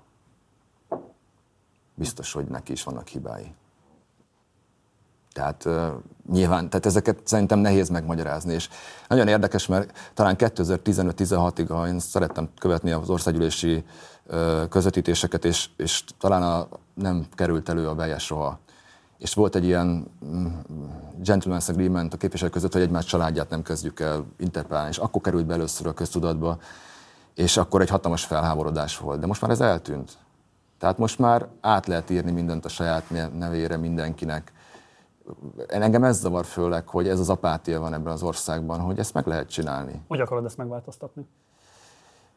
Biztos, hogy neki is vannak hibái. Tehát uh, nyilván, tehát ezeket szerintem nehéz megmagyarázni, és nagyon érdekes, mert talán kétezer-tizenöt-tizenhatig, ha én szerettem követni az országgyűlési uh, közvetítéseket, és, és talán a, nem került elő a Veje soha. És volt egy ilyen gentleman's agreement a képviselők között, hogy egymás családját nem kezdjük el interpellálni, és akkor került be először a köztudatba, és akkor egy hatalmas felháborodás volt. De most már ez eltűnt. Tehát most már át lehet írni mindent a saját nevére mindenkinek. Engem ez zavar főleg, hogy ez az apátia van ebben az országban, hogy ezt meg lehet csinálni. Hogy akarod ezt megváltoztatni?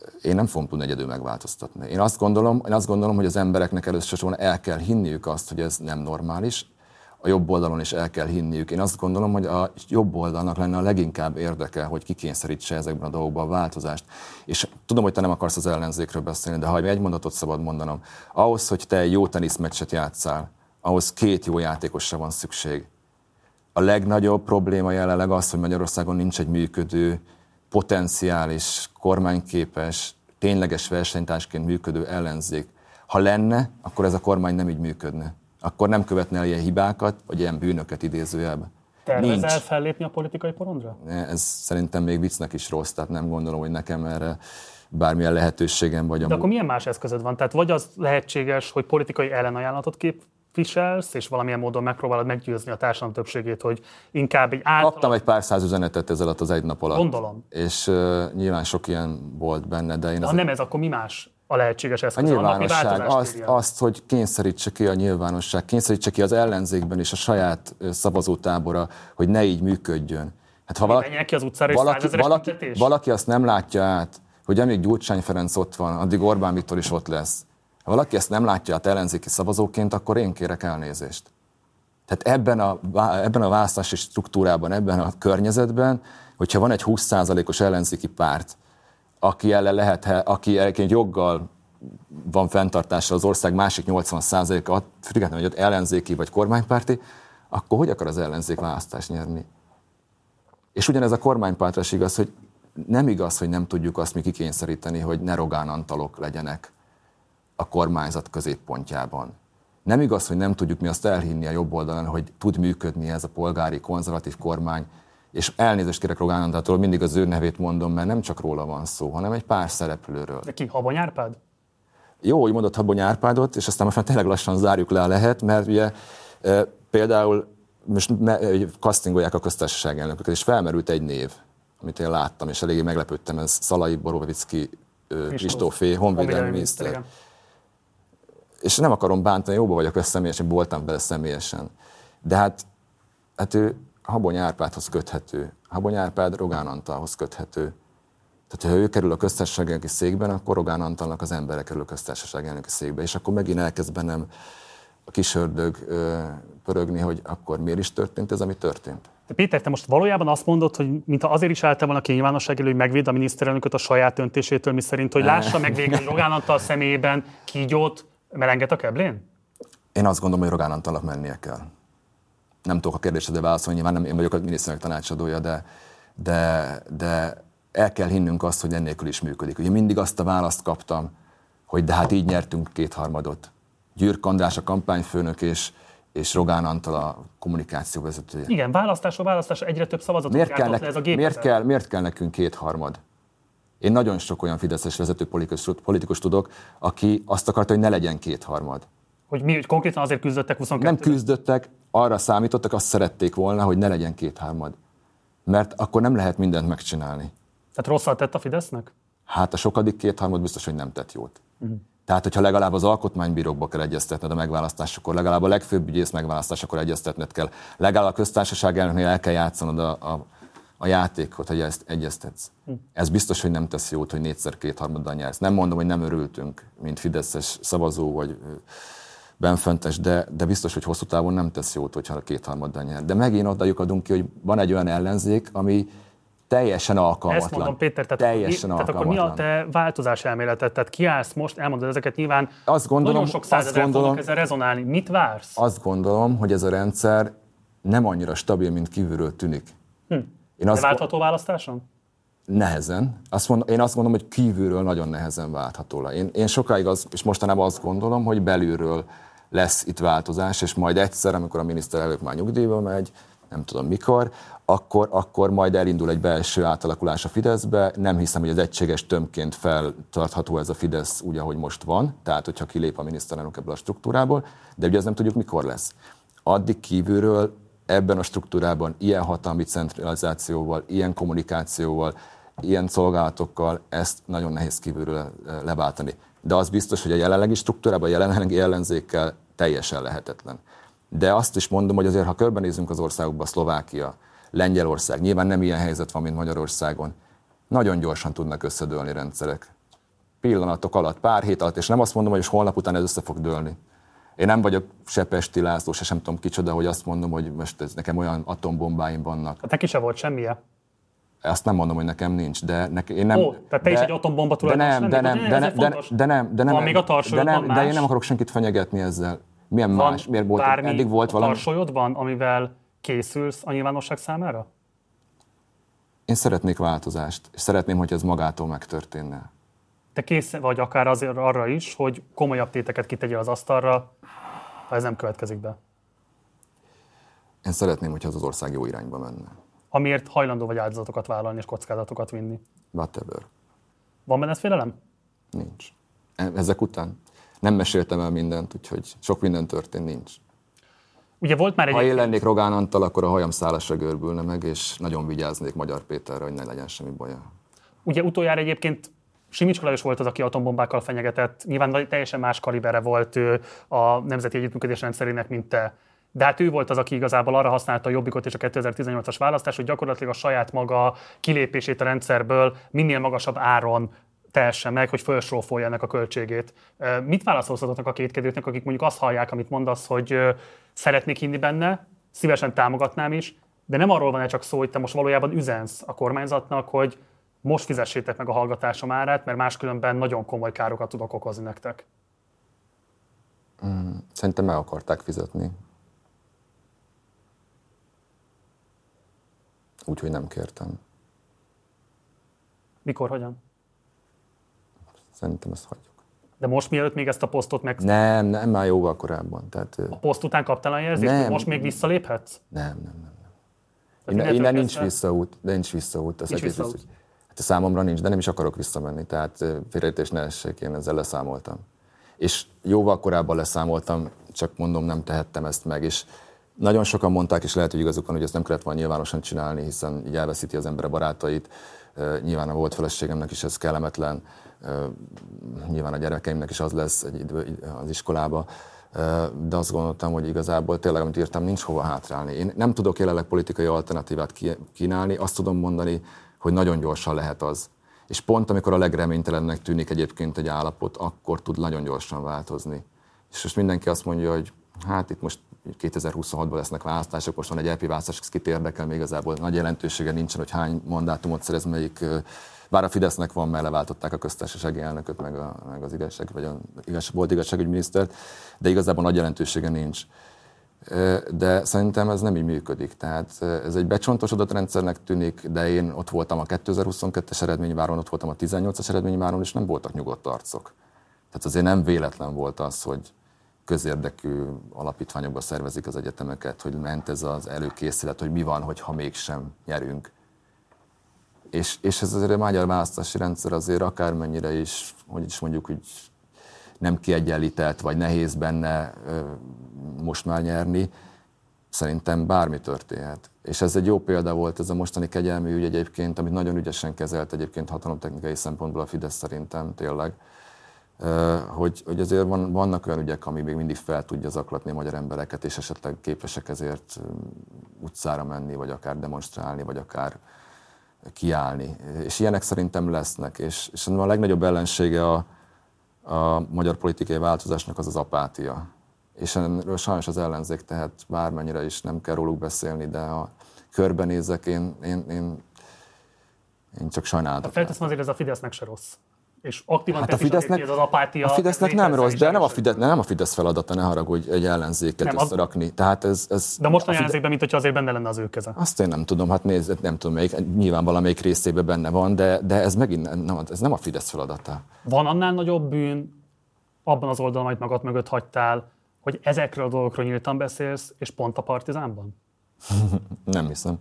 én nem fogom tudni egyedül megváltoztatni. Én azt gondolom, én azt gondolom, hogy az embereknek először el kell hinniük azt, hogy ez nem normális, a jobb oldalon is el kell hinniük. Én azt gondolom, hogy a jobb oldalnak lenne a leginkább érdeke, hogy kikényszerítse ezekben a dolgokban a változást. És tudom, hogy te nem akarsz az ellenzékről beszélni, de ha egy mondatot szabad mondanom, ahhoz, hogy te egy jó teniszmeccset játsszál, ahhoz két jó játékosra van szükség. A legnagyobb probléma jelenleg az, hogy Magyarországon nincs egy működő, potenciális, kormányképes, tényleges versenytársként működő ellenzék. Ha lenne, akkor ez a kormány nem így működne. Akkor nem követne el ilyen hibákat, vagy ilyen bűnöket idézőjelben. Tervezel fellépni a politikai porondra? Ez szerintem még viccnek is rossz, tehát nem gondolom, hogy nekem erre bármilyen lehetőségem vagy. De amúgy... akkor milyen más eszközöd van? Tehát vagy az lehetséges, hogy politikai ellenajánlatot képviselsz, és valamilyen módon megpróbálod meggyőzni a társadalom többségét, hogy inkább egy általán... Kaptam egy pár száz üzenetet ez alatt az egy nap alatt. Gondolom. És uh, nyilván sok ilyen volt benne, de én... De ha az... nem ez, akkor mi más a lehetséges eszköz? A nyilvánosság, azt, azt, hogy kényszerítse ki a nyilvánosság, kényszerítse ki az ellenzékben és a saját szavazótábora, hogy ne így működjön. Hát ha valaki, ki az utcára, valaki, valaki, valaki azt nem látja át, hogy amíg Gyurcsány Ferenc ott van, addig Orbán Viktor is ott lesz. Ha valaki ezt nem látja át ellenzéki szavazóként, akkor én kérek elnézést. Tehát ebben a, ebben a választási struktúrában, ebben a környezetben, hogyha van egy húsz százalékos ellenzéki párt, aki ellen lehet, aki egyébként joggal van fenntartással az ország másik nyolcvan százaléka, függetlenül, hogy ott ellenzéki vagy kormánypárti, akkor hogy akar az ellenzék választást nyerni? És ugyanez a kormánypártra is igaz, hogy nem igaz, hogy nem tudjuk azt mi kikényszeríteni, hogy ne Rogán Antalok legyenek a kormányzat középpontjában. Nem igaz, hogy nem tudjuk mi azt elhinni a jobb oldalon, hogy tud működni ez a polgári, konzervatív kormány, és elnézést kérek Rogán Antaltól, mindig az ő nevét mondom, mert nem csak róla van szó, hanem egy pár szereplőről. De ki, Habony Árpád? Jó, hogy mondott Habony Árpádot, és aztán most már tényleg lassan zárjuk le a lehet, mert ugye e, például most castingolják a köztársaság elnököket, és felmerült egy név, amit én láttam, és eléggé meglepődtem, ez Szalai Borovicki Kristófé, honvédelmi miniszter. És nem akarom bántani, jóba vagyok vele személyesen, voltam vele személyesen. De hát, hát ő Habony Árpádhoz köthető. Habony Árpád Rogán Antalhoz köthető. Tehát, ha ő kerül a köztársaság elnöki székben, akkor Rogán Antalnak az embere kerül a köztársaság elnöki székbe. És akkor megint elkezd bennem a kis ördög pörögni, hogy akkor miért is történt ez, ami történt. De Péter, te most valójában azt mondod, hogy mintha azért is álltál volna ki nyilvánosság elő, hogy megvéd a miniszterelnököt a saját döntésétől, miszerint, hogy lássa meg végül Rogán Antal személyében kígyót, melenget a keblén? Én azt gondolom, hogy Rogán Antalnak mennie kell. Nem tudok a kérdésedre válaszolni, nyilván nem én vagyok a miniszterelnök tanácsadója, de, de, de el kell hinnünk azt, hogy ennélkül is működik. Ugye mindig azt a választ kaptam, hogy de hát így nyertünk kétharmadot. Gyürk András a kampányfőnök és, és Rogán Antal a kommunikáció vezetője. Igen, választásról választásra egyre több szavazatot miért kell, le ez a gépezet. Miért kell, miért kell nekünk kétharmad? Én nagyon sok olyan fideszes vezető politikus, politikus tudok, aki azt akarta, hogy ne legyen kétharmad. Hogy mi hogy konkrétan azért küzdöttek huszonkettő? Nem küzdöttek, arra számítottak, azt szerették volna, hogy ne legyen kétharmad. Mert akkor nem lehet mindent megcsinálni. Tehát rosszat tett a Fidesznek? Hát a sokadik kétharmad biztos, hogy nem tett jót. Uh-huh. Tehát, hogyha legalább az alkotmánybírókba kell egyeztetned a megválasztásakor, legalább a legfőbb ügyész megválasztásakor egyeztetned kell, legalább a köztársaság elnöknél el kell játszanod a, a, a játékot, hogy ezt egyeztetsz. Uh-huh. Ez biztos, hogy nem tesz jót, hogy négyszer kétharmaddal nyersz. Nem mondom, hogy nem örültünk, mint fideszes szavazó vagy benfentes, de, de biztos, hogy hosszú távon nem tesz jót, hogyha a kétharmaddal nyer. De megint oda lyukadunk ki, hogy van egy olyan ellenzék, ami teljesen alkalmatlan. Ezt mondom, Péter, tehát, teljesen akkor, tehát akkor mi a te változás elméleted? Tehát kiállsz most, elmondod ezeket nyilván, azt gondolom, nagyon sok százezer fognak ezzel rezonálni. Mit vársz? Azt gondolom, hogy ez a rendszer nem annyira stabil, mint kívülről tűnik. Hm. Én azt De váltható választáson? Nehezen. Azt mondom, én azt mondom, hogy kívülről nagyon nehezen váltható le. Én, én sokáig, az, és mostanában azt gondolom, hogy belülről lesz itt változás, és majd egyszer, amikor a miniszterelnök már nyugdíjba megy, nem tudom mikor, akkor, akkor majd elindul egy belső átalakulás a Fideszbe. Nem hiszem, hogy az egységes tömbként feltartható ez a Fidesz úgy, ahogy most van, tehát hogyha kilép a miniszterelnök ebből a struktúrából, de ugye ez nem tudjuk, mikor lesz. Addig kívülről ebben a struktúrában ilyen hatalmi centralizációval, ilyen kommunikációval, ilyen szolgálatokkal ezt nagyon nehéz kívülről leváltani. De az biztos, hogy a jelenlegi struktúrában, a jelenlegi ellenzékkel teljesen lehetetlen. De azt is mondom, hogy azért, ha körbenézünk az országokba, Szlovákia, Lengyelország, nyilván nem ilyen helyzet van, mint Magyarországon, nagyon gyorsan tudnak összedőlni rendszerek. pillanatok alatt, pár hét alatt, és nem azt mondom, hogy holnap után ez össze fog dőlni. Én nem vagyok se Pesti László, se sem tudom kicsoda, hogy azt mondom, hogy most ez, nekem olyan atombombáim vannak. Hát neki se volt semmije. Azt nem mondom, hogy nekem nincs, de neki, én nem... Ó, tehát te de, is egy atombomba tulajdonos de nem, de nem, de nem, de nem, de nem, de nem, van még a tarsolyodban de, nem, más? de én nem akarok senkit fenyegetni ezzel. Milyen van más? Miért volt? Bármi Eddig volt a valami? tarsolyodban, amivel készülsz a nyilvánosság számára? Én szeretnék változást, és szeretném, hogy ez magától megtörténne. Te kész vagy akár azért arra is, hogy komolyabb téteket kitegyél az asztalra, ha ez nem következik be? Én szeretném, hogyha az az ország jó irányba menne. Amiért hajlandó vagy áldozatokat vállalni és kockázatokat vinni. Whatever. Van benned félelem? Nincs. Ezek után nem meséltem el mindent, úgyhogy sok minden történt, nincs. Ugye volt már egy... Ha én lennék Rogán Antal, akkor a hajam szálasra görbülne meg, és nagyon vigyáznék Magyar Péterre, hogy ne legyen semmi baja. Ugye utoljára egyébként Simics Lajos volt az, aki atombombákkal fenyegetett. Nyilván teljesen más kalibere volt ő a Nemzeti Együttműködés rendszerének, mint te. De hát ő volt az, aki igazából arra használta a Jobbikot és a kétezer-tizennyolcas választást, hogy gyakorlatilag a saját maga kilépését a rendszerből minél magasabb áron tehesse meg, hogy felsrófolja ennek a költségét. Mit válaszolsz azoknak a kétkedőknek, akik mondjuk azt hallják, amit mondasz, hogy szeretnék hinni benne, szívesen támogatnám is, de nem arról van-e csak szó, hogy te most valójában üzensz a kormányzatnak, hogy most fizessétek meg a hallgatásom árát, mert máskülönben nagyon komoly károkat tudok okozni nektek. Mm, szerintem meg akarták fizetni. Úgyhogy nem kértem. Mikor, hogyan? Szerintem ezt hagyjuk. De most mielőtt még ezt a posztot meg... Nem, nem, már jóval korábban. Tehát, a poszt után kaptál olyan érzést, hogy most még visszaléphetsz? Nem, nem, nem. nem. Innen, innen nincs visszaút, de nincs visszaút. Nincs visszaút. Vissza, hát a számomra nincs, de nem is akarok visszamenni. Tehát félreértés ne essék, én ezzel leszámoltam. És jóval korábban leszámoltam, csak mondom, nem tehettem ezt meg. És nagyon sokan mondták, és lehet, hogy igazuk van, hogy ezt nem kellett volna nyilvánosan csinálni, hiszen így elveszíti az ember a barátait. Nyilván a volt feleségemnek is ez kellemetlen. Nyilván a gyerekeimnek is az lesz egy idő az iskolába. De azt gondoltam, hogy igazából tényleg, amit írtam, nincs hova hátrálni. Én nem tudok jelenleg politikai alternatívát kínálni, azt tudom mondani, hogy nagyon gyorsan lehet az. És pont amikor a legreménytelennek tűnik egyébként egy állapot, akkor tud nagyon gyorsan változni. És most mindenki azt mondja, hogy hát itt most kétezer-huszonhatban lesznek választások, most van egy é pé választás, ez kit érdekel, még igazából nagy jelentősége nincsen, hogy hány mandátumot szerez melyik, bár a Fidesznek van, mert leváltották a köztársasági elnököt, meg, a, meg az igazság, vagy a igaz, volt igazságügyminisztert, de igazából nagy jelentősége nincs. De szerintem ez nem így működik. Tehát ez egy becsontosodott rendszernek tűnik, de én ott voltam a kétezer-huszonkettes eredményváron, ott voltam a tizennyolcas eredményváron, és nem voltak nyugodt arcok. Tehát azért nem véletlen volt az, hogy közérdekű alapítványokba szervezik az egyetemeket, hogy ment ez az előkészület, hogy mi van, hogyha mégsem nyerünk. És, és ez azért a magyar választási rendszer azért akármennyire is, hogy is mondjuk, hogy nem kiegyenlített, vagy nehéz benne most már nyerni, szerintem bármi történhet. És ez egy jó példa volt, ez a mostani kegyelmi ügy egyébként, amit nagyon ügyesen kezelt egyébként hatalomtechnikai szempontból a Fidesz szerintem tényleg, hogy, hogy azért van, vannak olyan ügyek, ami még mindig fel tudja zaklatni a magyar embereket, és esetleg képesek ezért utcára menni, vagy akár demonstrálni, vagy akár kiállni. És ilyenek szerintem lesznek. És, és a legnagyobb ellensége a, a magyar politikai változásnak az az apátia. És erről sajnos az ellenzék, tehát bármennyire is nem kell róluk beszélni, de ha körbenézek, én, én, én, én csak sajnálom. Felteszem azért, ez a Fidesznek se rossz. És aktívan hát a Fidesznek, azért, az apátia... A Fidesznek nem rossz, de nem a, Fidesz, nem a Fidesz feladata, ne haragudj, egy ellenzéket nem, összerakni. Tehát ez, ez, de most a ellenzékben, mint hogyha azért benne lenne az ő keze. Azt én nem tudom, hát nézd, nem tudom, melyik, nyilván valamelyik részében benne van, de, de ez megint nem, ez nem a Fidesz feladata. Van annál nagyobb bűn abban az oldalon, amit magad mögött hagytál, hogy ezekről a dolgokról nyíltan beszélsz, és pont a Partizánban? Nem hiszem.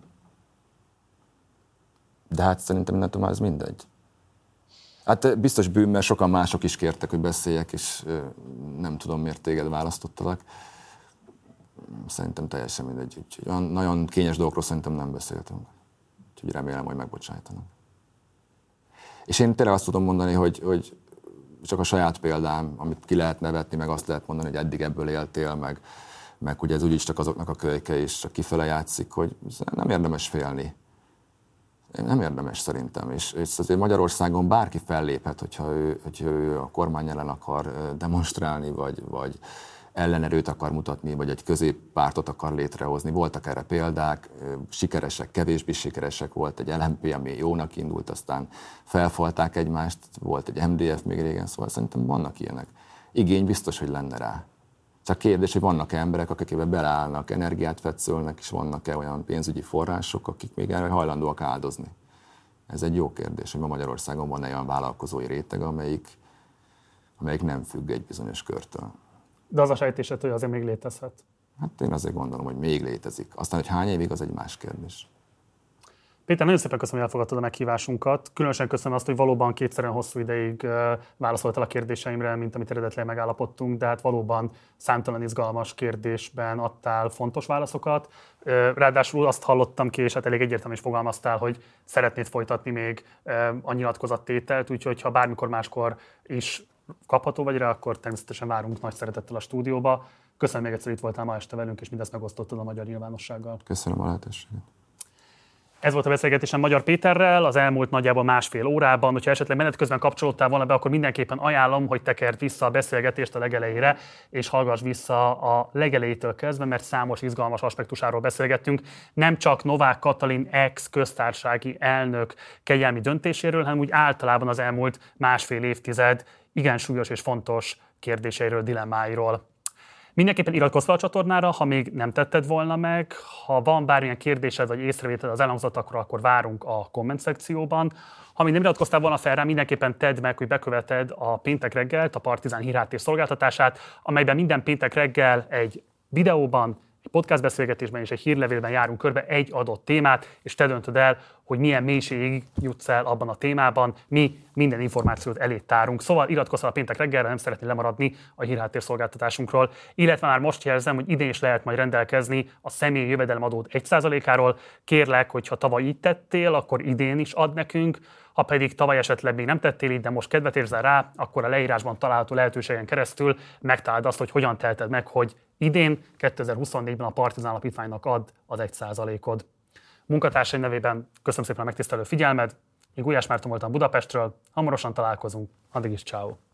De hát szerintem innentől már ez mindegy. Hát biztos bűn, mert sokan mások is kértek, hogy beszéljek, és nem tudom, miért téged választottalak. Szerintem teljesen mindegy. Úgyhogy olyan nagyon kényes dolgokról szerintem nem beszéltünk. Úgyhogy remélem, hogy megbocsájtanak. És én tényleg azt tudom mondani, hogy, hogy csak a saját példám, amit ki lehet nevetni, meg azt lehet mondani, hogy eddig ebből éltél, meg, meg ugye ez úgyis csak azoknak a kölyke is, csak kifele játszik, hogy nem érdemes félni. Nem érdemes szerintem, és, és azért Magyarországon bárki felléphet, hogyha ő, hogyha ő a kormány ellen akar demonstrálni, vagy, vagy ellenerőt akar mutatni, vagy egy középpártot akar létrehozni. Voltak erre példák, sikeresek, kevésbé sikeresek, volt egy el em pé, ami jónak indult, aztán felfalták egymást, volt egy em dé ef még régen, szóval szerintem vannak ilyenek. Igény biztos, hogy lenne rá. Csak kérdés, hogy vannak emberek, akik ebbe beleállnak, energiát fetszölnek, és vannak-e olyan pénzügyi források, akik még erre hajlandóak áldozni. Ez egy jó kérdés, hogy ma Magyarországon van olyan vállalkozói réteg, amelyik, amelyik nem függ egy bizonyos körtől. De az a sejtésed, hogy azért még létezhet? Hát én azért gondolom, hogy még létezik. Aztán, hogy hány évig, az egy más kérdés. Péter, nagyon szépen köszönöm, hogy elfogadtad a meghívásunkat. Különösen köszönöm azt, hogy valóban kétszerűen hosszú ideig válaszoltál a kérdéseimre, mint amit eredetileg megállapodtunk, de hát valóban számtalan izgalmas kérdésben adtál fontos válaszokat. Ráadásul azt hallottam ki, és hát elég egyértelműen is fogalmaztál, hogy szeretnéd folytatni még a nyilatkozattételt, úgyhogy ha bármikor máskor is kapható vagy rá, akkor természetesen várunk nagy szeretettel a stúdióba. Köszönöm még egyszer, itt voltál ma este velünk, és mindezt megosztottad a magyar nyilvánossággal. Köszönöm a lehetőséget. Ez volt a beszélgetésem Magyar Péterrel az elmúlt nagyjából másfél órában. Hogyha esetleg menet közben kapcsolódtál volna be, akkor mindenképpen ajánlom, hogy tekerd vissza a beszélgetést a legelejére, és hallgass vissza a legelejétől kezdve, mert számos izgalmas aspektusáról beszélgettünk. Nem csak Novák Katalin ex-köztársasági elnök kegyelmi döntéséről, hanem úgy általában az elmúlt másfél évtized igen súlyos és fontos kérdéseiről, dilemmáiról. Mindenképpen iratkozz fel a csatornára, ha még nem tetted volna meg. Ha van bármilyen kérdésed vagy észrevételed az elhangzottakra, akkor várunk a komment szekcióban. Ha még nem iratkoztál volna fel rá, mindenképpen tedd meg, hogy beköveted a Péntek reggelt, a Partizán hírháttér szolgáltatását, amelyben minden péntek reggel egy videóban, egy podcast beszélgetésben és egy hírlevélben járunk körbe egy adott témát, és te döntöd el, hogy milyen mélységig jutsz el abban a témában. Mi minden információt elé tárunk. Szóval iratkozz fel a Péntek reggelre, nem szeretnél lemaradni a hírháttér szolgáltatásunkról. Illetve már most jelzem, hogy idén is lehet majd rendelkezni a személyi jövedelemadód egy százalékáról. Kérlek, hogy ha tavaly így tettél, akkor idén is ad nekünk. Ha pedig tavaly esetleg még nem tettél így, de most kedvet érzel rá, akkor a leírásban található lehetőségen keresztül megtaláld azt, hogy hogyan telted meg, hogy idén, kétezer-huszonnégyben a Partizán Alapítványnak ad az egy százalékod. Munkatársaim nevében köszönöm szépen a megtisztelő figyelmed. Én Gulyás Márton voltam Budapestről, hamarosan találkozunk, addig is ciao.